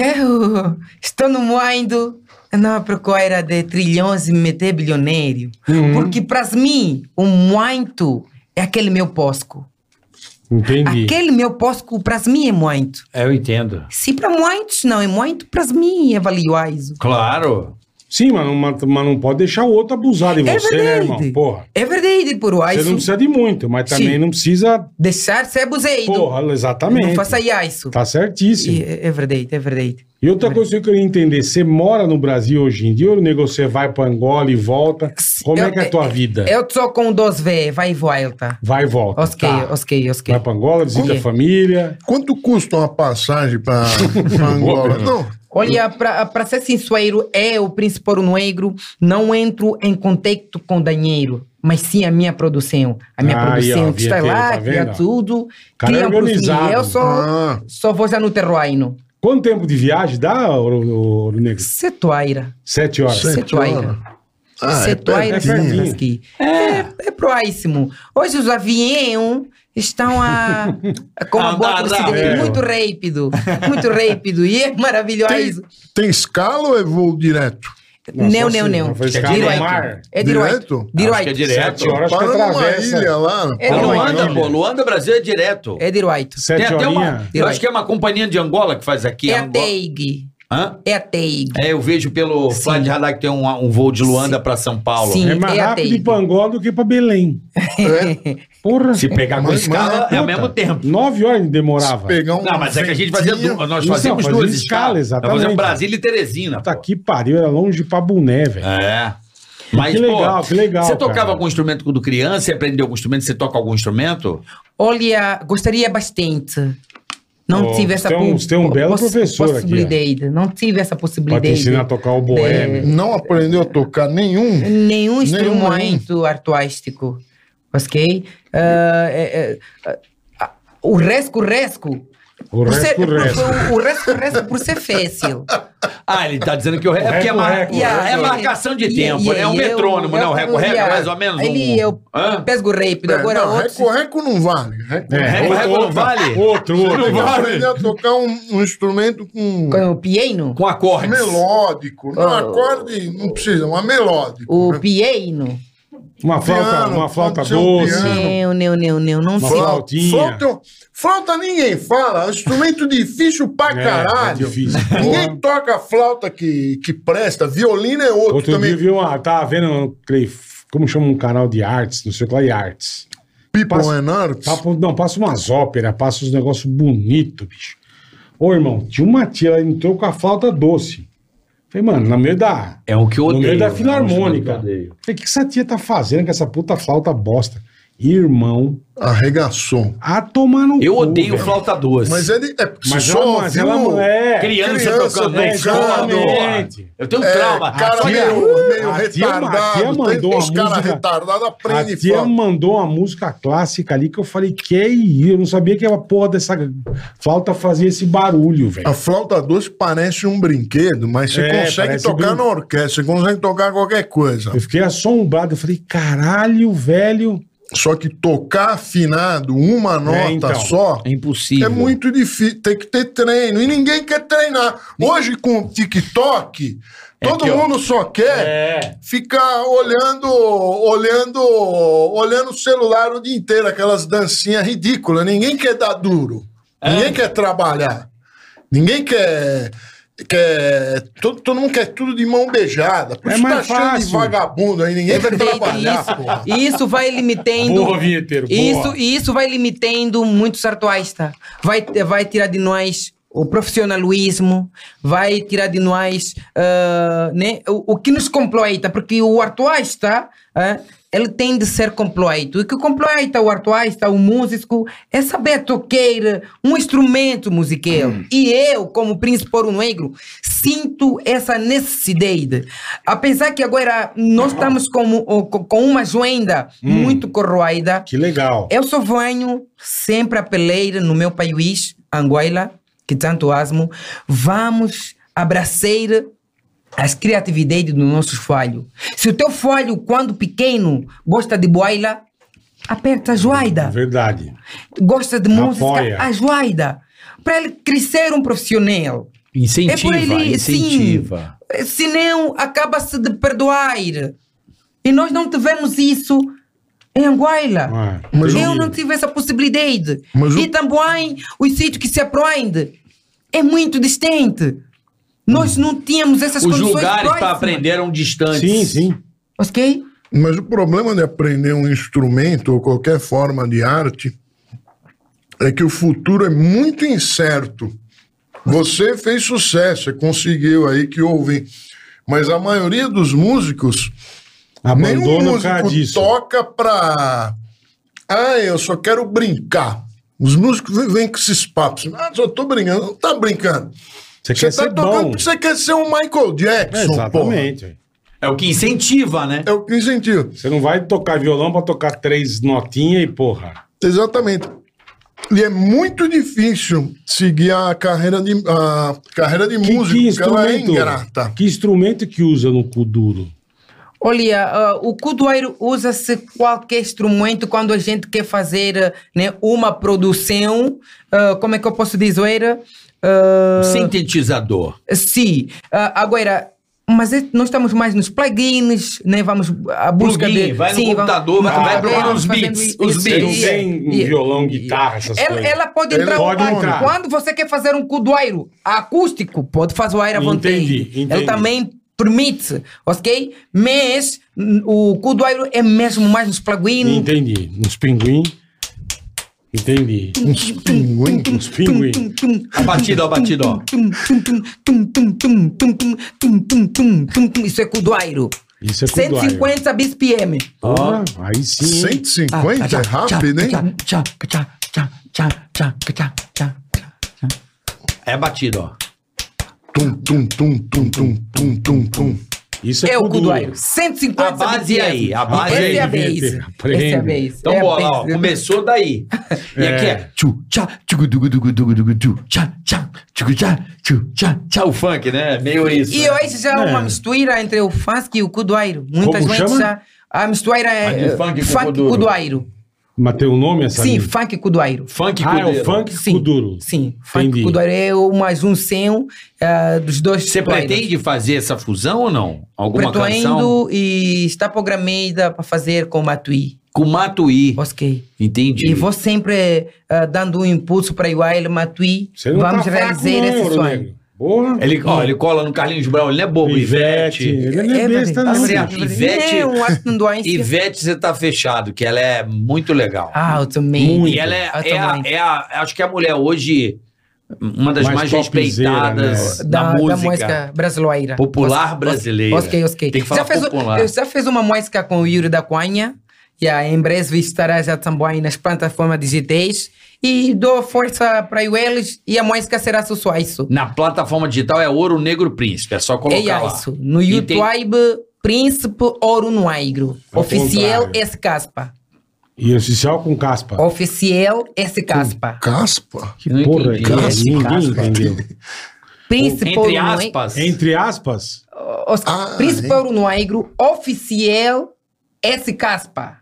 eu estou no mundo na procura de trilhões e meter bilionário. Uhum. Porque para mim, o muito é aquele meu posco. Entendi. Aquele meu posco para mim é muito. É, eu entendo. Se para muitos não é muito, para mim é valioso. Claro. Sim, mas não, mas não pode deixar o outro abusar de É você, né, verdade. irmão? Porra. É verdade, por Você isso. não precisa de muito, mas também Sim. não precisa... Deixar ser abusado. Porra, exatamente. Não faça isso. Tá certíssimo. E É é verdade, é verdade. E outra coisa que eu queria entender, você mora no Brasil hoje em dia ou nego, você vai pra Angola e volta? Como é que é a tua vida? Eu tô com dois V, vai e volta. Vai e volta. Ok, tá. ok, ok. Vai pra Angola, visita Ok. a família. Quanto custa uma passagem pra, pra Angola? Não, Olha, para ser sincero, eu, Príncipe Ouro Negro, não entro em contato com dinheiro, mas sim a minha produção. A minha Ah, produção aí, ó, que está Vieteiro, lá, tá cria vendo? tudo, Cara cria por mim. organizado. Eu só, Ah. só vou já no terreno. Quanto tempo de viagem dá, Ouro, Ouro Negro? Setuaira. Sete horas. Sete sete horas. horas. Ah, é Setuaira, pertinho. aqui. É, é próximo. Hoje os aviões estão a, a com uma boa Andar velocidade, rápido. muito rápido, muito rápido, e é Tem, maravilhoso. tem escala ou é voo direto? Não, Não, só não, se- não. não foi É escala no direto. mar. É Direto? direto. Acho que é direto. Sete horas que Para numa atravessa. ilha lá. É para É uma Luanda, ilha. pô. Luanda, Brasil é direto. É direto. Sete Tem até uma. horinhas. Eu acho que é uma companhia de Angola que faz aqui. É a Angola. Teig. Hã? É a Teig. É, eu vejo pelo Sim. Fly de Radar que tem um, um voo de Luanda pra São Paulo. Sim. É mais é a rápido Teig. ir pra Angola do que pra Belém. É, Porra. Se pegar com Mas- escala, mas- é ao Puta, mesmo tempo. Nove horas demorava. pegar um Não, mas é que a gente fazia ventinho. du- nós Isso, fazíamos fazia duas escala, escalas. Nós exatamente. fazíamos Brasília e Teresina. Puta pô. que pariu, era longe pra boné, velho. É. Mas, Que legal, pô, que legal, Você cara. tocava algum instrumento quando criança? Você aprendeu algum instrumento? Você toca algum instrumento? Olha, gostaria bastante. Não Oh, tive você essa tem um- po- você tem um po- belo poss- professor aqui, ó. possibilidade. Não tive essa Pra te possibilidade. ensinar a tocar o boêmio. Não aprendeu a tocar nenhum? Nenhum Nenhum, instrumento artístico. Ok? Ah, é, é, ah, o resco, resco. O por ser- resco, resco. O, o resco, resco por ser fácil. Ah, ele tá dizendo que o re... é porque é, Reco, mar... reco, é reco. marcação de Yeah, tempo, yeah, é um eu- metrônomo, eu- não? Reco, reco, yeah. é mais ou menos um... Ali eu Hã? pesgo rápido. É, Agora não, outros... reco, reco não vale. Reco, É, Reco, outro, reco não outro, vale? Outro, outro. Tem que vale. aprender a tocar um, um instrumento com Com o piano. Com acordes. melódico. Não, Oh. acorde não precisa, mas melódico. O né? piano. Uma flauta, Piano, uma flauta pode ser um doce. piano. Não, não, não, não. Não Uma sei. flauta. flautinha. Flauta, flauta ninguém fala, é um instrumento difícil pra É, caralho. é difícil. Ninguém toca flauta que, que presta, violino é outro, Outro também. dia eu vi uma, tava vendo, creio, como chama um canal de artes, não sei o que lá, e artes. People Passa- and Arts. Papo- não, passa umas óperas, passa uns negócios bonitos, bicho. Ô, irmão, tinha uma tia, ela entrou com a flauta doce. Falei, mano, no meio da... É o que eu No odeio. meio da é um filarmônica. instrumento que eu odeio. Falei, o que que essa tia tá fazendo com essa puta flauta bosta? Irmão, Arregaçou. a tomar no Eu cu, odeio velho. flauta doce. Mas ele é porque Mas você ela, só mas viu ela é... Criança, criança tocando na é, escola. exatamente. Eu tenho é, trauma. cara A tia- meio, meio a tia- a retardado. tia mandou tem, os uma caras música- retardados A aprendem tia flauta. mandou uma música clássica ali que eu falei, que é isso? Eu não sabia que a porra dessa flauta fazia esse barulho, velho. A flauta doce parece um brinquedo, mas você É, consegue parece tocar brin- na orquestra, você consegue tocar qualquer coisa. Eu fiquei assombrado, eu falei, caralho, velho. Só que tocar afinado, uma nota então. só, É impossível. é muito difícil. Tem que ter treino. E ninguém quer treinar. Hoje, com o TikTok, todo que, ó, mundo só quer É. ficar olhando, olhando, olhando o celular o dia inteiro, aquelas dancinhas ridículas. Ninguém quer dar duro. É. Ninguém quer trabalhar. Ninguém quer. quer todo, todo mundo quer tudo de mão beijada. Por É isso tá mais cheio de fácil. vagabundo aí. Ninguém quer trabalhar, porra. Isso, isso vai limitando. Boa, vinheteiro, boa. Isso, isso vai limitando muitos artistas. Vai, vai tirar de nós o profissionalismo, vai tirar de nós ah, né, o, o que nos completa, porque o artista ah, ele tem de ser completo. E que completa o artista, o músico, é saber tocar um instrumento musical. E eu, como Príncipe Ouro Negro, sinto essa necessidade. Apesar que agora nós estamos com, com uma agenda muito corroída, Que legal. eu só venho sempre a pelear no meu país, Angola, que tanto asmo. Vamos abraçar as criatividades dos nossos filhos. Se o teu filho, quando pequeno, gosta de boila, aperta a joaida. Verdade. Gosta de música, Apoia. a joaida. Para ele crescer um profissional. Incentiva, É por ele, incentiva. sim. Senão, acaba-se de perdoar. E nós não tivemos isso em Angola. Ah, Mas Eu o- não tive essa possibilidade. Mas o- E também, os sítios que se aprende é muito distante. Nós não tínhamos essas Os condições lugares para próximas. aprender eram distantes. Sim, sim. Ok? Mas o problema de aprender um instrumento ou qualquer forma de arte é que o futuro é muito incerto. Você fez sucesso, você conseguiu aí que ouvem. Mas a maioria dos músicos, nenhum Abandona por causa músico disso. toca pra... Ah, eu só quero brincar. Os músicos vêm- vêm com esses papos. Ah, só tô brincando. Não tá brincando. Você Você quer tá ser tocando bom. porque você quer ser um Michael Jackson, É, exatamente. porra. É o que incentiva, né? É o que incentiva. Você não vai tocar violão pra tocar três notinhas e porra. Exatamente. E é muito difícil seguir a carreira de, a carreira de Que, músico, que porque ela é instrumento, ingrata. que instrumento que usa no cu duro? Olha, ah, o cudoeiro usa-se qualquer instrumento quando a gente quer fazer, né, uma produção, ah, como é que eu posso dizer? Ah, Sintetizador. sim. Ah, agora, mas é- nós estamos mais nos plugins, né? Vamos à busca Plugin, de... vai no sim, computador, vamos- vai ah, procurar vamos os fazendo beats, isso, os isso, Você não beats. e- tem e- violão, guitarra, essas Ela, coisas. ela pode Ele entrar pode quando, entrar. quando você quer fazer um cudoeiro acústico, pode fazer o aire à vontade. Entendi, entendi. Ele também permite, ok? Mas hum, o cudoeiro é mesmo mais nos plugins. Entendi. Uns pinguim. Entendi. Uns pinguim. Uns pinguim. A batida, a batida, ó. Isso é cudoeiro. Isso é cento e cudoeiro. cinquenta B P M. Porra, aí sim. hein? cento e cinquenta é rápido, hein? É a batida, ó. Tum, tum, tum, tum, tum, tum, tum, tum. Isso é, É o cu duro. cudoeiro. cento e cinquenta A base B P M. aí, a base Essa aí, é a devia base. ter. Essa é a Aprende. base. Então, é a bola, ó. base. Começou daí. E É. aqui é. Tchu, tchá, tchugu, dugu, dugu, dugu, dugu, tchu, tchá, tchá, tchugu, tchá, tchu, tchá, tchá. O funk, né? Meio isso. E né? hoje já é uma É. mistura entre o funk e o cudoeiro. Muita Como gente chama? já... A mistura Ah, de é funk com funk kuduro. cudoeiro. Mas tem um nome essa Sim, linha? funk cudoeiro. Funk Ah, é cudeiro. o funk Sim, cu duro. sim. Funk Entendi. cudoeiro é uma junção ah, dos dois. Você cudoeiros. pretende fazer essa fusão ou não? Alguma canção? Pretendo e está programada para fazer com o Matui. Com Matuí. Ok. Entendi. E vou sempre ah, dando um impulso para o Wael Matui. Você não Vamos tá fraco, realizar não, esse Ouro sonho. Negro. Porra. Ele, ó, ele cola no Carlinhos Brown, ele não é bobo, Ivete. Ivete. Ele não é besta, verdade. não. Certo. bicho. Ivete- Não, acho que não é Ivete, você tá fechado, que ela é muito legal. Ah, eu também. Muito. E ela é, Eu é, a, também. é a- acho que é a mulher hoje, uma das Mais mais, topzera, respeitadas né? da, Da, música, da música brasileira. popular Ok, brasileira. Ok, ok. Tem que falar já fez, popular. Eu já fiz uma música com o Yuri da Cunha. E aí, em breve estará já também nas plataformas digitais. E dou força para eles e a música será sucesso. Na plataforma digital é Ouro Negro Príncipe, é só colocar É lá. isso. No E YouTube, tem- Príncipe Ouro Negro. Ao Oficial contrário. S Caspa. E oficial com caspa. Oficial S Caspa. Caspa? Que Eu não porra é entendi. essa? Esse Ninguém caspa. entendeu. Príncipe Entre Ouro Negro. aspas. Entre aspas, Os- Ah, Príncipe é. Ouro Negro. Oficial S Caspa.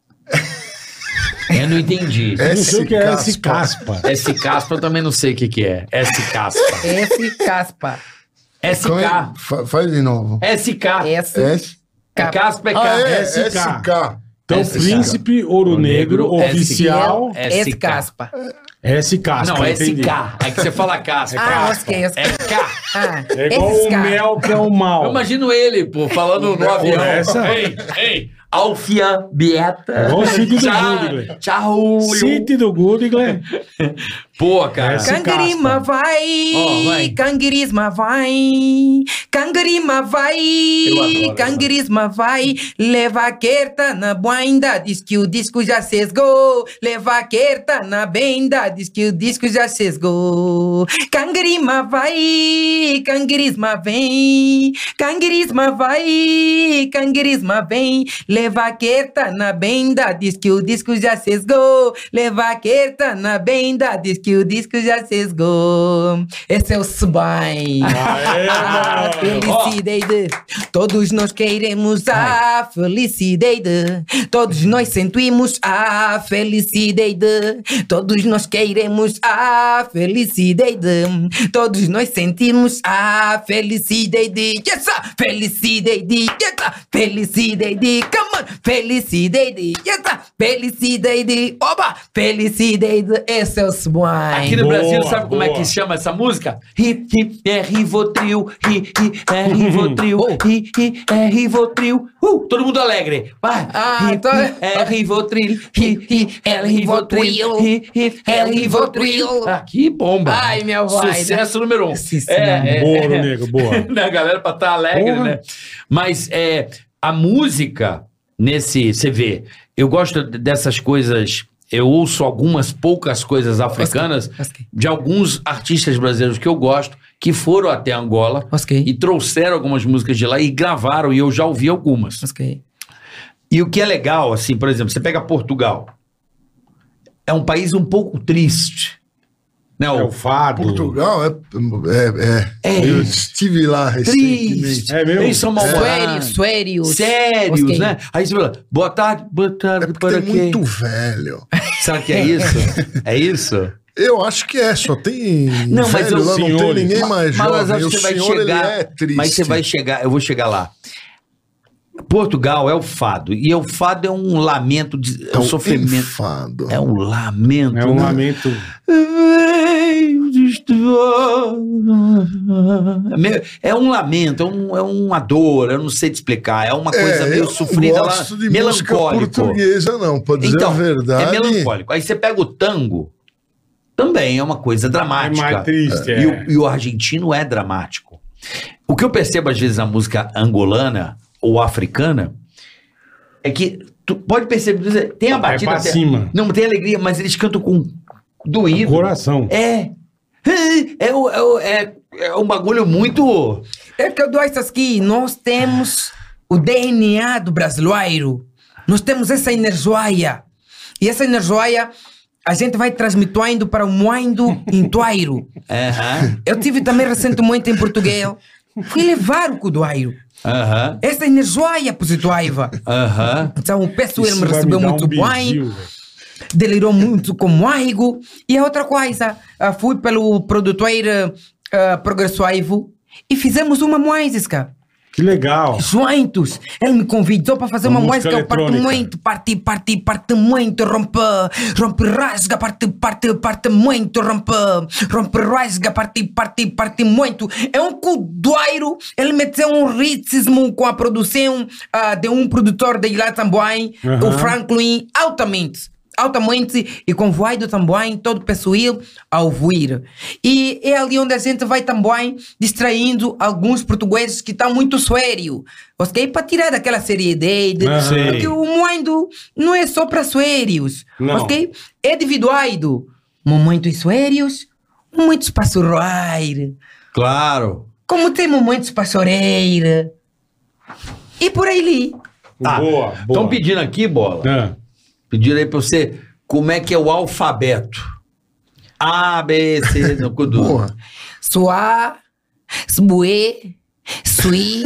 Eu não entendi. eu não sei o que é Esse esse caspa. S caspa eu também não sei o que que é. S caspa. S Caspa. Como é? S K. Fa- Faz de novo. S K. S. S. É caspa é Ah, K. é, S K. S K. Então, S K. Príncipe Ouro Negro, Ouro Negro, oficial, S K. S Caspa. S caspa. Não, é entendi. S K. É que você fala caspa. Ah, caspa. ok, ok. É K. Ah, É igual S o K. mel que é o mal. Eu imagino ele, pô, falando no avião. essa- Ei, ei, Alfia Bieta. É igual o City do Tchau, Goodley. Tchau. City do Goodley. Pô, cara. Essa- Cangarima caspa. vai, Ó, vai. cangurisma vai, cangarima vai, Eu adoro cangurisma vai, leva a querta na boinda, diz que o disco já sesgou, leva a querta na benda, diz que o disco já sesgou. Cangarima vai, cangurisma vem, cangurisma vai, cangurisma vem, leva a querta na benda, diz que o disco já sesgou, leva a querta na benda, diz que o disco já sesgou. Esse é o Subai. Aê, A mano. felicidade. Todos nós queremos a felicidade. Todos nós sentimos a felicidade. Todos nós queremos a felicidade. Todos nós sentimos a felicidade. Yes, sir. Felicidade. Yes, sir. Felicidade. Come mano. Felicidade. Eita. Felicidade. Oba. Felicidade. Esse é o Sublime. Aqui no Boa, Brasil, sabe como é boa. que chama essa música? Ri, ri, é Rivotril, ri, ri, é Rivotril, ri, ri, é Rivotril. Uh, todo mundo alegre. Vai. Ah, ri, então- ri, é Rivotril, ri, ri, é Rivotril, ri, ri, é Rivotril. Ah, que bomba. Ai, meu vai, Sucesso número um. Sim, sim. É, é, Boa, nego, boa. né, galera, pra estar alegre, Porra. né? Mas é, a música, nesse, você vê, eu gosto dessas coisas, eu ouço algumas poucas coisas africanas Ok. de alguns artistas brasileiros que eu gosto, que foram até Angola Ok. e trouxeram algumas músicas de lá e gravaram, e eu já ouvi algumas. Ok. E o que é legal, assim, por exemplo, você pega Portugal, é um país um pouco triste, né? É o fado. Portugal é, é, é. É. Eu estive lá recentemente. Triste. É mesmo? Eles são Sério, mal-humorados. sério. Sérios, Ok. né? Aí você fala, boa tarde, boa tarde, É porque para tem quê? muito velho. Sabe que é isso? É isso? Eu acho que é, só tem Não, mas velho eu- lá, não tem senhores, ninguém Ma- mais mas jovem. acho O que você vai senhor, chegar, ele é triste. mas você vai chegar, eu vou chegar lá. Portugal é o fado, e o fado é um lamento, de, é um um sofrimento. enfado. É um lamento. É um né? lamento. É meio- É um lamento, é, um- é uma dor, eu não sei te explicar. É uma coisa É, meio eu sofrida não lá, gosto de música melancólico. portuguesa, não. Pra dizer Então, a verdade. é melancólico. Aí você pega o tango, também é uma coisa É dramática. mais triste, é. E, o, e o argentino é dramático. O que eu percebo às vezes na música angolana ou africana é que tu pode perceber, tem a Vai batida pra até- cima. não tem alegria, mas eles cantam com doído. Coração. É. É, o- é, o- é, é um bagulho muito. É que eu dou isso aqui. Nós temos o D N A do brasileiro. Nós temos essa energia. E essa energia a gente vai transmitindo para o mundo inteiro. Aham. Eu tive também recentemente em Portugal. Fui levar o Cudoeiro. Aham. Essa energia positiva. Aham. Então o pessoal Isso me vai recebeu dar muito um bem. bizil, velho. Delirou muito comigo. E a outra coisa, ah, fui pelo produtor uh, progressivo e fizemos uma música. Que legal. Juntos. Ele me convidou para fazer Uma uma, música música, eu parto eletrônica. muito, parte, parte, parte muito, rompe, rompe, rasga, parte, parte, parte muito, rompe, rompe, rasga, parte, parte, parte muito. É um cudoeiro, ele meteu um ritmo com a produção ah, de um produtor de lá também, Aham. o Franklin, altamente. Altamente e com voado também, todo o pessoal a ouvir. E é ali onde a gente vai também distraindo alguns portugueses que estão muito sérios, ok? Para tirar daquela seriedade, Ah, sei. porque o mundo não é só para sérios, Não. ok? É dividido. Momentos sérios, momentos para sorrar, Claro. como tem momentos para chorar. E por aí. Tá. Boa, boa. Estão pedindo aqui, bola. Ah, Pediram aí pra você como é que é o alfabeto. A, B, C, no cudu. Porra. Soa, sbué, sui,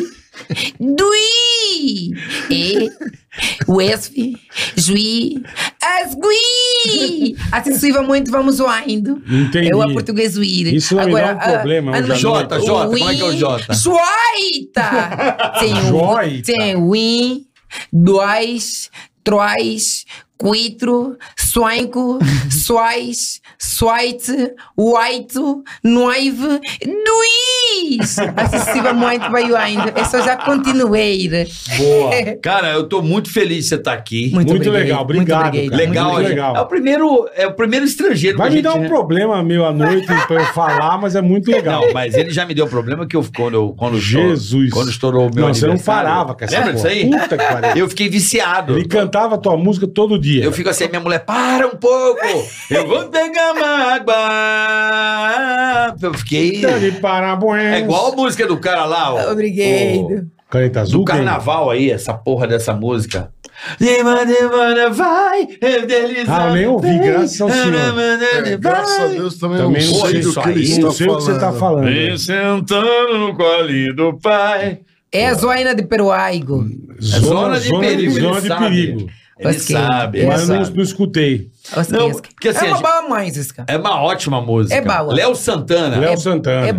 dui, e, uesf, juí, asgui. Assim sucessivamente vamos indo. Entendi. Eu a português ir. Isso vai me dar um problema, eu já Jota, Jota, como é que é o Jota? Joita. Tem o, Joita. tem o win, dois, três, quatro, cinco, seis, sete, oito, nove, dois. Assim sucessivamente vai indo. Eu só já continuei. boa. Cara, eu tô muito feliz de você estar aqui. Muito obrigado, legal, obrigado, muito cara. Legal, muito gente. legal. É o primeiro, é o primeiro estrangeiro Vai que a me dar gente, um né? problema meio à noite pra eu falar, mas é muito legal. Não, mas ele já me deu problema que eu quando eu quando Jesus. estourou, quando estourou o meu Não, você não aniversário. parava com essa Lembra disso porra. aí? Puta que pariu. Eu fiquei viciado. Ele cantava tua música todo dia. Eu fico assim, minha mulher, para um pouco. Eu vou pegar uma água. Eu fiquei. Tá de parabéns. É igual a música do cara lá, ó. Obrigado. Caneta azul. Do carnaval aí, essa porra dessa música. Demanda, demanda, vai, Ah, eu nem ouvi, graças ao Senhor. É, graças a Deus também, Também não não sei sei do isso que ele aí. está Não sei o que você tá falando. Vem sentando no colinho do pai. É a zoina de Peruaigo. zona de perigo, ele Zona de sabe. perigo. Ele Ok. sabe, ele Mas eu não, sabe. não escutei. Não, porque assim, é a uma gente- boa música. É uma ótima música. É boa. Léo Santana. Léo Santana. É boa.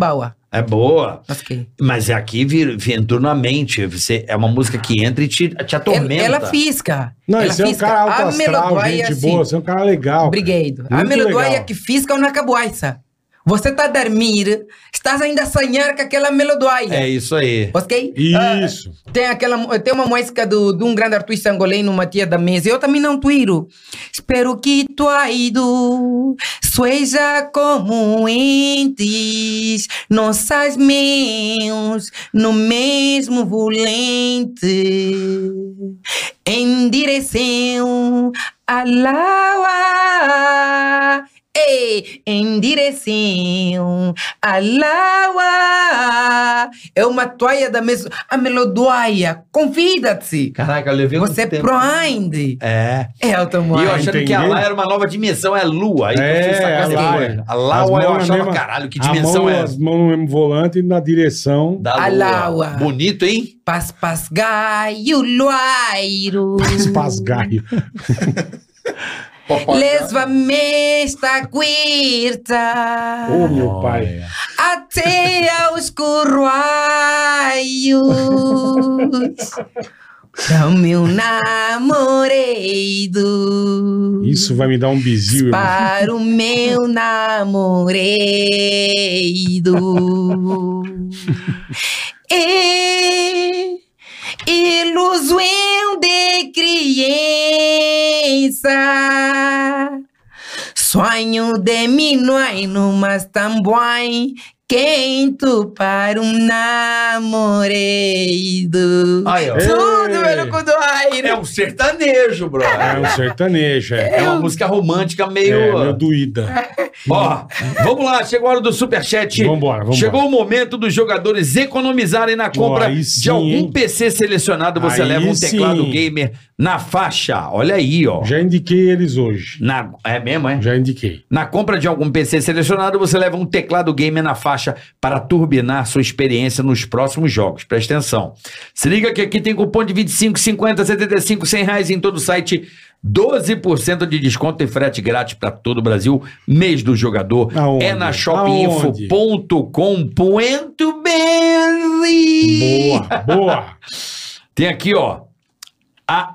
É boa. Ok. Mas aqui vir- vir- entrou na mente. Você, é uma música que entra e te, te atormenta. Ela, ela fisca. Não, ela esse é um fisca. cara alto A astral, melodia gente assim. boa, você é um cara legal. Obrigado. Cara. A Muito melodia legal. que fisca uma cabuaça. Você está a dormir, estás ainda a sonhar com aquela melodia. É isso aí. Ok? Isso. Ah, tem, aquela, tem uma música do, de um grande artista angolano, Matias da Mesa. Eu também não tuiro. Espero que tua ido seja como antes, nossas mãos no mesmo volante, em direção à laua. Ei, em direção à laua. É uma toalha da mesma. A melodia, convida-te. Caraca, eu levei Você um tempo. prende. É. É E eu automático. achando que a Entendeu? Lá era uma nova dimensão, é Lua. Aí que eu É, fui sacar a essa Lá, coisa. é. A Laua As eu mãos na achava, mesma- caralho, que a dimensão mão, é As essa? mãos no mesmo volante e na direção. Da A Laua. Bonito, hein? Pas, pas, gaio, luairo. Pasgaio. Leva-me esta quirta Ô, meu pai. até aos curraios. Para o meu namorado. Isso vai me dar um bizil, irmão. Para o meu namorado. E ilusão de criança, sonho de menino, mas também quento para um namorado. Aí, ó. Tudo Ei. pelo cu do aire. É um sertanejo, brother. É um sertanejo, é. É uma música romântica meio... É, meio doída. Ó, vamos lá, chegou a hora do superchat. Vambora, vambora. Chegou o momento dos jogadores economizarem na compra aí sim, de algum hein? P C selecionado. Você Aí leva um sim. teclado gamer na faixa. Olha aí, ó. Já indiquei eles hoje. Na, é mesmo, é? Já indiquei. Na compra de algum P C selecionado, você leva um teclado gamer na faixa para turbinar sua experiência nos próximos jogos. Presta atenção. Se liga que aqui tem cupom de vinte e cinco, cinquenta, setenta e cinco, cem reais em todo o site. doze por cento de desconto e frete grátis para todo o Brasil. Mês do jogador. Aonde? É na shopinfo Aonde? ponto com ponto br. Boa, boa. Tem aqui, ó. A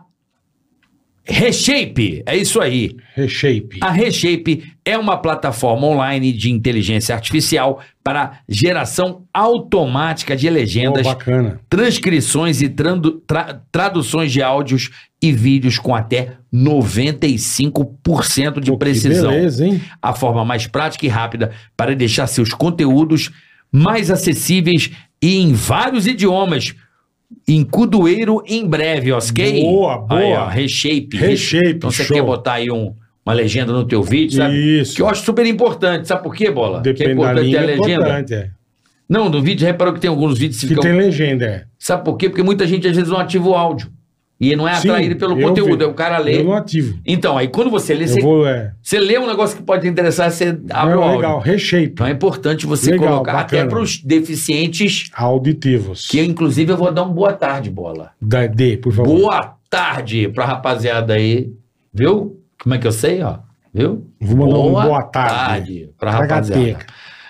Reshape. É isso aí. Reshape. A Reshape é uma plataforma online de inteligência artificial para geração automática de legendas, Oh, bacana. transcrições e trando- tra- traduções de áudios e vídeos com até noventa e cinco por cento de Pô, que precisão. beleza, hein? A forma mais prática e rápida para deixar seus conteúdos mais acessíveis e em vários idiomas. Em Cudoeiro em breve, ok? Boa, boa. Aí, ó, Reshape. Reshape, Então você show. quer botar aí um, uma legenda no teu vídeo, sabe? Isso. Que eu acho super importante. Sabe por quê, Bola? que é Depende da importante ter língua, a é legenda? importante, é. Não, no vídeo, reparou que tem alguns vídeos que Que ficam... tem legenda, é. Sabe por quê? Porque muita gente às vezes não ativa o áudio. E não é Sim, atraído pelo eu conteúdo, vi. é o cara lê. Eu não ativo. Então, aí quando você lê, Eu você, vou, é. você lê um negócio que pode te interessar, você abre É o áudio. legal, Reshape. Então é importante você Legal, colocar até bacana. para os deficientes, Auditivos. que eu, inclusive eu vou dar um boa tarde, Bola. Da D, por favor. Boa tarde pra rapaziada aí. Viu? Como é que eu sei, ó? Viu? Vou mandar um boa tarde. pra Pra rapaziada. gateca.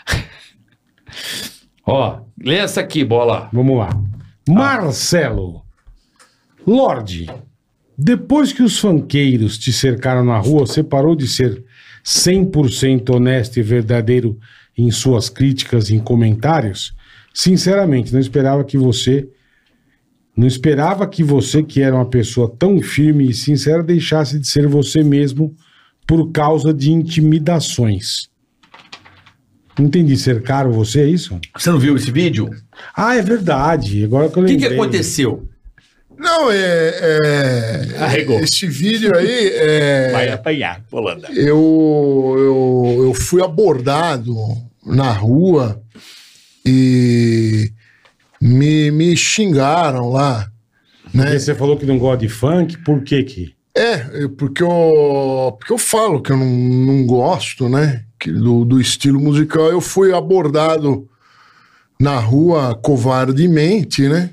Ó, lê essa aqui, Bola. Vamos lá. Marcelo. Lorde, depois que os funkeiros te cercaram na rua, você parou de ser cem por cento honesto e verdadeiro em suas críticas e em comentários? Sinceramente, não esperava que você... Não esperava que você, que era uma pessoa tão firme e sincera, deixasse de ser você mesmo por causa de intimidações. Não entendi, cercaram você, é isso? Você não viu esse vídeo? Ah, é verdade. Agora que eu O que, lembrei. que aconteceu? Não, é, é- Arregou. esse vídeo aí, é, apanhar, Holanda. eu, eu, eu fui abordado na rua e me, me xingaram lá, né? Porque você falou que não gosta de funk, por que que? É, porque eu, porque eu falo que eu não, não gosto, né? que Do, do estilo musical. Eu fui abordado na rua covardemente, né?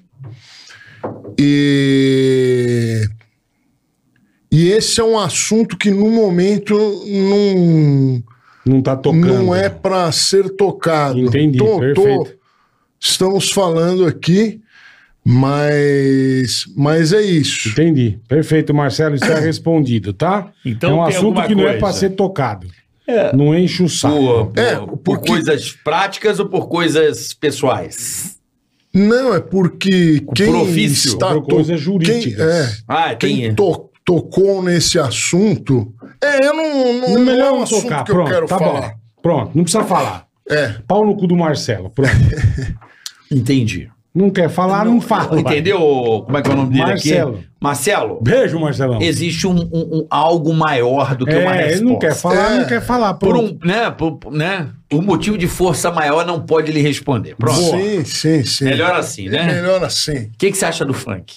E, e esse é um assunto que no momento não, Não tá tocando. não é para ser tocado. Entendi, tô, perfeito. estamos falando aqui, mas, mas é isso. Entendi. Perfeito, Marcelo, isso é respondido, tá? Então é um tem assunto alguma que não é coisa. pra ser tocado. É. Não enche o saco. Por, por, É, por porque- coisas práticas ou por coisas pessoais? Não, é porque quem profício, está... por coisas jurídicas. Quem, é, Ah, tem... quem to- tocou nesse assunto... É, eu não, não, não Melhor é um não assunto tocar. que eu Pronto, quero tá falar. bom. Pronto, não precisa falar. É. Pau no cu do Marcelo. Pronto. Entendi. Não quer falar, não, fala. vai. Entendeu? Como é que é o nome dele Marcelo. aqui? Marcelo. Beijo, Marcelão. Existe um, um- um algo maior do que uma É, resposta. ele não quer falar, É. não quer falar. Por Pronto. um, né, por, né, por motivo de força maior não pode lhe responder. Pronto. Sim, sim, sim. Melhor assim, É né? melhor assim. O que, que você acha do funk?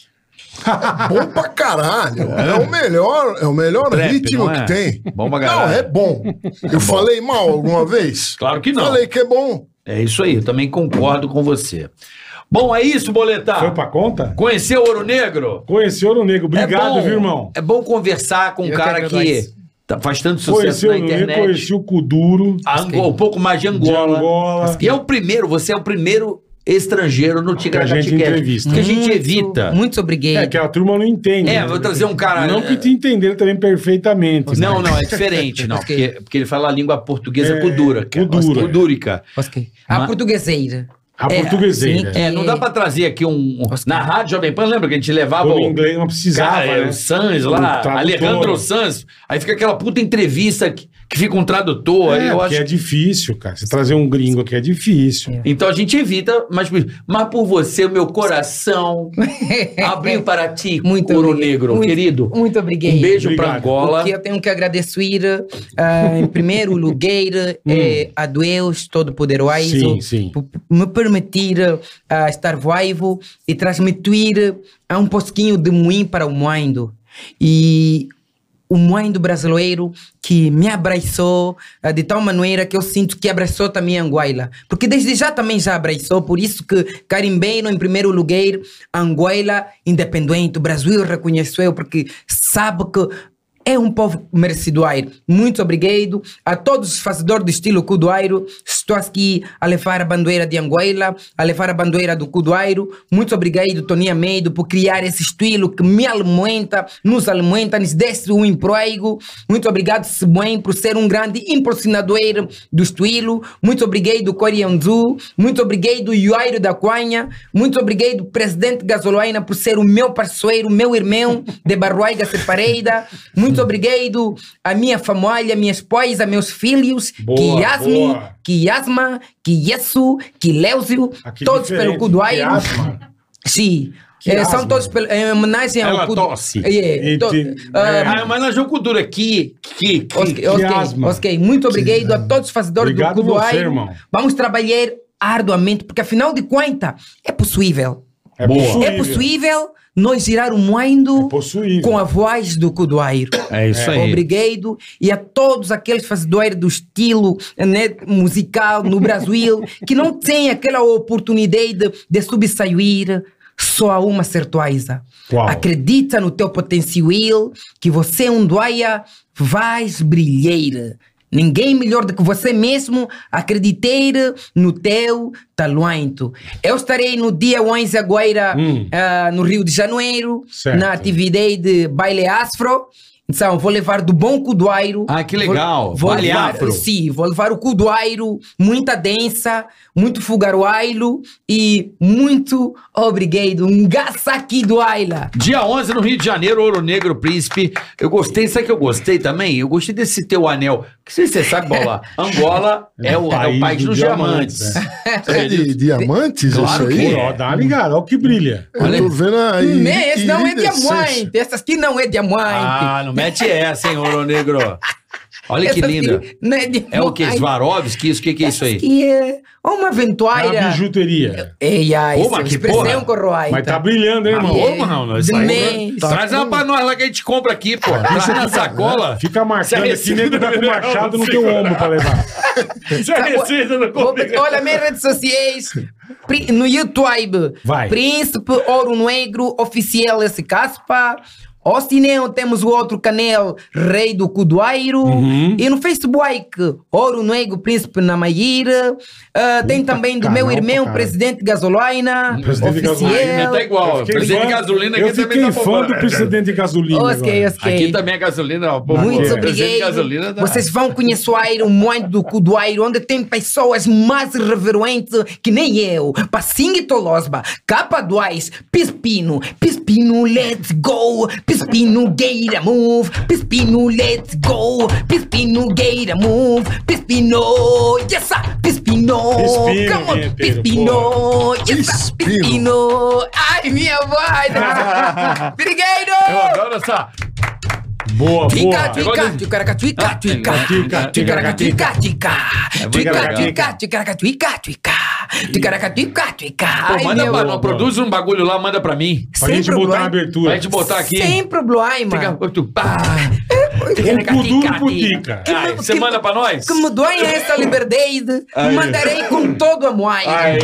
Bom pra caralho. É o melhor, é o melhor Trap, ritmo não é? que tem. Bom pra Não, caralho. é bom. Eu falei mal alguma vez? Claro que não. Falei que é bom. É isso aí, eu também concordo com você. Bom, é isso, Boletar. Foi pra conta? Conheceu Ouro Negro? Conheceu o Nego. Obrigado, é bom, viu, irmão? É bom conversar com um Eu cara que que agradeço. tá- faz tanto sucesso Conheceu na o Nego, internet. conheci o Kuduro A Angola, um pouco mais de de Angola. Angola. E é o primeiro, você é o primeiro estrangeiro no Que a gente Tigracati Cast. entrevista. Que a gente Muito- evita. Muito obrigado. É que a turma não entende. É, né? vou trazer um cara... Não que te entenderam também perfeitamente. Não, né? não, é diferente, não. Ok. Porque, porque ele fala a língua portuguesa É, kudura. kudura. Kudúrica. Ok. A Mas- portugueseira. A É, portugueseira. sim. É, não dá pra trazer aqui um... Na Rádio Jovem Pan, lembra que a gente levava Todo o... inglês não precisava, Cara, né? o Sanz O lá, tradutor. Alejandro Sanz. Aí fica aquela puta entrevista que, que fica um tradutor. aí É, eu porque acho... é difícil, cara. Você trazer um gringo aqui é difícil. Então a gente evita, mas, mas por você, o meu coração abriu para ti, Muito Ouro obrigado. Negro, Muito- querido. Muito obrigado. Um beijo Obrigado. pra Angola. O que eu tenho que agradecer, ah, em primeiro lugar, é a Deus Todo-Poderoso Sim, sim. por me permitir ah, estar vivo e transmitir ah, um pouquinho de mim para o mundo. E o mundo brasileiro que me abraçou ah, de tal maneira que eu sinto que abraçou também Angola. Porque desde já também já abraçou, por isso que carimbeiro em primeiro lugar, Angola independente, o Brasil reconheceu, porque sabe que é um povo merecidoiro. Muito obrigado a todos os fazedores do estilo Cudoairo. Estou aqui a levar a bandeira de Angola, a levar a bandeira do Cudoairo. Muito obrigado, Toninho Medo, por criar esse estilo que me alimenta, nos alimenta, nos deixa um emprego. Muito obrigado, Sibuen, por ser um grande impulsionador do estilo. Muito obrigado, Corianzu. Muito obrigado, Yuairo da Quanha. Muito obrigado, Presidente Gasolaina, por ser o meu parceiro, meu irmão de Barroaiga Separeida. Muito obrigado a minha família, minha esposa, meus filhos, Boa, que Yasmin, boa. que Yasma, que Yesu, que Léuzio, Aqui todos diferente, pelo Cudoairo. que asma. Sim. Que Eh, são asma. todos pel- em homenagem ao Ela Cudo- tosse. É, E to- te- ah, é. Ah, mas na Jocudura aqui, que, que, Ok, ok, asma. ok. Muito obrigado a todos os fazedores Obrigado do Cudoairo. você, irmão. Vamos trabalhar arduamente, porque afinal de contas, é possível. É Boa. possível. É possível nós girar o mundo É possível. com a voz do Cudoairo. É isso aí. Obrigado. E a todos aqueles fazedores do estilo né, musical no Brasil que não têm aquela oportunidade de, de subsair. Só há uma certeza. Qual? Acredita no teu potencial que você um dia vais brilhar. Ninguém melhor do que você mesmo acreditar no teu talento. Eu estarei no dia onze agora Hum. ah, no Rio de Janeiro, Certo. na atividade de baile afro. Então, vou levar do bom Cudoairo. Ah, que legal. Vou, vou Baile levar, afro. Sim, vou levar o Cudoairo, muita dança, muito fugaroailo e muito obrigado. Um gaça aqui do Aila. Dia onze no Rio de Janeiro, Ouro Negro Príncipe. Eu gostei, sabe que eu gostei também? Eu gostei desse teu anel. Que se você sabe, Bola, Angola é o, é o país dos diamantes. É de diamantes Claro isso que aí? é. Ó, dá uma ligada, olha o que brilha. Eu tô vendo aí. Não, esse não é iridescência. diamante. Essa aqui não é diamante. Ah, não mete essa, hein, Ouro Negro. Olha que Essa linda. aqui não é diamante. É o que? Swarovski? Isso, o que, que é isso aí? Essa aqui é uma É aventura. uma bijuteria. Ei, ai, Pô, mas que expressão porra. corroaita. Mas tá brilhando, hein, irmão? É. Ô, mano, não, isso De aí- mês. Traz ela pra nós lá que a gente compra aqui, pô. Traz na sacola. Fica marcando Isso é aqui, nego tá com o machado no teu ombro pra levar. Isso é receita do Vou- Olha, minhas redes sociais. Pri- No YouTube. Vai. Príncipe Ouro Negro Oficial esse caspa. O Cineu temos o outro canal, Rei do Cudoeiro. Uhum. E no Facebook, Ouro Negro Príncipe Namaíra. Uh, tem também do canal meu pra irmão, caralho. Presidente Gasolina. Presidente oficial. Gasolina Tá igual. Fiquei Presidente fã- de gasolina Eu aqui também fiquei tá fã bombando. do presidente de gasolina. Ok, agora. ok. Aqui também é gasolina, ó. Pô, Muito pô, presidente de obrigado. gasolina tá... Vocês vão conhecer o Airo, muito do Cudoeiro, onde tem pessoas mais reverentes que nem eu. Passinho e Tolosba, Capa dois, Pispino, Pispino, let's go. Pispino, Gator move. Pispino, let's go. Pispino, Gator move. Pispino, yes, sir. Pispino, Pispino, come on. vinheteiro, Pispino, yes, sir. Pispino. Pispino. Ai, minha voz. Obrigado. Eu adoro essa... Boa, Tica, boa. tica, tica, tica, tica, tica, Tica, tica, tica, tica, É muito tica, legal. tica, tica, tica, tica, tica, tica, tica. Pô, Ai, manda meu, pra nós, produz um bagulho lá, manda pra mim. Pra sem gente botar na problema. abertura. Pra gente botar aqui. Sem problema. Fica- tu- pá. Com o cu duro pro Tica. Ai, Você manda pra nós? Que me doem essa liberdade, mandarei com todo amor. Ai,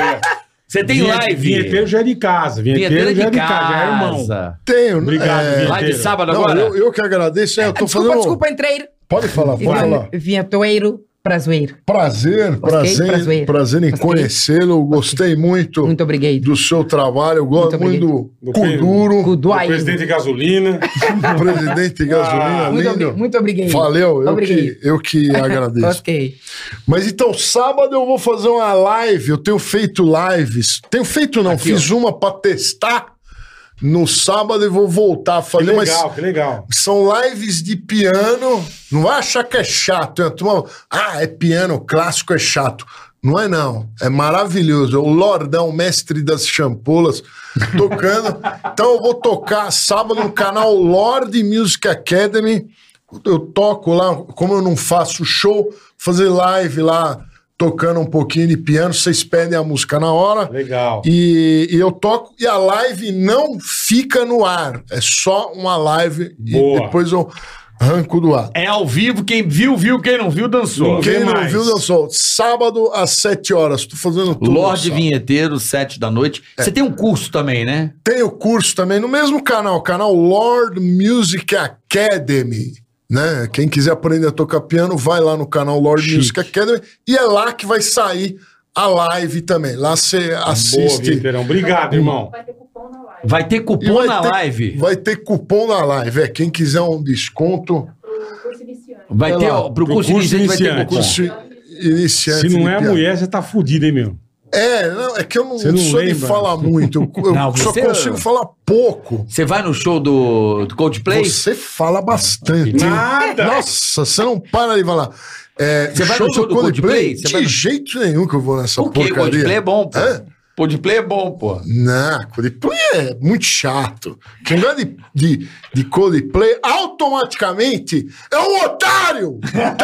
Você tem Vinhe- live. Vinheteiro já é de casa. Vinheteiro, Vinheteiro já é de de casa, já é irmão. casa. Tenho, Obrigado, é, Vinheteiro. Live sábado Não, agora? eu, eu que agradeço. É, eu tô Desculpa, fazendo. desculpa, entrei. Pode falar, pode falar. Vinhetoeiro, prazer. Prazer, prazer, prazer. prazer em Gostei. conhecê-lo. Gostei muito, Muito obrigado. do seu trabalho. Eu gosto Muito muito obrigado. do Kuduro, O Cudoeiro. presidente de gasolina. presidente de gasolina, Ah, Muito, lindo. obri- muito obrigado. Valeu, eu Obrigado. que, eu que agradeço. Ok. Mas então, sábado eu vou fazer uma live. Eu tenho feito lives. Tenho feito, não, Aqui, fiz uma pra testar no sábado e vou voltar a Que fazer. Mas legal, que legal. são lives de piano. Não vai achar que é chato. Hein? A turma, ah, é piano, clássico é chato. Não é não. É maravilhoso. É o Lordão, mestre das champolas, tocando. Então eu vou tocar sábado no canal Lord Music Academy. Eu toco lá, como eu não faço show, fazer live lá, tocando um pouquinho de piano. Vocês pedem a música na hora. Legal. E, e eu toco, e a live não fica no ar. É só uma live Boa. e depois eu arranco do ar. É ao vivo, quem viu, viu, quem não viu, dançou. Não Quem vê não mais. viu, dançou. Sábado às sete horas. Tô fazendo tudo. Lorde sábado. Vinheteiro, sete da noite. Você tem um curso também, né? Tem o curso também no mesmo canal, canal Lord Music Academy. Né? Quem quiser aprender a tocar piano, vai lá no canal Lord Chique. Music Academy. E é lá que vai sair a live também. Lá você Boa, assiste. Vinheteirão. Obrigado, irmão. Vai ter cupom na live. Vai ter E cupom vai na ter- live. Vai ter cupom na live. É, quem quiser um desconto. Pro curso iniciante. Vai Vai ter, lá, ó, pro pro curso curso iniciante vai ter iniciante. cupom. Curso iniciante. Se não de é piano. mulher, você tá fudido, hein, meu? É, não, é que eu não, Você não sou de lembra? falar muito. Eu, eu Não, só você- consigo falar pouco. Você vai no show do, do Coldplay? Você fala bastante. Nada. Nossa, você não para de falar. É, Você vai no show do Coldplay? Você De vai no- jeito nenhum que eu vou nessa Por quê? porcaria. Coldplay é bom, pô. Hã? Coldplay é bom, pô. Não, Coldplay é muito chato. Quem gosta de, de, de Coldplay automaticamente é um otário,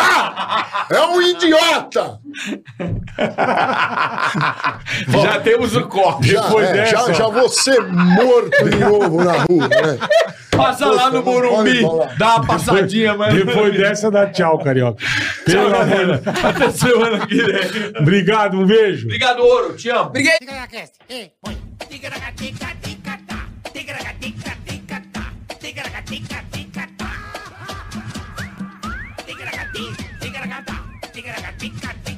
tá? É um idiota. Já temos o corte. Já, Depois é, dessa, já, ó. já vou ser morto de novo na rua, né? Passa lá no Poxa, não Morumbi, pode falar. dá uma passadinha, mano. Depois dessa, dá tchau, carioca. Pelo amor de- Até semana que vem. Obrigado, um beijo. Obrigado, Ouro. Te amo. Ticaracast, ei, põe. Ticaracatica-ticatá, ticaracatica-ticatá, ticaracatica-ticatá. Ticaracati, ticaracatá, ticaracatica-ticatá.